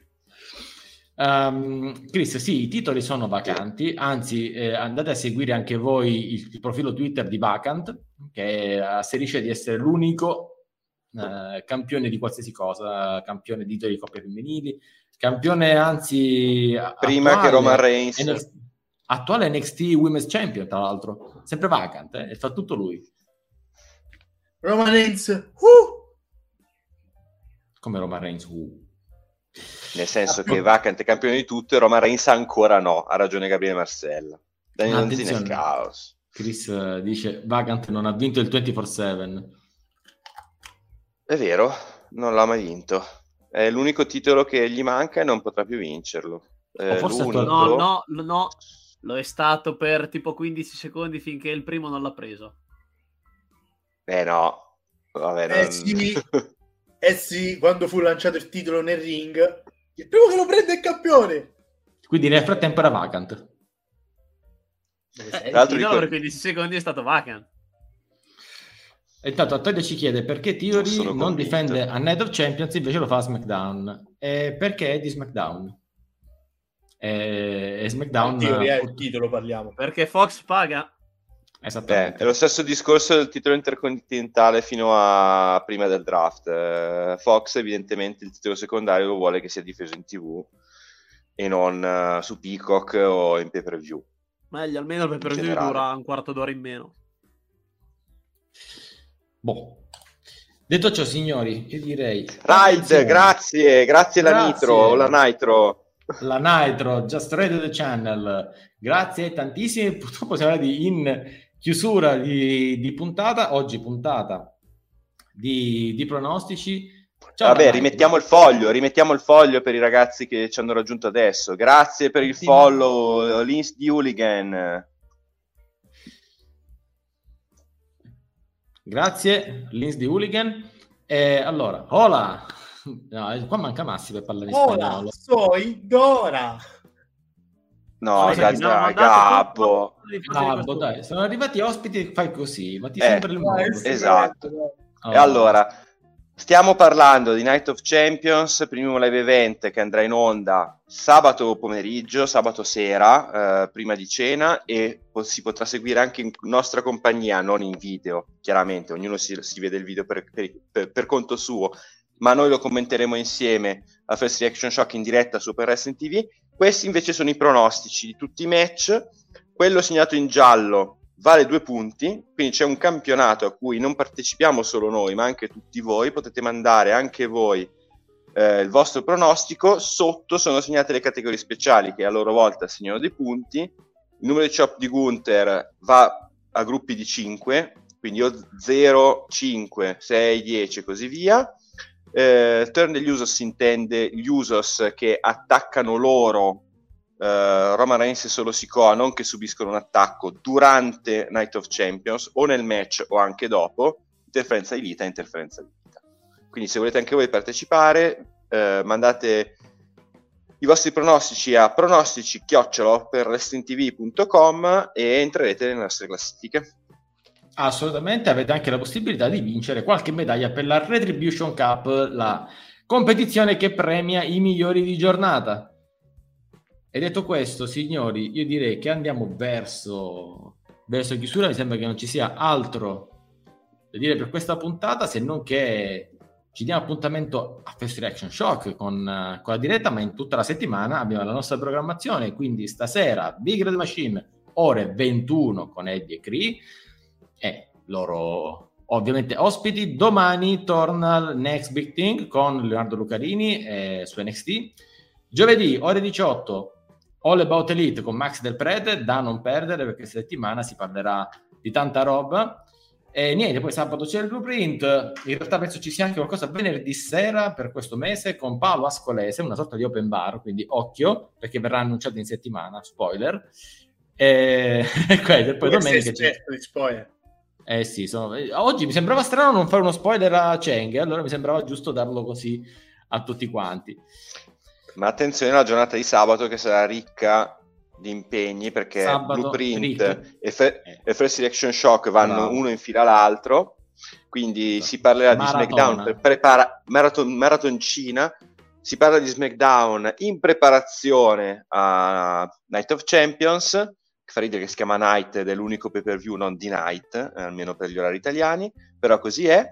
Um, Chris, sì, i titoli sono vacanti, anzi eh, andate a seguire anche voi il, il profilo Twitter di Vacant, che asserisce di essere l'unico eh, campione di qualsiasi cosa, campione di titoli di coppie femminili, campione anzi prima attuale, che Roman Reigns N X T, attuale N X T Women's Champion, tra l'altro, sempre Vacant, eh, e fa tutto lui. Roman Reigns, uh! Come Roman Reigns, uh. Nel senso che Vacant è campione di tutto e Roman Reigns ancora no, ha ragione Gabriele Marcella. Daniel Nonzi nel caos. Chris uh, dice Vacant non ha vinto il ventiquattro sette. È vero, non l'ha mai vinto. È l'unico titolo che gli manca e non potrà più vincerlo. Eh, forse l'unico... no, no, no, lo è stato per tipo quindici secondi finché il primo non l'ha preso. Eh no, vabbè, eh non... sì. Eh sì, quando fu lanciato il titolo nel ring, il primo che lo prende è il campione. Quindi nel frattempo era vacant. Eh, Tra il l'altro titolo ricordo- per quindici secondi è stato vacant. E intanto Antonio ci chiede perché Theory Sono non convinto. difende a Night of Champions, invece lo fa a SmackDown. E perché è di SmackDown? E, e SmackDown... Theory è il pur- titolo, parliamo. Perché Fox paga. Eh, Esattamente. è lo stesso discorso del titolo intercontinentale fino a prima del draft. Eh, Fox evidentemente il titolo secondario lo vuole che sia difeso in tivù e non eh, su Peacock o in pay-per-view. Meglio, almeno per In per generale. dura un quarto d'ora in meno. Boh. Detto ciò, signori, io direi... Ride, attenzione. grazie, grazie la Grazie. Nitro, o la Nitro. La Nitro, Just Radio the Channel, grazie tantissime. Purtroppo siamo arrivati in chiusura di, di puntata, oggi puntata di, di pronostici. Ciao, Vabbè, Nitro. rimettiamo il foglio, rimettiamo il foglio per i ragazzi che ci hanno raggiunto adesso. Grazie per il Sì. follow, Lince di Hooligan. Grazie, Lince di Hooligan. E allora, hola! No, qua manca Massi per parlare in Hola, spagnolo. soy Dora. No, Cosa da, ci siamo da, mandati Gabbo. con- con- con- Gabbo, dai, sono arrivati ospiti, fai così, ma ti Eh, sembra il modo. Dai, sì, Esatto. Oh. E allora, stiamo parlando di Night of Champions, primo live event che andrà in onda sabato pomeriggio, sabato sera, eh, prima di cena, e po- si potrà seguire anche in nostra compagnia, non in video, chiaramente, ognuno si, si vede il video per, per- per- per conto suo, ma noi lo commenteremo insieme a First Reaction Shock in diretta su Open Wrestling T V. Questi invece sono i pronostici di tutti i match. Quello segnato in giallo vale due punti, quindi c'è un campionato a cui non partecipiamo solo noi, ma anche tutti voi. Potete mandare anche voi eh, il vostro pronostico. Sotto sono segnate le categorie speciali che a loro volta segnano dei punti. Il numero di chop di Gunther va a gruppi di cinque, quindi io zero, cinque, sei, dieci e così via. Eh, turn degli Usos si intende gli Usos che attaccano loro Uh, Roman Reigns e Solo Sikoa, non che subiscono un attacco durante Night of Champions o nel match o anche dopo. Interferenza di vita, interferenza di vita. Quindi se volete anche voi partecipare, uh, mandate i vostri pronostici a pronostici chiocciola per wrestling t v punto com e entrerete nelle nostre classifiche. Assolutamente, avete anche la possibilità di vincere qualche medaglia per la Retribution Cup, la competizione che premia i migliori di giornata. E detto questo, signori, io direi che andiamo verso, verso chiusura. Mi sembra che non ci sia altro da dire per questa puntata, se non che ci diamo appuntamento a First Reaction Shock con, uh, con la diretta, ma in tutta la settimana abbiamo la nostra programmazione, quindi stasera Big Red Machine, ore ventuno con Eddie e Cree, e loro ovviamente ospiti. Domani torna il Next Big Thing con Leonardo Lucarini eh, su N X T. Giovedì, ore diciotto, All About Elite con Max Del Prete, da non perdere perché settimana si parlerà di tanta roba. E niente, poi sabato c'è il Blueprint. In realtà penso ci sia anche qualcosa venerdì sera per questo mese con Paolo Ascolese, una sorta di open bar, quindi occhio perché verrà annunciato in settimana, spoiler. E, e poi Poi domenica c'è... di spoiler. Eh sì, sono... oggi mi sembrava strano non fare uno spoiler a Cheng, allora mi sembrava giusto darlo così a tutti quanti. Ma attenzione alla giornata di sabato che sarà ricca di impegni, perché Sabato, Blueprint Rick. e, Fe- Eh. e First Reaction Shock vanno Bravo. uno in fila all'altro, quindi si parlerà Maratona. di SmackDown per prepara- maraton- maratoncina, si parla di SmackDown in preparazione a Night of Champions, che fa ridere che si chiama Night ed è l'unico pay per view non di Night, eh, almeno per gli orari italiani, però così è.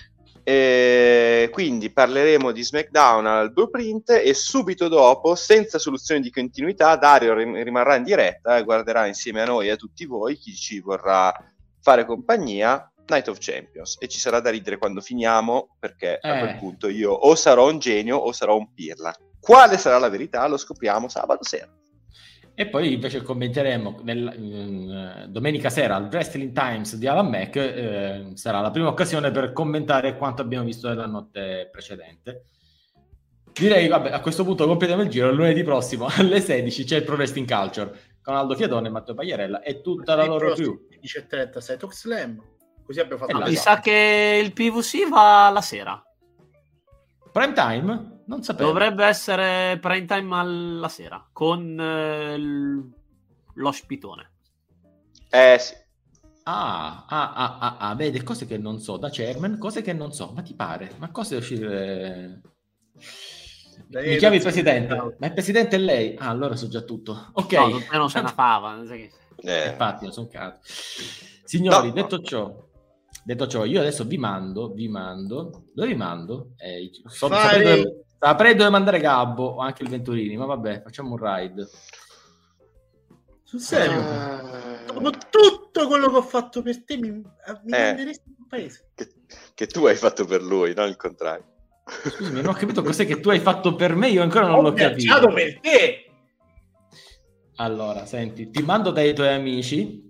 E quindi parleremo di SmackDown al Blueprint e subito dopo, senza soluzione di continuità, Dario rim- rimarrà in diretta e guarderà insieme a noi e a tutti voi, chi ci vorrà fare compagnia, Night of Champions, e ci sarà da ridere quando finiamo, perché a Eh. quel punto io o sarò un genio o sarò un pirla. Quale sarà la verità lo scopriamo sabato sera. E poi invece commenteremo nel, in, domenica sera al Wrestling Times di Alan Mac, eh, sarà la prima occasione per commentare quanto abbiamo visto nella notte precedente. Direi, vabbè, a questo punto completiamo il giro. Lunedì prossimo alle sedici c'è il Pro Wrestling Culture con Aldo Fiadone, Matteo Pagliarella e tutta la loro crew. quindici e trenta sai Talk Slam, così abbiamo fatto E Ah, là, mi esatto. sa che il P V C va la sera. Prime time? Non sapevo. Dovrebbe essere prime time alla sera con eh, l- l'ospitone. Eh sì. Ah, ah, ah, ah, ah, vede cose che non so da chairman, cose che non so, ma ti pare? Ma cose uscire... Mi chiami il presidente? Ma il presidente è lei? Ah, allora so già tutto. Ok. No, non, non se ne fava. Non so che... Eh. Infatti, non sono cazzo. Signori, No. detto ciò, detto ciò, io adesso vi mando, vi mando, dove vi mando? Eh, so, Fare- saprei, dove, saprei dove mandare Gabbo o anche il Venturini, ma vabbè, facciamo un ride. Sul serio? Ah. Dopo tutto quello che ho fatto per te, mi, mi Eh. manderesti in paese. Che, che tu hai fatto per lui, non il contrario. Scusami, non ho capito cos'è che tu hai fatto per me, io ancora non Ho l'ho capito. viaggiato per te! Allora, senti, ti mando dai tuoi amici.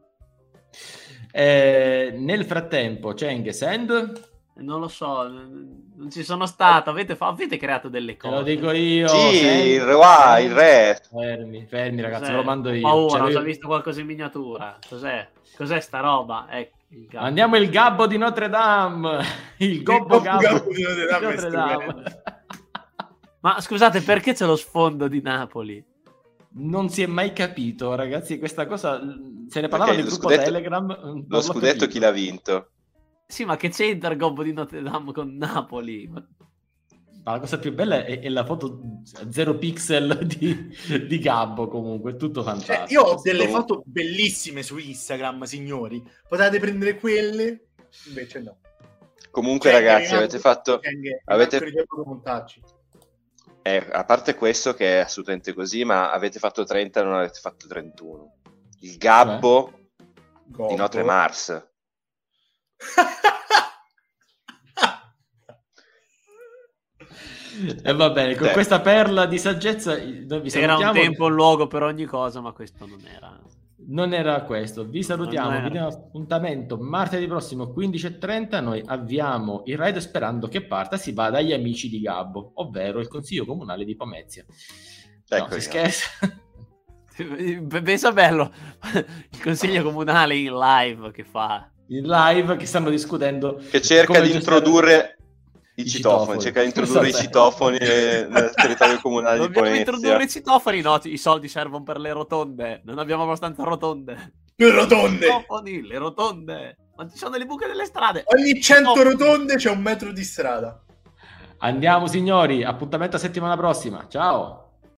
Eh, nel frattempo, Cheng e Sand, Non lo so, non ci sono stato. Avete, fa- avete creato delle te lo cose. dico io. Sì, Sand, il re, ah, il re. Fermi, fermi ragazzi, Cos'è? ve lo mando io. Ho paura, Ce l'ho ho già io. visto qualcosa in miniatura. Cos'è? Cos'è sta roba? Ecco, il gatto. Andiamo il gabbo di Notre Dame, il gobbo gobbo gabbo gabbo di di Notre Dame è Notre Dame. stupendo. Ma scusate, perché c'è lo sfondo di Napoli? Non si è mai capito, ragazzi, questa cosa se ne parlava Perché nel lo gruppo scudetto- Telegram. non Lo l'ho scudetto capito. chi l'ha vinto? Sì, ma che c'entra il gobbo di Notre Dame con Napoli? Ma- Ma la cosa più bella è, è la foto zero pixel di, di Gabbo, comunque, è tutto Cioè, fantastico. io ho delle Comunque- foto bellissime su Instagram, signori. Potete prendere quelle? Invece no. Comunque, Cioè, ragazzi, mi avete manco- fatto. cioè, mi avete- manco di fotomontaggi. Eh, a parte questo, che è assolutamente così, ma avete fatto trenta e non avete fatto trentuno. Il gabbo di Gobbo. Notre Mars. E va bene, con Beh. questa perla di saggezza noi vi C'era un salutiamo. tempo e un luogo per ogni cosa, ma questo non era. Non era questo, vi salutiamo, Non era. vi diamo appuntamento martedì prossimo quindici e trenta, noi avviamo il ride sperando che parta, si va dagli amici di Gabbo, ovvero il Consiglio Comunale di Pomezia. No, Ecco, si scherza. Pensa bello il consiglio comunale in live che fa. In live che stanno discutendo che cerca come di gestire- introdurre i i citofoni, citofoni. cerca di introdurre i Vabbè. citofoni nel nel territorio comunale di Dobbiamo Pomezia. introdurre i citofoni, no, i soldi servono per le rotonde, non abbiamo abbastanza rotonde. Le rotonde! Citofoni, le rotonde, ma ci sono le buche delle strade. Ogni cento Citofoni. rotonde c'è un metro di strada. Andiamo signori, appuntamento a settimana prossima, ciao!